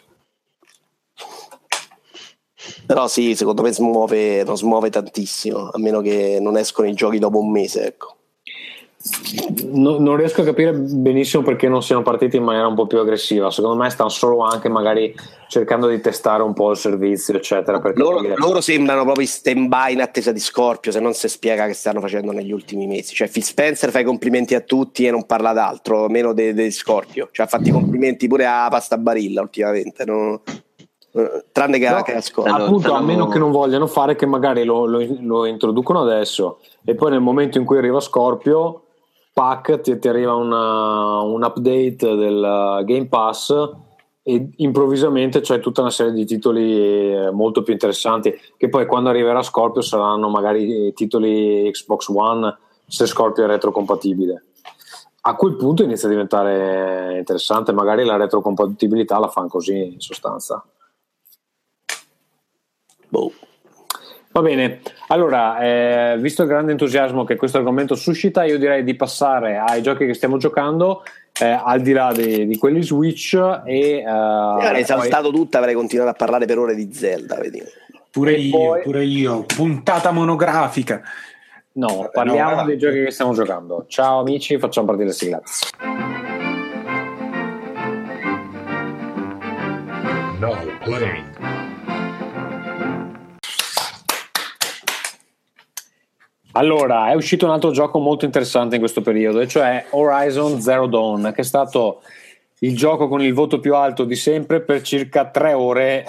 Però sì, secondo me non smuove tantissimo, a meno che non escono i giochi dopo un mese, ecco. Non riesco a capire benissimo perché non siano partiti in maniera un po' più aggressiva. Secondo me stanno solo anche magari cercando di testare un po' il servizio, eccetera. Loro sembrano proprio in stand-by in attesa di Scorpio, se non si spiega che stanno facendo negli ultimi mesi. Cioè Phil Spencer fa i complimenti a tutti e non parla d'altro, meno di Scorpio. Cioè ha fatto i complimenti pure a Pasta Barilla ultimamente, tranne che a Scorpio. Appunto, a meno che non vogliano fare che magari lo introducono adesso e poi nel momento in cui arriva Scorpio ti arriva un update del Game Pass e improvvisamente c'è tutta una serie di titoli molto più interessanti, che poi quando arriverà Scorpio saranno magari titoli Xbox One, se Scorpio è retrocompatibile. A quel punto inizia a diventare interessante, magari la retrocompatibilità la fanno così in sostanza. Va bene, allora visto il grande entusiasmo che questo argomento suscita, io direi di passare ai giochi che stiamo giocando, al di là di quelli Switch e avrei saltato tutta, avrei continuato a parlare per ore di Zelda, vedi. Pure io, puntata monografica. No, parliamo dei giochi che stiamo giocando. Ciao amici, facciamo partire la sigla. Now playing. Allora, è uscito un altro gioco molto interessante in questo periodo, e cioè Horizon Zero Dawn, che è stato il gioco con il voto più alto di sempre per circa 3 ore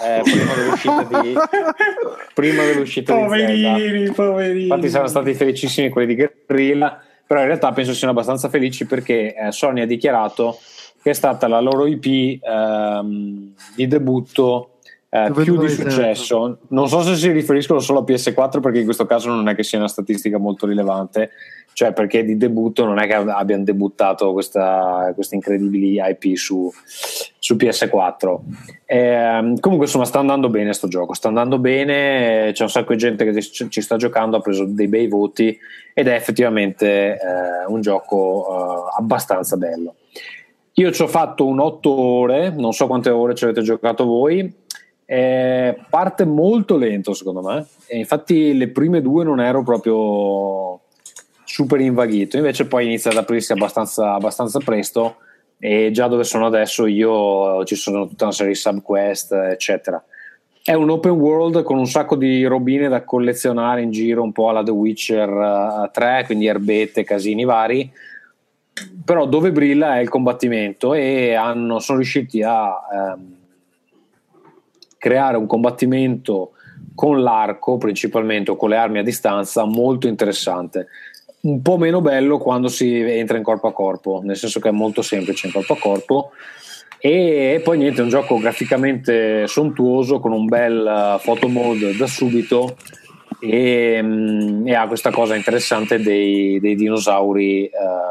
prima dell'uscita di Zelda. Poverini. Infatti saranno stati felicissimi quelli di Guerrilla, però in realtà penso siano abbastanza felici perché Sony ha dichiarato che è stata la loro IP di debutto più di successo. Non so se si riferiscono solo a PS4, perché in questo caso non è che sia una statistica molto rilevante, cioè perché di debutto non è che abbiano debuttato queste incredibili IP su PS4. Comunque insomma sta andando bene sto gioco, sta andando bene, c'è un sacco di gente che ci sta giocando, ha preso dei bei voti ed è effettivamente un gioco abbastanza bello. Io ci ho fatto 8 ore, non so quante ore ci avete giocato voi. Parte molto lento secondo me, e infatti le prime 2 non ero proprio super invaghito, invece poi inizia ad aprirsi abbastanza presto, e già dove sono adesso io ci sono tutta una serie di subquest eccetera. È un open world con un sacco di robine da collezionare in giro, un po' alla The Witcher 3, quindi erbette, casini vari, però dove brilla è il combattimento, e sono riusciti a creare un combattimento con l'arco principalmente, o con le armi a distanza, molto interessante. un po' meno bello quando si entra in corpo a corpo, nel senso che è molto semplice in corpo a corpo, e poi niente, è un gioco graficamente sontuoso con un bel photo mode da subito, e ha questa cosa interessante dei dinosauri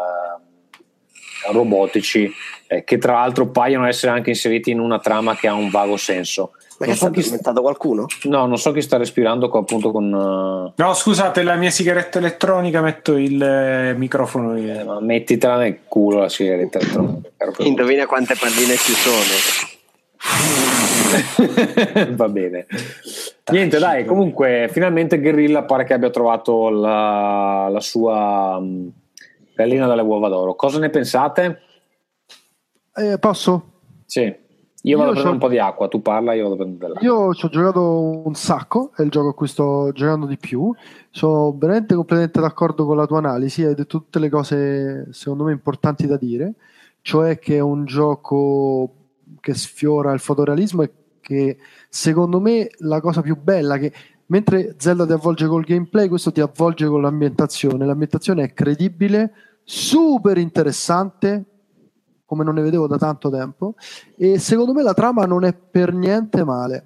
robotici, che tra l'altro paiono essere anche inseriti in una trama che ha un vago senso. Ma che sta addormentato qualcuno? No, non so chi sta respirando appunto con... No, scusate, la mia sigaretta elettronica, metto il microfono. Ma mettitela nel culo la sigaretta elettronica. Indovina quante palline ci sono. Va bene. Niente, dai, comunque finalmente Guerrilla pare che abbia trovato la sua gallina dalle uova d'oro. Cosa ne pensate? Posso? Sì. Io vado a prendere un po' di acqua, tu parla, io vado a prendere dell'acqua. Io ci ho giocato un sacco, è il gioco a cui sto giocando di più. Sono veramente completamente d'accordo con la tua analisi, hai detto tutte le cose secondo me importanti da dire, cioè che è un gioco che sfiora il fotorealismo e che secondo me la cosa più bella che mentre Zelda ti avvolge col gameplay, questo ti avvolge con l'ambientazione è credibile, super interessante, come non ne vedevo da tanto tempo, e secondo me la trama non è per niente male.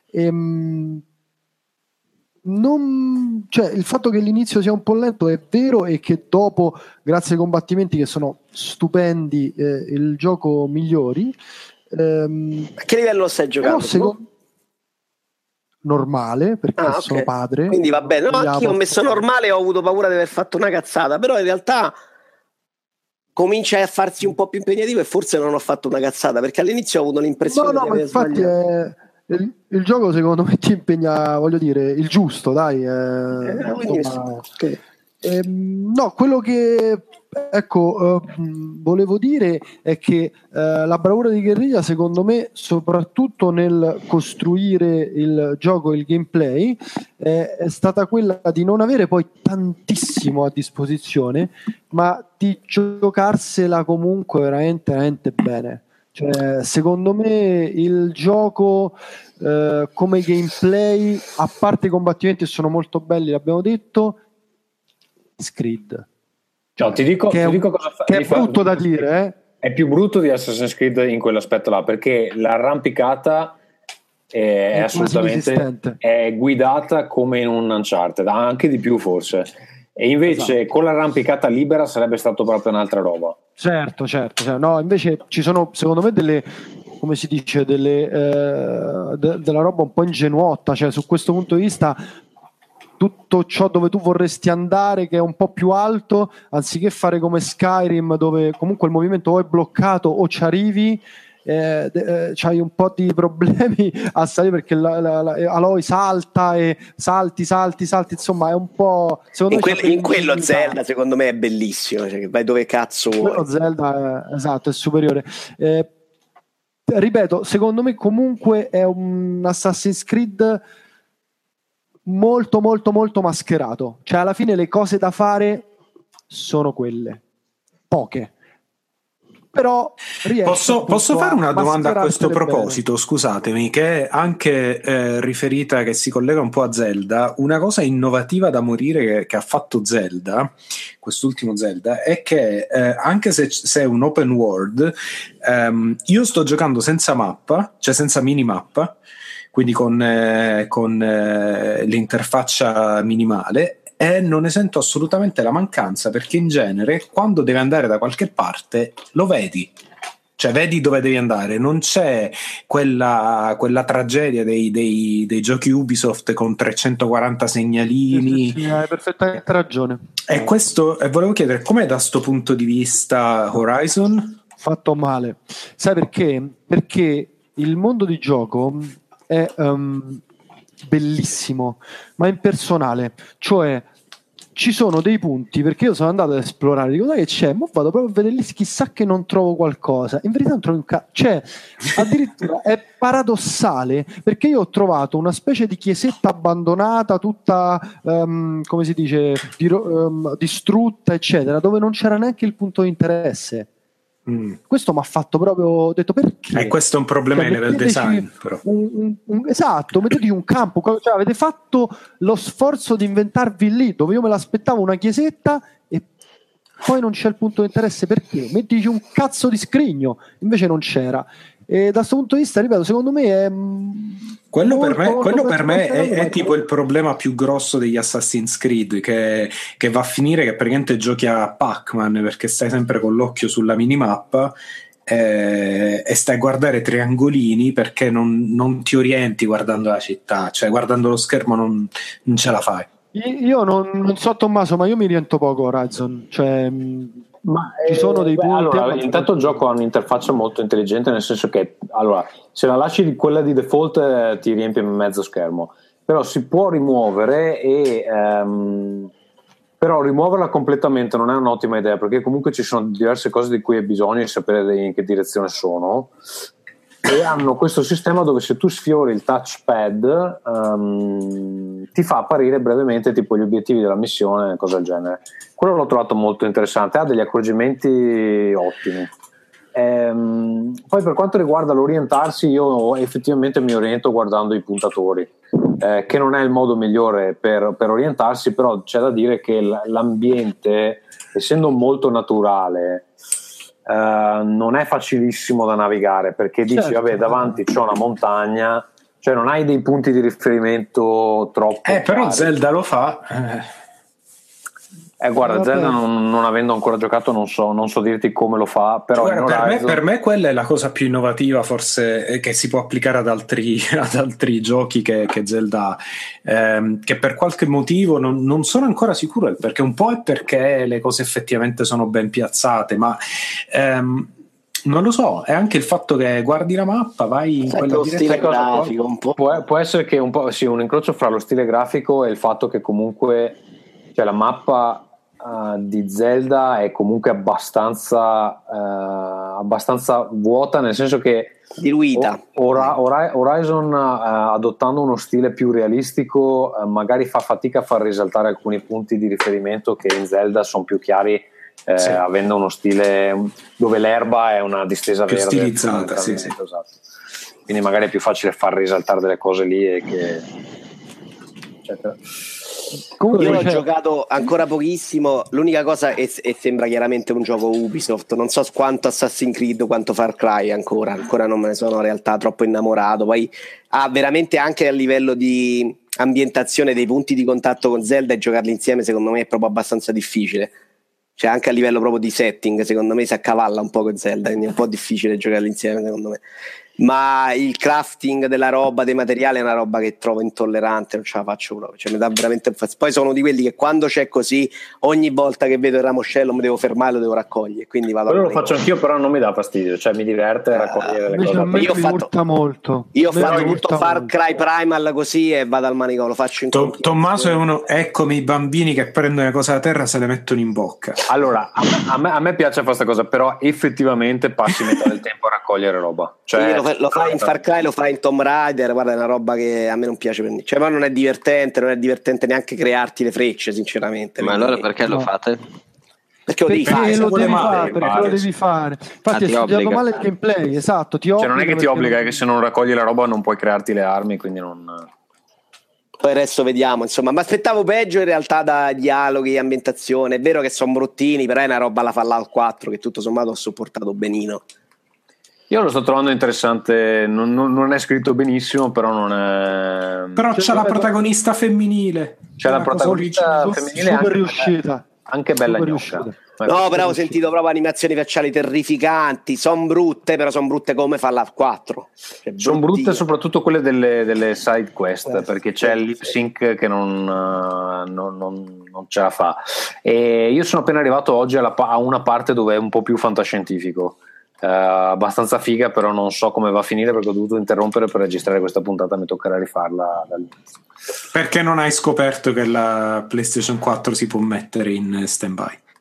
Cioè, il fatto che l'inizio sia un po' lento è vero, e che dopo, grazie ai combattimenti che sono stupendi, il gioco migliori. A che livello stai giocando? Normale, perché okay. sono padre. Quindi va bene. No, anch'io ho messo normale e ho avuto paura di aver fatto una cazzata, però in realtà comincia a farsi un po' più impegnativo e forse non ho fatto una cazzata, perché all'inizio ho avuto l'impressione di aver sbagliato. Il gioco secondo me ti impegna, voglio dire, il giusto, dai. No, quello che volevo dire è che la bravura di Guerrilla secondo me, soprattutto nel costruire il gioco e il gameplay, è stata quella di non avere poi tantissimo a disposizione, ma di giocarsela comunque veramente, veramente bene. Cioè, secondo me il gioco come gameplay, a parte i combattimenti sono molto belli, l'abbiamo detto, Creed. No, ti dico cosa che è brutto da dire, È più brutto di Assassin's Creed in quell'aspetto là, perché l'arrampicata è assolutamente è guidata come in un Uncharted, anche di più forse, e invece con l'arrampicata libera sarebbe stato proprio un'altra roba. Certo. No, invece ci sono secondo me delle, come si dice, della roba un po' ingenuotta, cioè su questo punto di vista tutto ciò dove tu vorresti andare, che è un po' più alto, anziché fare come Skyrim dove comunque il movimento o è bloccato o ci arrivi, c'hai un po' di problemi a salire perché Aloy salta e salti, insomma è un po', in quello Zelda secondo me è bellissimo, cioè, vai dove cazzo vuoi. Zelda esatto, è superiore. Ripeto, secondo me comunque è un Assassin's Creed molto molto molto mascherato, cioè alla fine le cose da fare sono quelle, poche, però posso fare una domanda a questo proposito, scusatemi, che è anche riferita, che si collega un po' a Zelda. Una cosa innovativa da morire che ha fatto Zelda, quest'ultimo Zelda, è che anche se è un open world, io sto giocando senza mappa, cioè senza minimappa, quindi con l'interfaccia minimale, e non ne sento assolutamente la mancanza, perché in genere quando devi andare da qualche parte lo vedi, cioè vedi dove devi andare, non c'è quella tragedia dei giochi Ubisoft con 340 segnalini. Sì, hai perfettamente ragione. E questo, volevo chiedere, com'è da sto punto di vista Horizon? Fatto male, sai perché? Perché il mondo di gioco è bellissimo, ma impersonale, cioè ci sono dei punti, perché io sono andato ad esplorare, dico dai che c'è, ma vado proprio a vedere lì, chissà che non trovo qualcosa, in verità non trovo un cioè addirittura è paradossale, perché io ho trovato una specie di chiesetta abbandonata, tutta come si dice, distrutta eccetera, dove non c'era neanche il punto di interesse. Questo mi ha fatto proprio, ho detto perché? Questo è un problema di level design, però. Esatto, metteteci un campo, cioè avete fatto lo sforzo di inventarvi lì, dove io me l'aspettavo una chiesetta e poi non c'è il punto di interesse, perché? Mettici un cazzo di scrigno, invece non c'era. E da questo punto di vista, ripeto, secondo me è quello per me è tipo il problema più grosso degli Assassin's Creed, che va a finire che praticamente giochi a Pac-Man perché stai sempre con l'occhio sulla minimappa e stai a guardare triangolini perché non ti orienti guardando la città, cioè guardando lo schermo non ce la fai. Io non so Tommaso, ma io mi oriento poco Horizon, cioè ci sono dei punti. Allora, intanto il gioco ha un'interfaccia molto intelligente, nel senso che allora, se la lasci quella di default ti riempie mezzo schermo, però si può rimuovere e però rimuoverla completamente non è un'ottima idea, perché comunque ci sono diverse cose di cui hai bisogno di sapere in che direzione sono, e hanno questo sistema dove se tu sfiori il touchpad ti fa apparire brevemente tipo gli obiettivi della missione, cose del genere. Quello l'ho trovato molto interessante, ha degli accorgimenti ottimi. Poi per quanto riguarda l'orientarsi, io effettivamente mi oriento guardando i puntatori, che non è il modo migliore per orientarsi, però c'è da dire che l'ambiente, essendo molto naturale, non è facilissimo da navigare, perché dici vabbè, davanti c'è una montagna, cioè non hai dei punti di riferimento troppo però Zelda lo fa. Guarda, Zelda non avendo ancora giocato non so dirti come lo fa, però guarda, per me quella è la cosa più innovativa forse che si può applicare ad altri giochi che Zelda che per qualche motivo non sono ancora sicuro, perché un po' è perché le cose effettivamente sono ben piazzate, ma non lo so, è anche il fatto che guardi la mappa, vai in quella stile grafico un po'. Può essere che un po' sì, un incrocio fra lo stile grafico e il fatto che comunque, cioè, la mappa di Zelda è comunque abbastanza vuota, nel senso che diluita. Horizon adottando uno stile più realistico magari fa fatica a far risaltare alcuni punti di riferimento che in Zelda sono più chiari, sì, avendo uno stile dove l'erba è una distesa più verde stilizzata, sì. Esatto. Quindi magari è più facile far risaltare delle cose lì e che eccetera. Io l'ho giocato ancora pochissimo, l'unica cosa è sembra chiaramente un gioco Ubisoft, non so quanto Assassin's Creed, quanto Far Cry ancora non me ne sono in realtà troppo innamorato. Poi veramente anche a livello di ambientazione dei punti di contatto con Zelda, e giocarli insieme secondo me è proprio abbastanza difficile, cioè anche a livello proprio di setting secondo me si accavalla un po' con Zelda, quindi è un po' difficile giocarli insieme secondo me. Ma il crafting della roba, dei materiali, è una roba che trovo intollerante, non ce la faccio proprio, cioè mi dà veramente fastidio. Poi sono di quelli che quando c'è così, ogni volta che vedo il ramoscello mi devo fermare, lo devo raccogliere, quindi vado. Quello lo faccio anch'io, però non mi dà fastidio, cioè mi diverte raccogliere le cose. Io ho fatto molto. Io ho fatto tutto Far Cry Primal così e vado al manicomio, lo faccio in Tommaso è uno, eccomi i bambini che prendono le cose da terra, se le mettono in bocca. Allora, a me piace fare questa cosa, però effettivamente passi metà del tempo a raccogliere roba, cioè lo fai in Far Cry, lo fai in Tomb Raider, guarda, è una roba che a me non piace per niente, cioè, ma non è divertente neanche crearti le frecce, sinceramente. Ma allora perché lo fate? Perché lo devi fare, perché lo devi fare. Infatti è studiato male il gameplay, esatto, ti cioè non è che ti obbliga, è che se non raccogli la roba non puoi crearti le armi, quindi non. Poi il resto vediamo, insomma, ma aspettavo peggio in realtà da dialoghi, ambientazione. È vero che sono bruttini, però è una roba alla Fallout 4 che tutto sommato ho sopportato benino. Io lo sto trovando interessante, non è scritto benissimo, però non è. Però c'è la protagonista femminile. C'è la protagonista femminile super riuscita. Anche bella gnocca. No, però ho sentito proprio animazioni facciali terrificanti, sono brutte, però sono brutte come Fallout 4. Sono brutte soprattutto quelle delle side quest, perché c'è il lip sync che non ce la fa. E io sono appena arrivato oggi a una parte dove è un po' più fantascientifico. Abbastanza figa, però non so come va a finire perché ho dovuto interrompere per registrare questa puntata, mi toccherà rifarla dall'inizio. Perché non hai scoperto che la PlayStation 4 si può mettere in stand-by?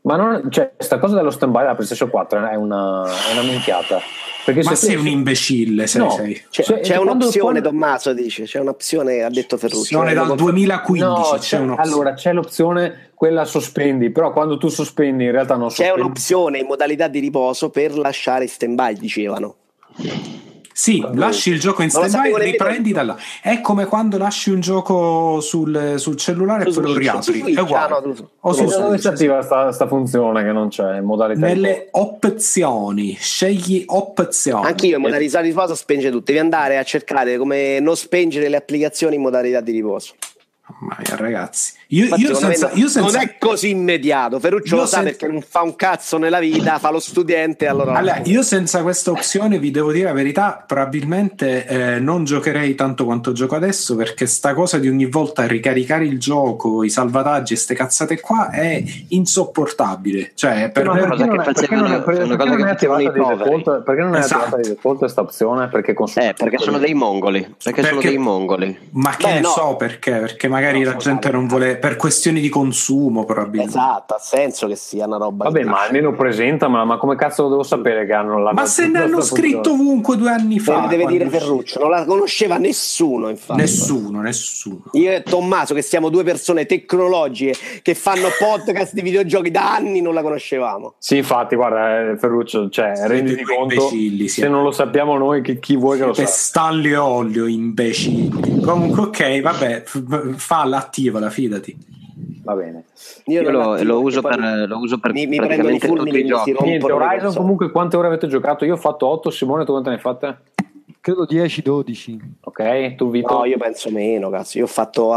Ma non, cioè, sta cosa dello stand-by della PlayStation 4 è una minchiata. Perché ma sei un imbecille, sei. C'è un'opzione, Tommaso dice, c'è un'opzione, ha detto Ferruccio. Opzione dal 2015. No, allora c'è l'opzione, quella sospendi, però quando tu sospendi in realtà non sospendi. C'è un'opzione in modalità di riposo per lasciare stand-by, dicevano. Sì, lasci il gioco in stand-by e riprendi da là. È come quando lasci un gioco sul cellulare e poi lo riapri. È uguale. Dove si attiva sta funzione che non c'è in modalità? Nelle opzioni, scegli opzioni. Anch'io in modalità di riposo spenge tutto. Devi andare a cercare come non spengere le applicazioni in modalità di riposo. Mamma mia, ragazzi, io senza non è così immediato. Ferruccio lo sa perché non fa un cazzo nella vita, fa lo studente. Allora io senza questa opzione, vi devo dire la verità, probabilmente non giocherei tanto quanto gioco adesso, perché sta cosa di ogni volta ricaricare il gioco, i salvataggi e ste cazzate qua è insopportabile. Cioè, perché non è attivata di default questa opzione? Perché sono dei mongoli. Sono dei mongoli. Ma che ne so perché magari la gente non vuole, per questioni di consumo probabilmente. Esatto, ha senso che sia una roba. Vabbè, ma almeno presentamela, ma come cazzo lo devo sapere che hanno la... Ma se ne hanno scritto ovunque 2 anni fa. Deve dire Ferruccio, non la conosceva nessuno, infatti. Nessuno. Io e Tommaso, che siamo 2 persone tecnologiche che fanno podcast di videogiochi da anni, non la conoscevamo. Sì, infatti, guarda, Ferruccio, cioè, renditi conto, se non lo sappiamo noi, chi vuoi che lo sappia? Stalli e olio, imbecilli. Comunque, ok, vabbè, falla, attivala, fidati. Va bene. Io lo uso per praticamente tutti i giochi. Niente, Horizon comunque quante ore avete giocato? Io ho fatto 8, Simone, tu quante ne hai fatte? Credo 10-12. Ok, tu Vito? No, io penso meno, cazzo. Io ho fatto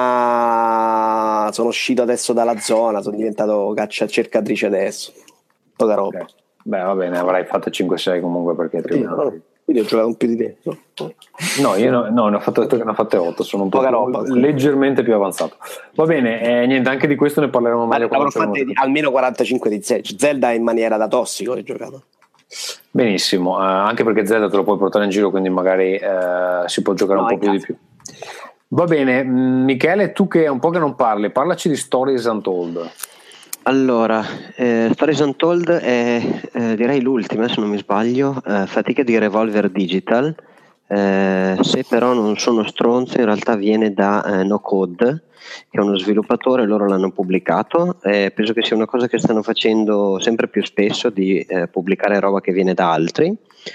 appena sono uscito adesso dalla zona, sono diventato caccia cercatrice adesso. Poca roba. Okay. Beh, va bene, avrai fatto 5-6 comunque perché quindi ho giocato un più di te. No, io ne ho fatte 8, sono un po' leggermente più avanzato. Va bene, niente, anche di questo ne parleremo meglio. Avrò fatte almeno 45 di Zelda in maniera da tossico hai giocato. Benissimo, anche perché Zelda te lo puoi portare in giro, quindi magari si può giocare un po' più di più. Va bene, Michele, tu che è un po' che non parli, parlaci di Stories Untold. Allora, Stories Untold è direi l'ultima, se non mi sbaglio, fatica di Revolver Digital. Se però non sono stronzo, in realtà viene da No Code, che è uno sviluppatore, loro l'hanno pubblicato. Penso che sia una cosa che stanno facendo sempre più spesso, di pubblicare roba che viene da altri.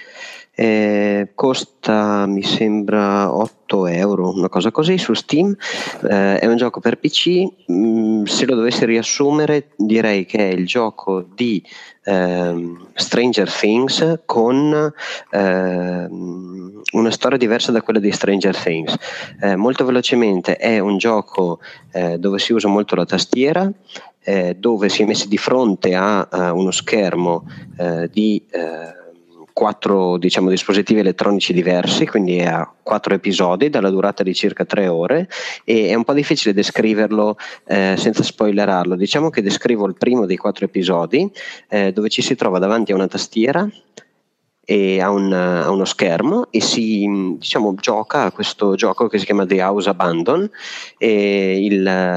Costa, mi sembra, 8 euro, una cosa così, su Steam. È un gioco per PC. Se lo dovessi riassumere, direi che è il gioco di Stranger Things con una storia diversa da quella di Stranger Things. Molto velocemente, è un gioco dove si usa molto la tastiera, dove si è messi di fronte a uno schermo di 4 dispositivi elettronici diversi, quindi a 4 episodi dalla durata di circa 3 ore, e è un po' difficile descriverlo senza spoilerarlo. Diciamo che descrivo il primo dei 4 episodi, dove ci si trova davanti a una tastiera e a uno schermo, e si gioca a questo gioco che si chiama The House Abandon, e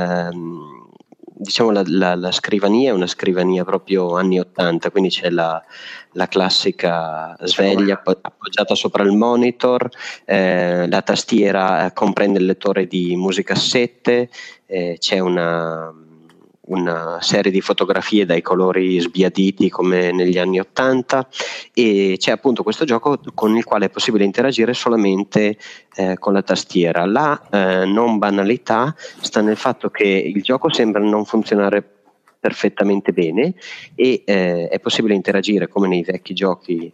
la scrivania è una scrivania proprio anni 80, quindi c'è la classica sveglia appoggiata sopra il monitor, la tastiera comprende il lettore di musicassette, c'è una serie di fotografie dai colori sbiaditi come negli anni 80, e c'è appunto questo gioco con il quale è possibile interagire solamente con la tastiera. La non banalità sta nel fatto che il gioco sembra non funzionare perfettamente bene, e è possibile interagire come nei vecchi giochi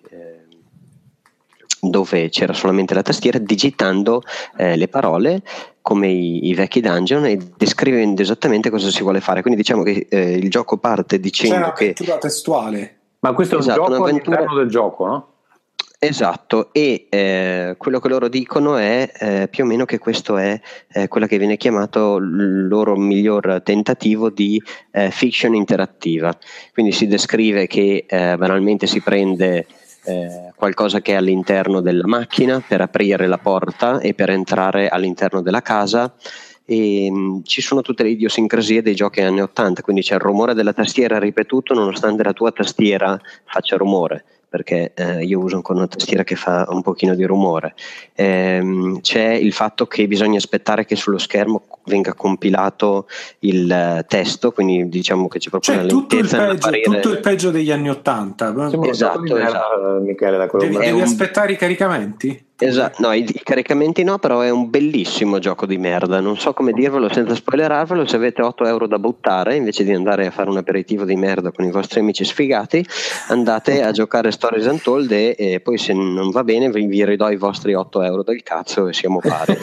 dove c'era solamente la tastiera, digitando le parole come i vecchi dungeon e descrivendo esattamente cosa si vuole fare. Quindi diciamo che il gioco parte dicendo che c'è un'avventura testuale. Ma questo è un gioco all'interno del gioco, no? Esatto, e quello che loro dicono è più o meno che questo è quella che viene chiamato il loro miglior tentativo di fiction interattiva. Quindi si descrive che banalmente si prende qualcosa che è all'interno della macchina per aprire la porta e per entrare all'interno della casa, e ci sono tutte le idiosincrasie dei giochi anni 80, quindi c'è il rumore della tastiera ripetuto nonostante la tua tastiera faccia rumore, perché io uso ancora una tastiera che fa un pochino di rumore. C'è il fatto che bisogna aspettare che sullo schermo venga compilato il testo, quindi diciamo che c'è proprio una lentezza nell'apparire. Tutto il peggio degli anni 80. Esatto. Michele, da quello devi aspettare i caricamenti? Esatto, no, i caricamenti no, però è un bellissimo gioco di merda, non so come dirvelo senza spoilerarvelo. Se avete 8 euro da buttare, invece di andare a fare un aperitivo di merda con i vostri amici sfigati, andate a giocare Stories Untold e poi se non va bene vi ridò i vostri 8 euro del cazzo e siamo pari.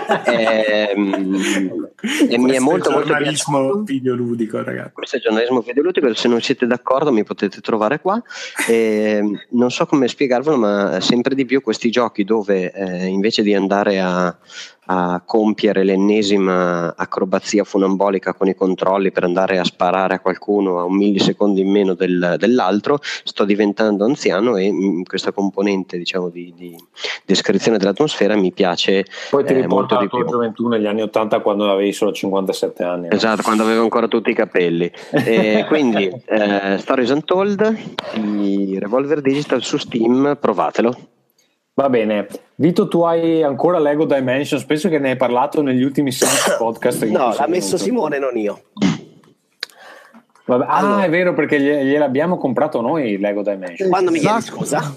Mi è molto giornalismo videoludico, ragazzi. Questo è giornalismo videoludico, se non siete d'accordo mi potete trovare qua. Non so come spiegarvelo, ma sempre di più questi giochi dove invece di andare a compiere l'ennesima acrobazia funambolica con i controlli per andare a sparare a qualcuno a un millisecondo in meno dell'altro, sto diventando anziano e questa componente, diciamo, di descrizione dell'atmosfera mi piace. Poi ti riporta molto la di tua più. gioventù negli anni 80 quando avevi solo 57 anni. Esatto, quando avevo ancora tutti i capelli. Quindi Stories Untold di Revolver Digital su Steam, provatelo. Va bene. Vito, tu hai ancora Lego Dimensions? Penso che ne hai parlato negli ultimi 16 podcast. No, l'ha messo Simone, non io. Vabbè. Allora, è vero, perché gliel'abbiamo comprato noi Lego Dimensions. Quando mi chiedi scusa?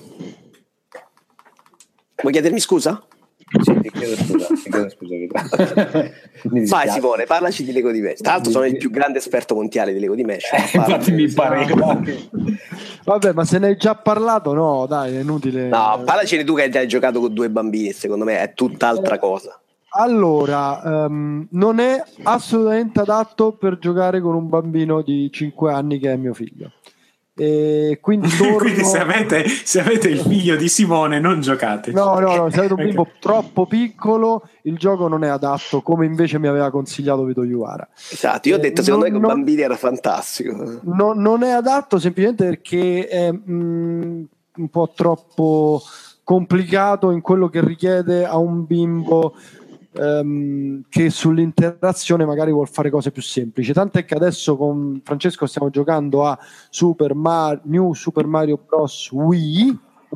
Vuoi chiedermi scusa? Sì, ti chiedo scusa. Vai Simone, parlaci di Lego Dimensions. Tra l'altro sono il più grande esperto mondiale di Lego Dimensions. Infatti mi pareva. Vabbè, ma se ne hai già parlato, no, dai, è inutile. No, parlacene tu che hai giocato con 2 bambini, secondo me è tutt'altra cosa. Allora, non è assolutamente adatto per giocare con un bambino di 5 anni che è mio figlio. E quindi quindi se avete il figlio di Simone non giocate. No, se avete un bimbo troppo piccolo il gioco non è adatto, come invece mi aveva consigliato Vito Iuvara. Esatto, io ho detto secondo me con bambini era fantastico. Non è adatto semplicemente perché è un po' troppo complicato in quello che richiede a un bimbo che sull'interazione magari vuol fare cose più semplici, tant'è che adesso con Francesco stiamo giocando a New Super Mario Bros. Wii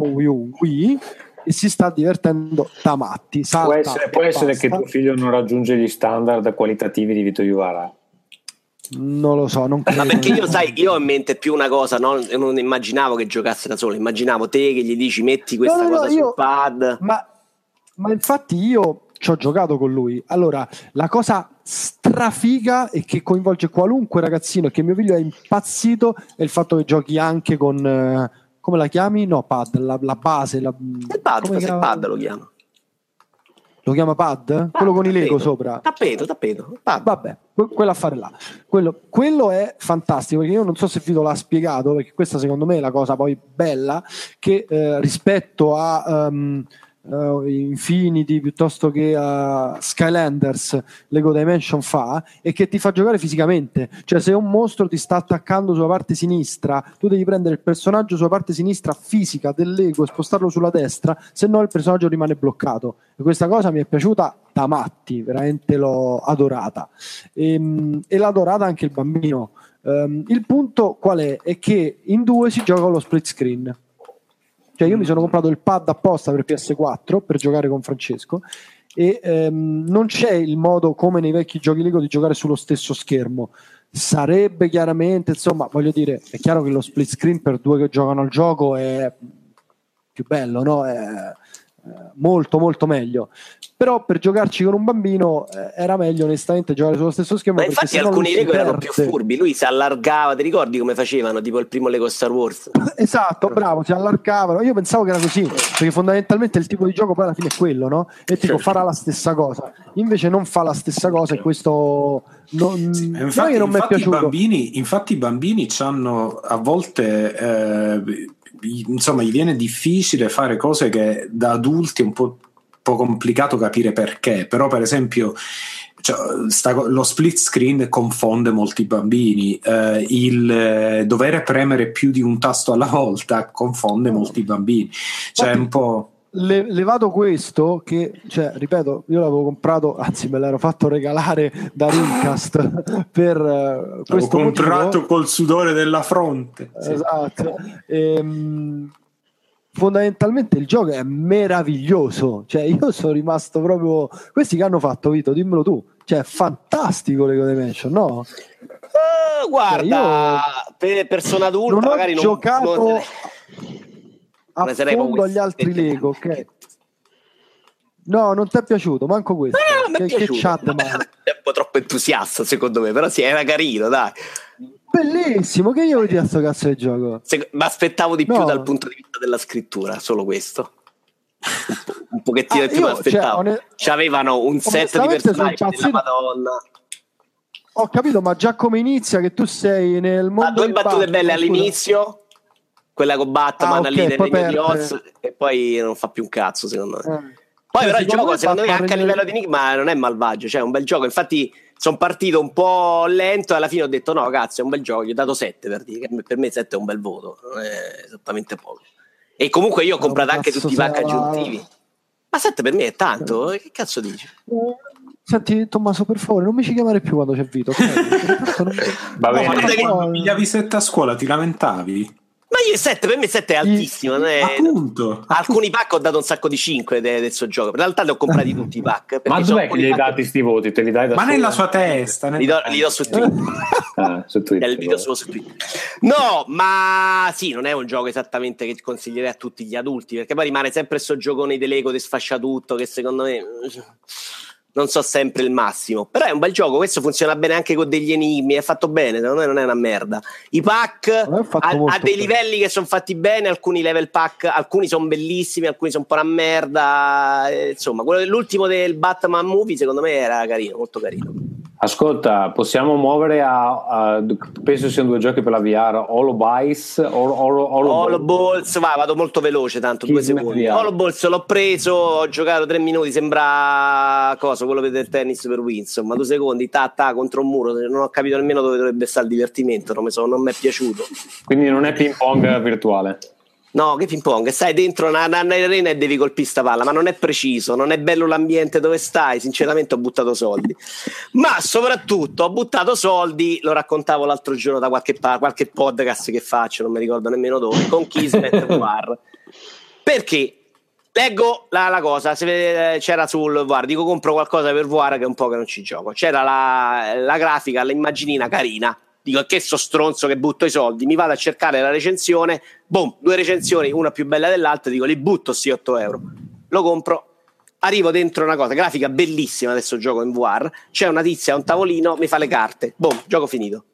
e si sta divertendo da matti. Può essere che tuo figlio non raggiunge gli standard qualitativi di Vito Iuvara? Non lo so, non credo. Ma perché io ho in mente più una cosa, no? Io non immaginavo che giocasse da solo, immaginavo te che gli dici metti questa cosa sul pad. Ma infatti io ci ho giocato con lui. Allora, la cosa strafiga e che coinvolge qualunque ragazzino e che mio figlio è impazzito è il fatto che giochi anche con come la chiami? No, pad, la base. Il pad lo chiama. Lo chiama pad? Quello con i Lego sopra. Tappeto. Pad. Vabbè, quell'affare là. Quello è fantastico, perché io non so se Vito l'ha spiegato, perché questa secondo me è la cosa poi bella, che rispetto a Infinity piuttosto che a Skylanders Lego Dimension fa, e che ti fa giocare fisicamente. Cioè, se un mostro ti sta attaccando sulla parte sinistra, tu devi prendere il personaggio sulla parte sinistra fisica del Lego e spostarlo sulla destra, se no il personaggio rimane bloccato. E questa cosa mi è piaciuta da matti, veramente l'ho adorata, e l'ha adorata anche il bambino. Il punto qual è? È che in 2 si gioca allo split screen. Cioè, io mi sono comprato il pad apposta per PS4 per giocare con Francesco e non c'è il modo come nei vecchi giochi Lego di giocare sullo stesso schermo. Sarebbe chiaramente, insomma, voglio dire, è chiaro che lo split screen per 2 che giocano al gioco è più bello, no? È molto molto meglio. Però per giocarci con un bambino era meglio onestamente giocare sullo stesso schermo. Ma infatti alcuni Lego erano più furbi, lui si allargava, ti ricordi come facevano tipo il primo Lego Star Wars? Esatto, bravo, si allargavano. Io pensavo che era così, perché fondamentalmente il tipo di gioco poi alla fine è quello, no? E tipo farà la stessa cosa, invece non fa la stessa cosa, e questo infatti non mi è piaciuto. Infatti i bambini c'hanno a volte insomma, gli viene difficile fare cose che da adulti è un po' complicato capire perché. Però per esempio lo split screen confonde molti bambini, il dover premere più di un tasto alla volta confonde molti bambini, cioè un po'. levato questo, che cioè, ripeto, io l'avevo comprato, anzi me l'ero fatto regalare da Rincast per questo comprato motivo. Col sudore della fronte. Esatto. Fondamentalmente il gioco è meraviglioso, cioè io sono rimasto proprio, questi che hanno fatto, Vito, dimmelo tu, cioè è fantastico Lego Dimension, no? Guarda, per persona adulta magari non ho giocato a fondo proprio agli altri Lego, ok? No, non ti è piaciuto, manco questo. Che chat, è un po' troppo entusiasta secondo me, però sì, era carino, dai. Bellissimo, che io vedi a sto cazzo di gioco. Ma aspettavo di più dal punto di vista della scrittura, solo questo. Un pochettino più aspettavo. C'avevano un set di personaggi della Madonna. Ho capito, ma già come inizia che tu sei nel mondo. Ma due battute belle all'inizio, quella con Batman lì nel Regno di Oz, e poi non fa più un cazzo secondo me. Poi però il gioco secondo me anche a livello di enigma non è malvagio, cioè è un bel gioco, infatti sono partito un po' lento e alla fine ho detto no cazzo è un bel gioco, gli ho dato 7 per dire che per me 7 è un bel voto, non è esattamente poco, e comunque io ho comprato anche tutti i pack aggiuntivi, ma 7 per me è tanto, che cazzo dici? Senti Tommaso, per favore non mi ci chiamare più quando c'è Vito, va bene, quando pigliavi 7 a scuola ti lamentavi? Ma io 7, per me 7 è altissimo, non è... Appunto. Alcuni pack ho dato un sacco di 5 del suo gioco, in realtà li ho comprati tutti i pack. Ma dov'è che gli hai dati sti voti? Te li dai da ma nella sua testa? Li do su Twitter. Su Twitter. Il video solo su Twitter. No, ma sì, non è un gioco esattamente che consiglierei a tutti gli adulti, perché poi rimane sempre sto giocone di Lego che sfascia tutto, che secondo me non so sempre il massimo, però è un bel gioco, questo funziona bene anche con degli enigmi, è fatto bene, secondo me non è una merda. I pack ha dei livelli che sono fatti bene, alcuni level pack, alcuni sono bellissimi, alcuni sono un po' una merda, insomma, l'ultimo del Batman Movie secondo me era carino, molto carino. Ascolta, possiamo muovere penso siano 2 giochi per la VR, Holoballs, Holoballs, vado molto veloce, tanto 2 secondi. Holoballs l'ho preso, ho giocato 3 minuti, sembra quello del tennis per Winston, ma 2 secondi, contro un muro, non ho capito nemmeno dove dovrebbe stare il divertimento, non mi è piaciuto. Quindi non è ping pong virtuale? No, che ping pong, stai dentro una arena e devi colpire sta palla, ma non è preciso, non è bello l'ambiente dove stai, sinceramente ho buttato soldi, ma soprattutto ho buttato soldi, lo raccontavo l'altro giorno da qualche podcast che faccio, non mi ricordo nemmeno dove, con Kismet War, perché leggo la cosa, c'era sul VR, dico compro qualcosa per VR che è un po' che non ci gioco, c'era la grafica, l'immaginina carina, dico che sto stronzo che butto i soldi, mi vado a cercare la recensione, boom, 2 recensioni, una più bella dell'altra, dico li butto sti 8 euro, lo compro, arrivo dentro una cosa, grafica bellissima, adesso gioco in VR, c'è una tizia a un tavolino, mi fa le carte, boom, gioco finito.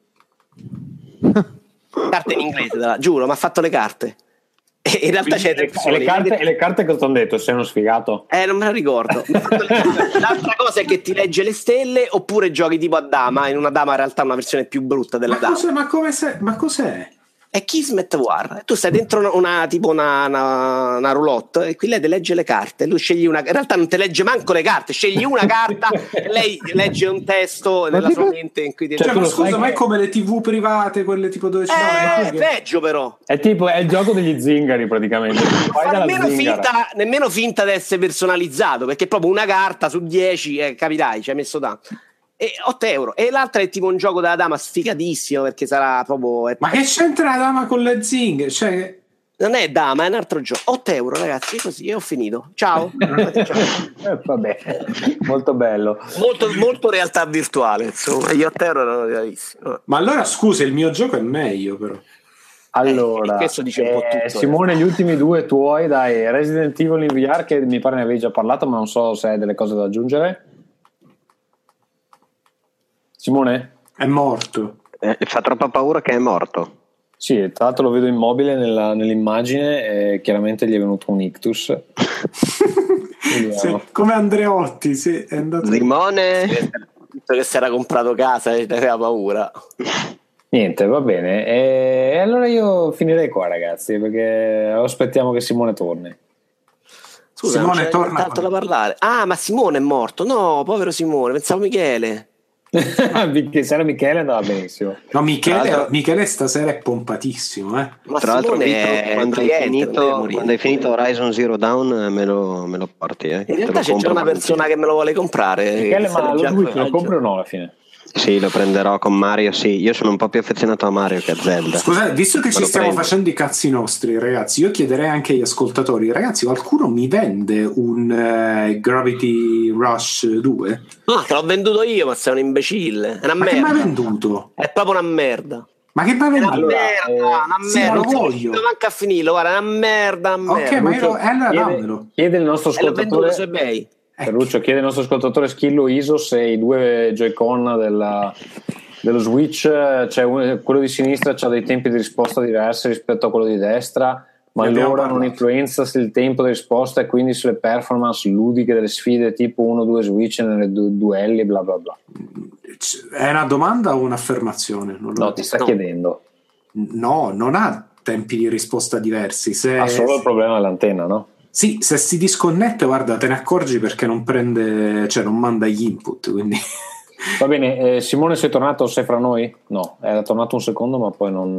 Carte in inglese, giuro, mi ha fatto le carte. E in realtà c'è le carte che ti hanno detto, sei uno sfigato? Non me la ricordo. L'altra cosa è che ti legge le stelle, oppure giochi tipo a dama, in una dama in realtà una versione più brutta della dama. Ma cos'è? È Kismet War, tu stai dentro una roulotte e qui lei ti legge le carte, lui scegli una, in realtà non te legge manco le carte, scegli una carta e lei legge un testo nella sua mente in cui ti ma scusa, ma è come le TV private, quelle tipo dove ci è peggio però. È il gioco degli zingari praticamente. Nemmeno finta di essere personalizzato, perché è proprio una carta su 10, capirai, ci hai messo tanto. E 8 euro, e l'altra è tipo un gioco della dama sfigatissimo, perché sarà proprio ma che c'entra la dama con le zinghe? Cioè... non è dama, è un altro gioco. 8 euro ragazzi, così io ho finito, ciao. Vabbè, molto bello, molto realtà virtuale, insomma, gli 8 euro erano realissimi. Ma allora scusa, il mio gioco è meglio però. Allora, questo dice un po' tutto, Simone, gli ultimi 2 tuoi, dai. Resident Evil in VR, che mi pare ne avevi già parlato, ma non so se hai delle cose da aggiungere. Simone? È morto. Fa troppa paura che è morto. Sì, tra l'altro lo vedo immobile nell'immagine e chiaramente gli è venuto un ictus. Sì, come Andreotti, sì, è andato. Limone? Che si era comprato casa e aveva paura. Niente, va bene. E allora io finirei qua, ragazzi, perché aspettiamo che Simone torni. Scusa, Simone non c'è torna tanto da parlare. Ah, ma Simone è morto. No, povero Simone, pensavo Michele. Perché se era Michele andava benissimo. No, Michele stasera è pompatissimo. Ma tra l'altro, quando hai finito Horizon Zero Dawn me lo porti. In realtà c'è già una persona che me lo vuole comprare. Michele, ma lo Switch lo compri o no alla fine? Sì, lo prenderò con Mario, sì. Io sono un po' più affezionato a Mario che a Zelda. Scusate, visto che ci stiamo facendo i cazzi nostri, ragazzi, io chiederei anche agli ascoltatori, ragazzi, qualcuno mi vende un Gravity Rush 2? No, te l'ho venduto io, ma sei un imbecille. È una merda. Che mi hai venduto? È proprio una merda. Ma che mi hai venduto? Una merda. Sì, lo voglio. Non manca a finirlo, guarda, è una merda. Ok, ma io allora dammelo. Chiede il nostro ascoltatore. L'ho venduto su eBay. Ferruccio, chiede il nostro ascoltatore Schillo ISO se i due Joy-Con dello Switch, quello di sinistra ha dei tempi di risposta diversi rispetto a quello di destra, ma allora non influenza il tempo di risposta e quindi sulle performance ludiche delle sfide tipo 1-2 Switch nelle duelli e bla bla bla. È una domanda o un'affermazione? Ti sta chiedendo. No, non ha tempi di risposta diversi. Ha solo il problema dell'antenna, no? Sì, se si disconnette, guarda, te ne accorgi perché non prende, cioè non manda gli input, quindi... Va bene, Simone, sei tornato? Sei fra noi? No, era tornato un secondo, ma poi non...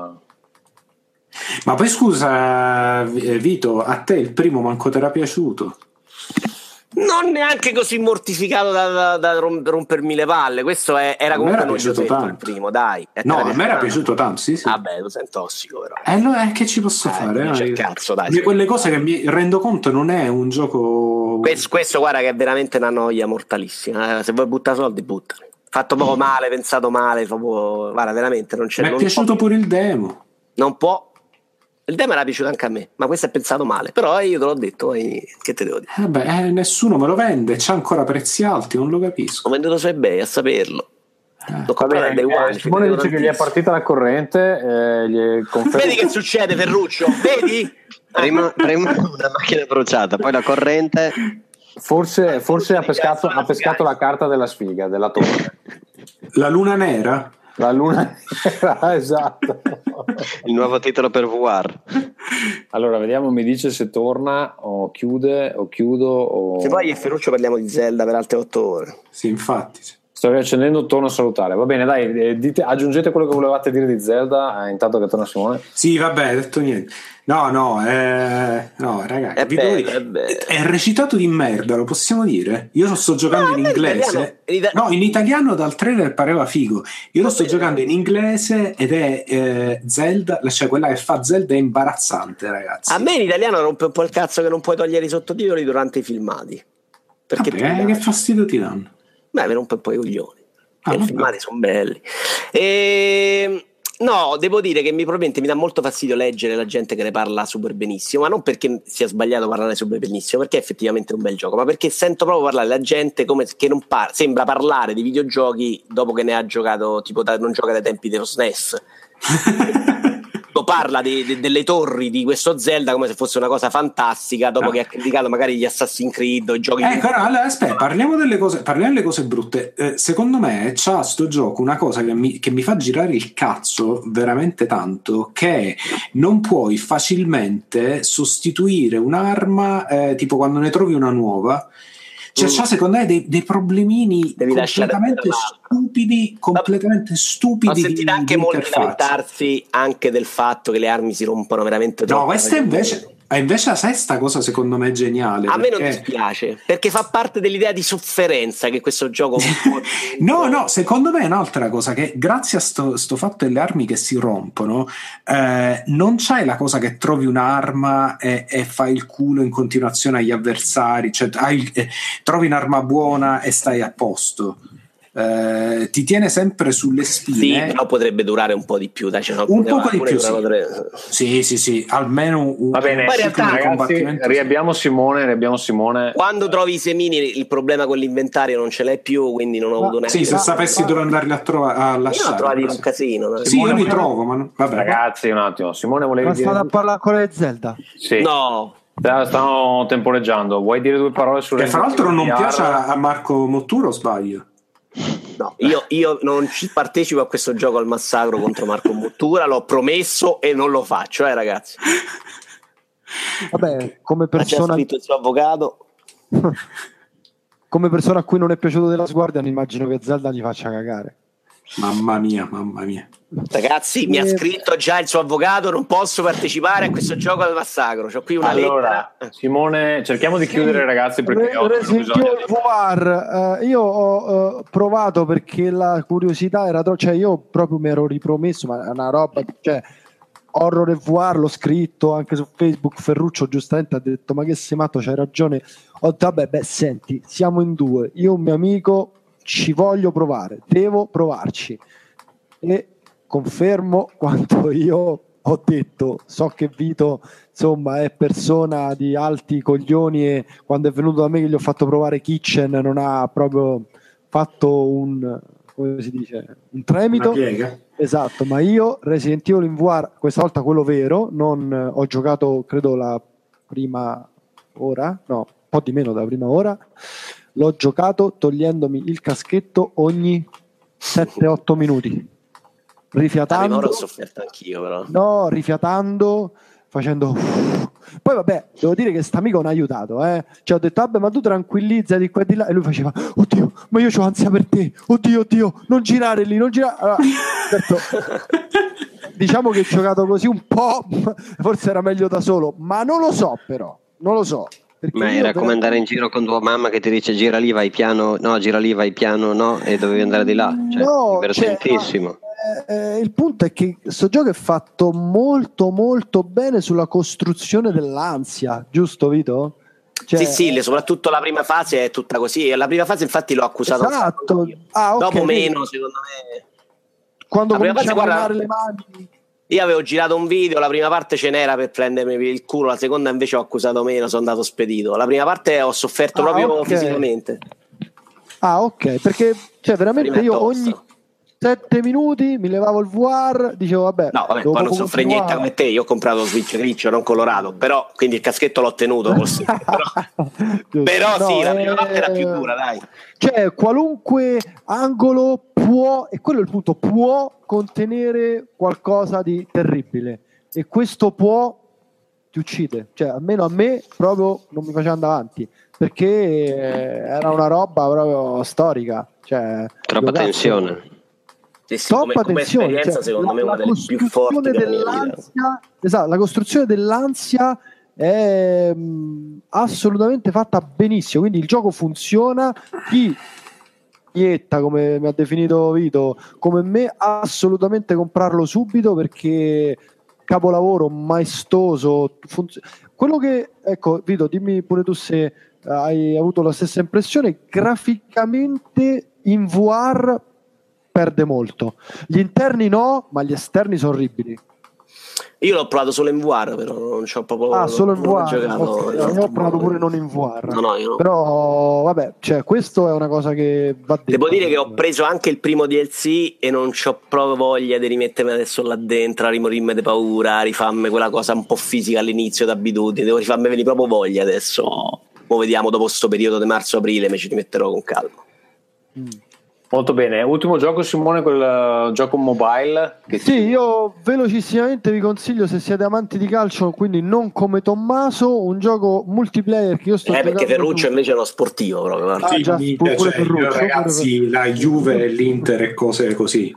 Ma poi scusa, Vito, a te il primo manco ti era piaciuto? Non neanche così mortificato da rompermi le palle. Questo era comunque noioso il primo, dai. No, a me era piaciuto tanto, sì. Vabbè, tu sei tossico però. Allora che ci posso fare? C'è cazzo, dai. Quelle cose che mi rendo conto non è un gioco... Questo guarda che è veramente una noia mortalissima. Se vuoi buttare soldi, buttali. Fatto poco male, pensato male, proprio... Guarda, veramente non c'è... Mi è piaciuto pure il demo. Non può. Il demo era piaciuto anche a me, ma questo è pensato male. Però io te l'ho detto, che te devo dire? Vabbè, nessuno me lo vende, c'ha ancora prezzi alti, non lo capisco. Ho venduto su eBay, a saperlo. Simone dice che gli è partita la corrente. Vedi che succede, Ferruccio? Vedi? Prima una macchina bruciata, poi la corrente. Forse ha pescato la carta della sfiga, della torre. La luna nera? La luna nera, esatto. Il nuovo titolo per VR. Allora, vediamo, mi dice se torna o chiude o chiudo o... Se poi io e Ferruccio parliamo di Zelda per altre 8 ore. Sì, infatti. Sto riaccendendo, torno a salutare. Va bene, dai, aggiungete quello che volevate dire di Zelda intanto che torna Simone. Sì, vabbè, detto niente. No, ragazzi, è recitato di merda, lo possiamo dire? Io lo sto giocando in inglese. No, in italiano dal trailer pareva figo. Io lo sto giocando in inglese ed è Zelda, cioè quella che fa Zelda è imbarazzante, ragazzi. A me in italiano rompe un po' il cazzo che non puoi togliere i sottotitoli durante i filmati. Perché che fastidio ti danno? Beh, mi rompe un po' i coglioni. I filmati sono belli. No, devo dire che probabilmente mi dà molto fastidio leggere la gente che ne parla super benissimo, ma non perché sia sbagliato parlare super benissimo, perché è effettivamente un bel gioco, ma perché sento proprio parlare la gente come che non sembra parlare di videogiochi dopo che ne ha giocato, tipo non gioca dai tempi dello SNES. Parla delle torri di questo Zelda come se fosse una cosa fantastica dopo che ha criticato magari gli Assassin's Creed o i giochi allora, aspetta, parliamo delle cose brutte. Secondo me c'ha sto gioco una cosa che mi fa girare il cazzo veramente tanto, che non puoi facilmente sostituire un'arma tipo quando ne trovi una nuova. Cioè, c'ha secondo me dei problemini completamente stupidi. Ho sentito anche molti lamentarsi anche del fatto che le armi si rompono veramente troppo. No, questa invece sai sta cosa secondo me è geniale. A me non dispiace, perché fa parte dell'idea di sofferenza che questo gioco no, secondo me è un'altra cosa, che grazie a sto fatto delle armi che si rompono non c'hai la cosa che trovi un'arma e fai il culo in continuazione agli avversari, cioè trovi un'arma buona e stai a posto. Ti tiene sempre sulle spine. Sì, però potrebbe durare un po' di più, dai, un poco di più, sì, almeno va bene, ragazzi, riabbiamo Simone. Quando trovi i semini il problema con l'inventario non ce l'hai più, quindi non ho avuto neanche. Sì, se sapessi dove andarli a lasciare. Io ho trovato un casino. Sì, io li trovo, ma vabbè. Ragazzi, un attimo, Simone volevi dire. Ma state a parlare ancora di Zelda? Sì. No. Stanno temporeggiando. Vuoi dire due parole su che fra l'altro non piace a Marco Motturo o sbaglio? No, io non ci partecipo a questo gioco al massacro contro Marco Mottura, l'ho promesso e non lo faccio, ragazzi. Vabbè, come persona. Ha già scritto il suo avvocato. come persona a cui non è piaciuto della Guardian, immagino che Zelda gli faccia cagare. Mamma mia. Ragazzi, mi ha scritto già il suo avvocato, non posso partecipare a questo gioco del massacro. C'ho qui una lettera. Simone, cerchiamo di chiudere, ragazzi, perché Resident Evil VR, io ho provato perché la curiosità era cioè io proprio mi ero ripromesso, ma è una roba, cioè horror e VR, l'ho scritto anche su Facebook. Ferruccio giustamente ha detto: ma che sei matto, c'hai ragione. Ho detto: vabbè, senti, siamo in due, io e un mio amico ci voglio provare, devo provarci. E confermo quanto io ho detto. So che Vito insomma è persona di alti coglioni, e quando è venuto da me che gli ho fatto provare Kitchen non ha proprio fatto un, come si dice, un tremito. Una piega. Esatto, ma io Resident Evil in VR, questa volta quello vero, non ho giocato credo la prima ora, no, un po' di meno della prima ora, l'ho giocato togliendomi il caschetto ogni 7-8 minuti, rifiatando. Ora ho sofferto anch'io, però. No, rifiatando, facendo. Poi vabbè, devo dire che st'amico mi ha aiutato, Cioè ho detto: vabbè, ma tu tranquillizzati di qua e di là. E lui faceva: oddio, ma io c'ho ansia per te, oddio, non girare lì, non girare. Allora, certo, diciamo che ho giocato così un po', forse era meglio da solo, ma non lo so, però non lo so. Ma era come andare in giro con tua mamma che ti dice: gira lì, vai piano, no, gira lì, vai piano, no, e dovevi andare di là. Cioè, no, divertentissimo. Il punto è che questo gioco è fatto molto molto bene sulla costruzione dell'ansia, giusto Vito? Cioè, sì, soprattutto la prima fase è tutta così. La prima fase infatti l'ho accusato. Esatto. Okay, dopo meno, secondo me. Quando comincia a guardare le mani. Io avevo girato un video, la prima parte ce n'era per prendermi per il culo, la seconda invece ho accusato meno, sono andato spedito. La prima parte ho sofferto proprio fisicamente. Ah, ok, perché cioè veramente io ogni 7 minuti mi levavo il VR, dicevo vabbè. No, vabbè, poi non soffre niente come te, io ho comprato Switch grigio, non colorato, però quindi il caschetto l'ho tenuto, però no, sì, la prima parte era più dura, dai. Cioè, qualunque angolo può, e quello è il punto, può contenere qualcosa di terribile, e questo può ti uccide, cioè almeno a me proprio non mi faceva andare avanti, perché era una roba proprio storica, cioè troppa tensione. Sì, come esperienza, cioè, secondo me è una delle più forti della mia vita. Esatto, la costruzione dell'ansia è assolutamente fatta benissimo, quindi il gioco funziona. Chi ietta, come mi ha definito Vito, come me, assolutamente comprarlo subito, perché capolavoro maestoso. Quello che, ecco Vito, dimmi pure tu se hai avuto la stessa impressione, graficamente in VR perde molto, gli interni no, ma gli esterni sono orribili. Io l'ho provato solo in VR, però non c'ho proprio solo in VR. Giocato, okay. Io ho provato pure non in VR. No. Però vabbè, cioè questo è una cosa che va detto. Devo dire che ho preso anche il primo DLC e non c'ho proprio voglia di rimettermi adesso là dentro, a rimorirmi di paura, a rifarmi quella cosa un po' fisica all'inizio d'abitudine, devo rifarmi venire proprio voglia adesso. Mo vediamo dopo questo periodo di marzo-aprile, mi ci rimetterò con calma. Molto bene, ultimo gioco Simone, quel gioco mobile che io velocissimamente vi consiglio, se siete amanti di calcio, quindi non come Tommaso, un gioco multiplayer che io sto perché Ferruccio invece è uno sportivo proprio. Pure Ferruccio, ragazzi, la Juve e l'Inter e cose così.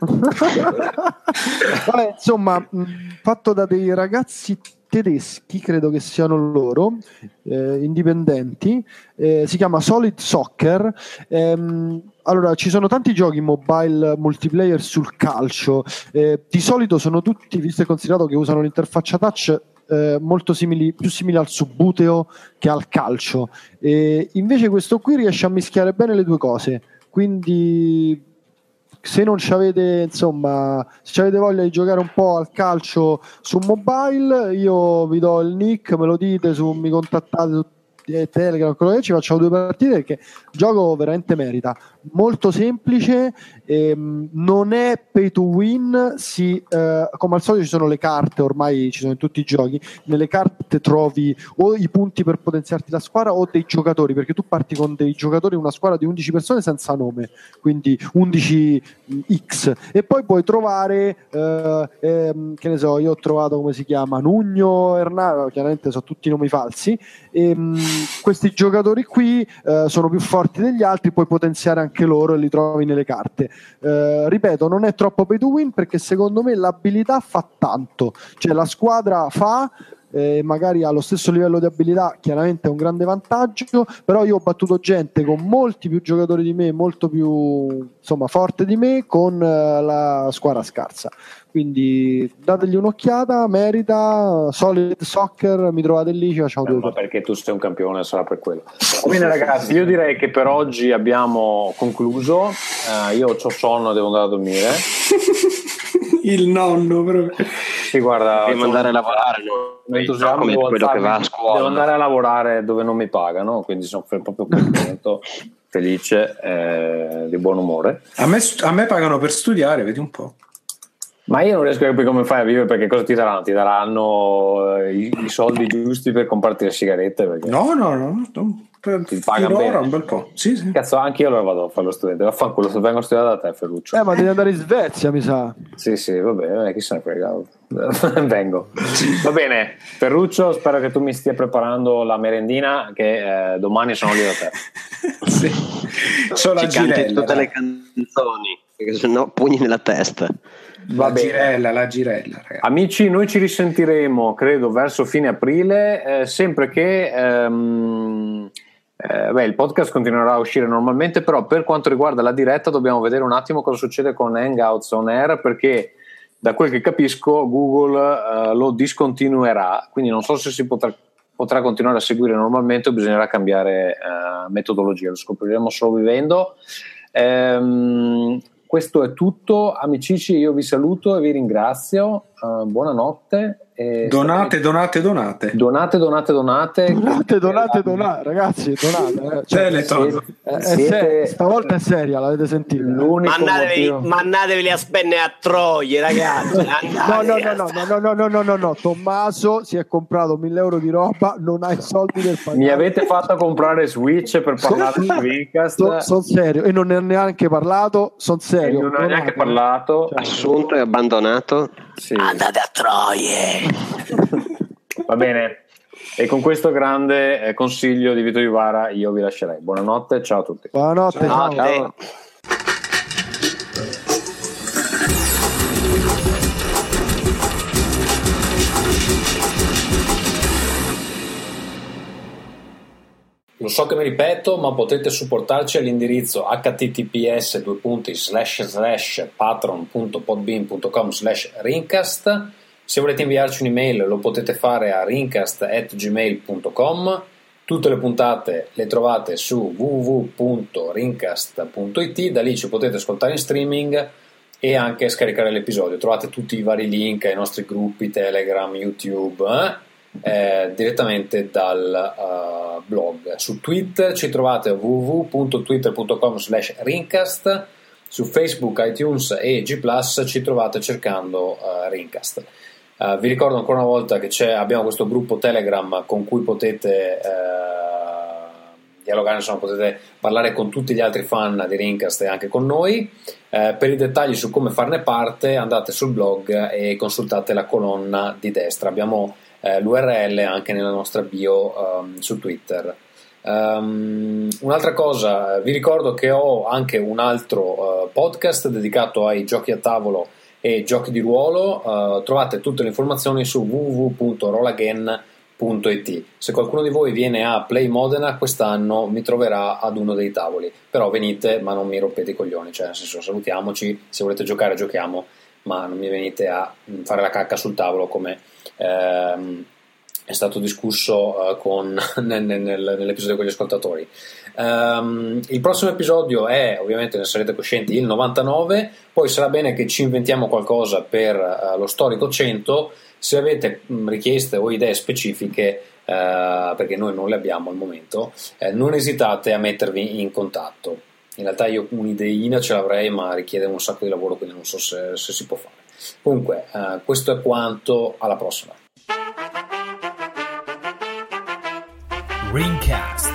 Vabbè, insomma, fatto da dei ragazzi tedeschi, credo che siano loro, indipendenti, si chiama Solid Soccer. Allora, ci sono tanti giochi mobile multiplayer sul calcio, di solito sono tutti, visto e considerato che usano l'interfaccia touch, molto simili, più simili al Subbuteo che al calcio, invece questo qui riesce a mischiare bene le due cose, quindi se non c'avete, insomma, se avete voglia di giocare un po' al calcio su mobile, io vi do il nick, me lo dite, mi contattate su Telegram, quello che ci facciamo 2 partite, perché il gioco veramente merita. Molto semplice, non è pay to win, come al solito ci sono le carte, ormai ci sono in tutti i giochi, nelle carte trovi o i punti per potenziarti la squadra o dei giocatori, perché tu parti con dei giocatori, una squadra di 11 persone senza nome, quindi 11x, e poi puoi trovare che ne so, io ho trovato, come si chiama, Nugno, Hernando, chiaramente sono tutti nomi falsi, questi giocatori qui sono più forti degli altri, puoi potenziare anche loro e li trovi nelle carte. Ripeto, non è troppo pay to win, perché secondo me l'abilità fa tanto, cioè la squadra fa, magari allo stesso livello di abilità chiaramente è un grande vantaggio, però io ho battuto gente con molti più giocatori di me, molto più insomma forte di me, con la squadra scarsa, quindi dategli un'occhiata, merita. Solid Soccer, mi trovate lì, ciao ma perché tu sei un campione, sarà per quello. Bene ragazzi, io direi che per oggi abbiamo concluso, io ho sonno, devo andare a dormire. Il nonno proprio. Sì, guarda, devo andare a lavorare, come quello che va a scuola. Devo andare a lavorare dove non mi pagano, quindi sono proprio contento, felice, di buon umore. A me pagano per studiare, vedi un po'. Ma io non riesco a capire come fai a vivere, perché cosa ti daranno? Ti daranno i soldi giusti per comprarti le sigarette? Perché No. Ti pagano bene un bel po'. Sì. Cazzo, anche io allora vado a fare lo studente. Vaffanculo, se vengo a studiare da te, Ferruccio. Ma devi andare in Svezia, mi sa. Sì, vabbè, chi se ne frega. Vengo. Va bene, Ferruccio, spero che tu mi stia preparando la merendina, che domani sono lì da te. Sì. Sono ci canti tutte le canzoni, perché sennò pugni nella testa. La girella, ragazzi. Amici, noi ci risentiremo credo verso fine aprile, sempre che il podcast continuerà a uscire normalmente, però per quanto riguarda la diretta dobbiamo vedere un attimo cosa succede con Hangouts on Air, perché da quel che capisco Google lo discontinuerà, quindi non so se si potrà continuare a seguire normalmente o bisognerà cambiare metodologia, lo scopriremo solo vivendo. Questo è tutto, amicici, io vi saluto e vi ringrazio, buonanotte. Donate, ragazzi, donate. Stavolta è seria, l'avete sentito? Mandateveli a spendere a Troie, ragazzi. No. Tommaso si è comprato 1.000 euro di roba, non ha i soldi del pagare. Mi avete fatto comprare Switch per parlare di Rincast? Sono serio, e non ne ho neanche parlato, non ha neanche parlato. Assunto e abbandonato. Sì. Andate a Troie. Va bene, e con questo grande consiglio di Vito Iuvara io vi lascerei. Buonanotte, ciao a tutti. Buonanotte, ciao. Lo so che mi ripeto, ma potete supportarci all'indirizzo https://patron.podbean.com/rincast. Se volete inviarci un'email lo potete fare a rincast@gmail.com. Tutte le puntate le trovate su www.rincast.it, da lì ci potete ascoltare in streaming e anche scaricare l'episodio. Trovate tutti i vari link ai nostri gruppi Telegram, YouTube, direttamente dal blog. Su Twitter ci trovate a www.twitter.com/rincast. Su Facebook, iTunes e G+ ci trovate cercando Rincast. Vi ricordo ancora una volta che abbiamo questo gruppo Telegram con cui potete dialogare, insomma potete parlare con tutti gli altri fan di Rincast e anche con noi. Per i dettagli su come farne parte andate sul blog e consultate la colonna di destra, abbiamo l'URL anche nella nostra bio su Twitter. Un'altra cosa, vi ricordo che ho anche un altro podcast dedicato ai giochi a tavolo e giochi di ruolo. Trovate tutte le informazioni su www.rollagain.it. Se qualcuno di voi viene a Play Modena quest'anno mi troverà ad uno dei tavoli, però venite ma non mi rompete i coglioni, cioè nel senso salutiamoci, se volete giocare giochiamo, ma non mi venite a fare la cacca sul tavolo come è stato discusso nell'episodio con gli ascoltatori. Il prossimo episodio è, ovviamente ne sarete coscienti, il 99. Poi sarà bene che ci inventiamo qualcosa per lo storico 100. Se avete richieste o idee specifiche, perché noi non le abbiamo al momento, non esitate a mettervi in contatto. In realtà io un'ideina ce l'avrei, ma richiede un sacco di lavoro, quindi non so se si può fare. Comunque questo è quanto, alla prossima. Rincast.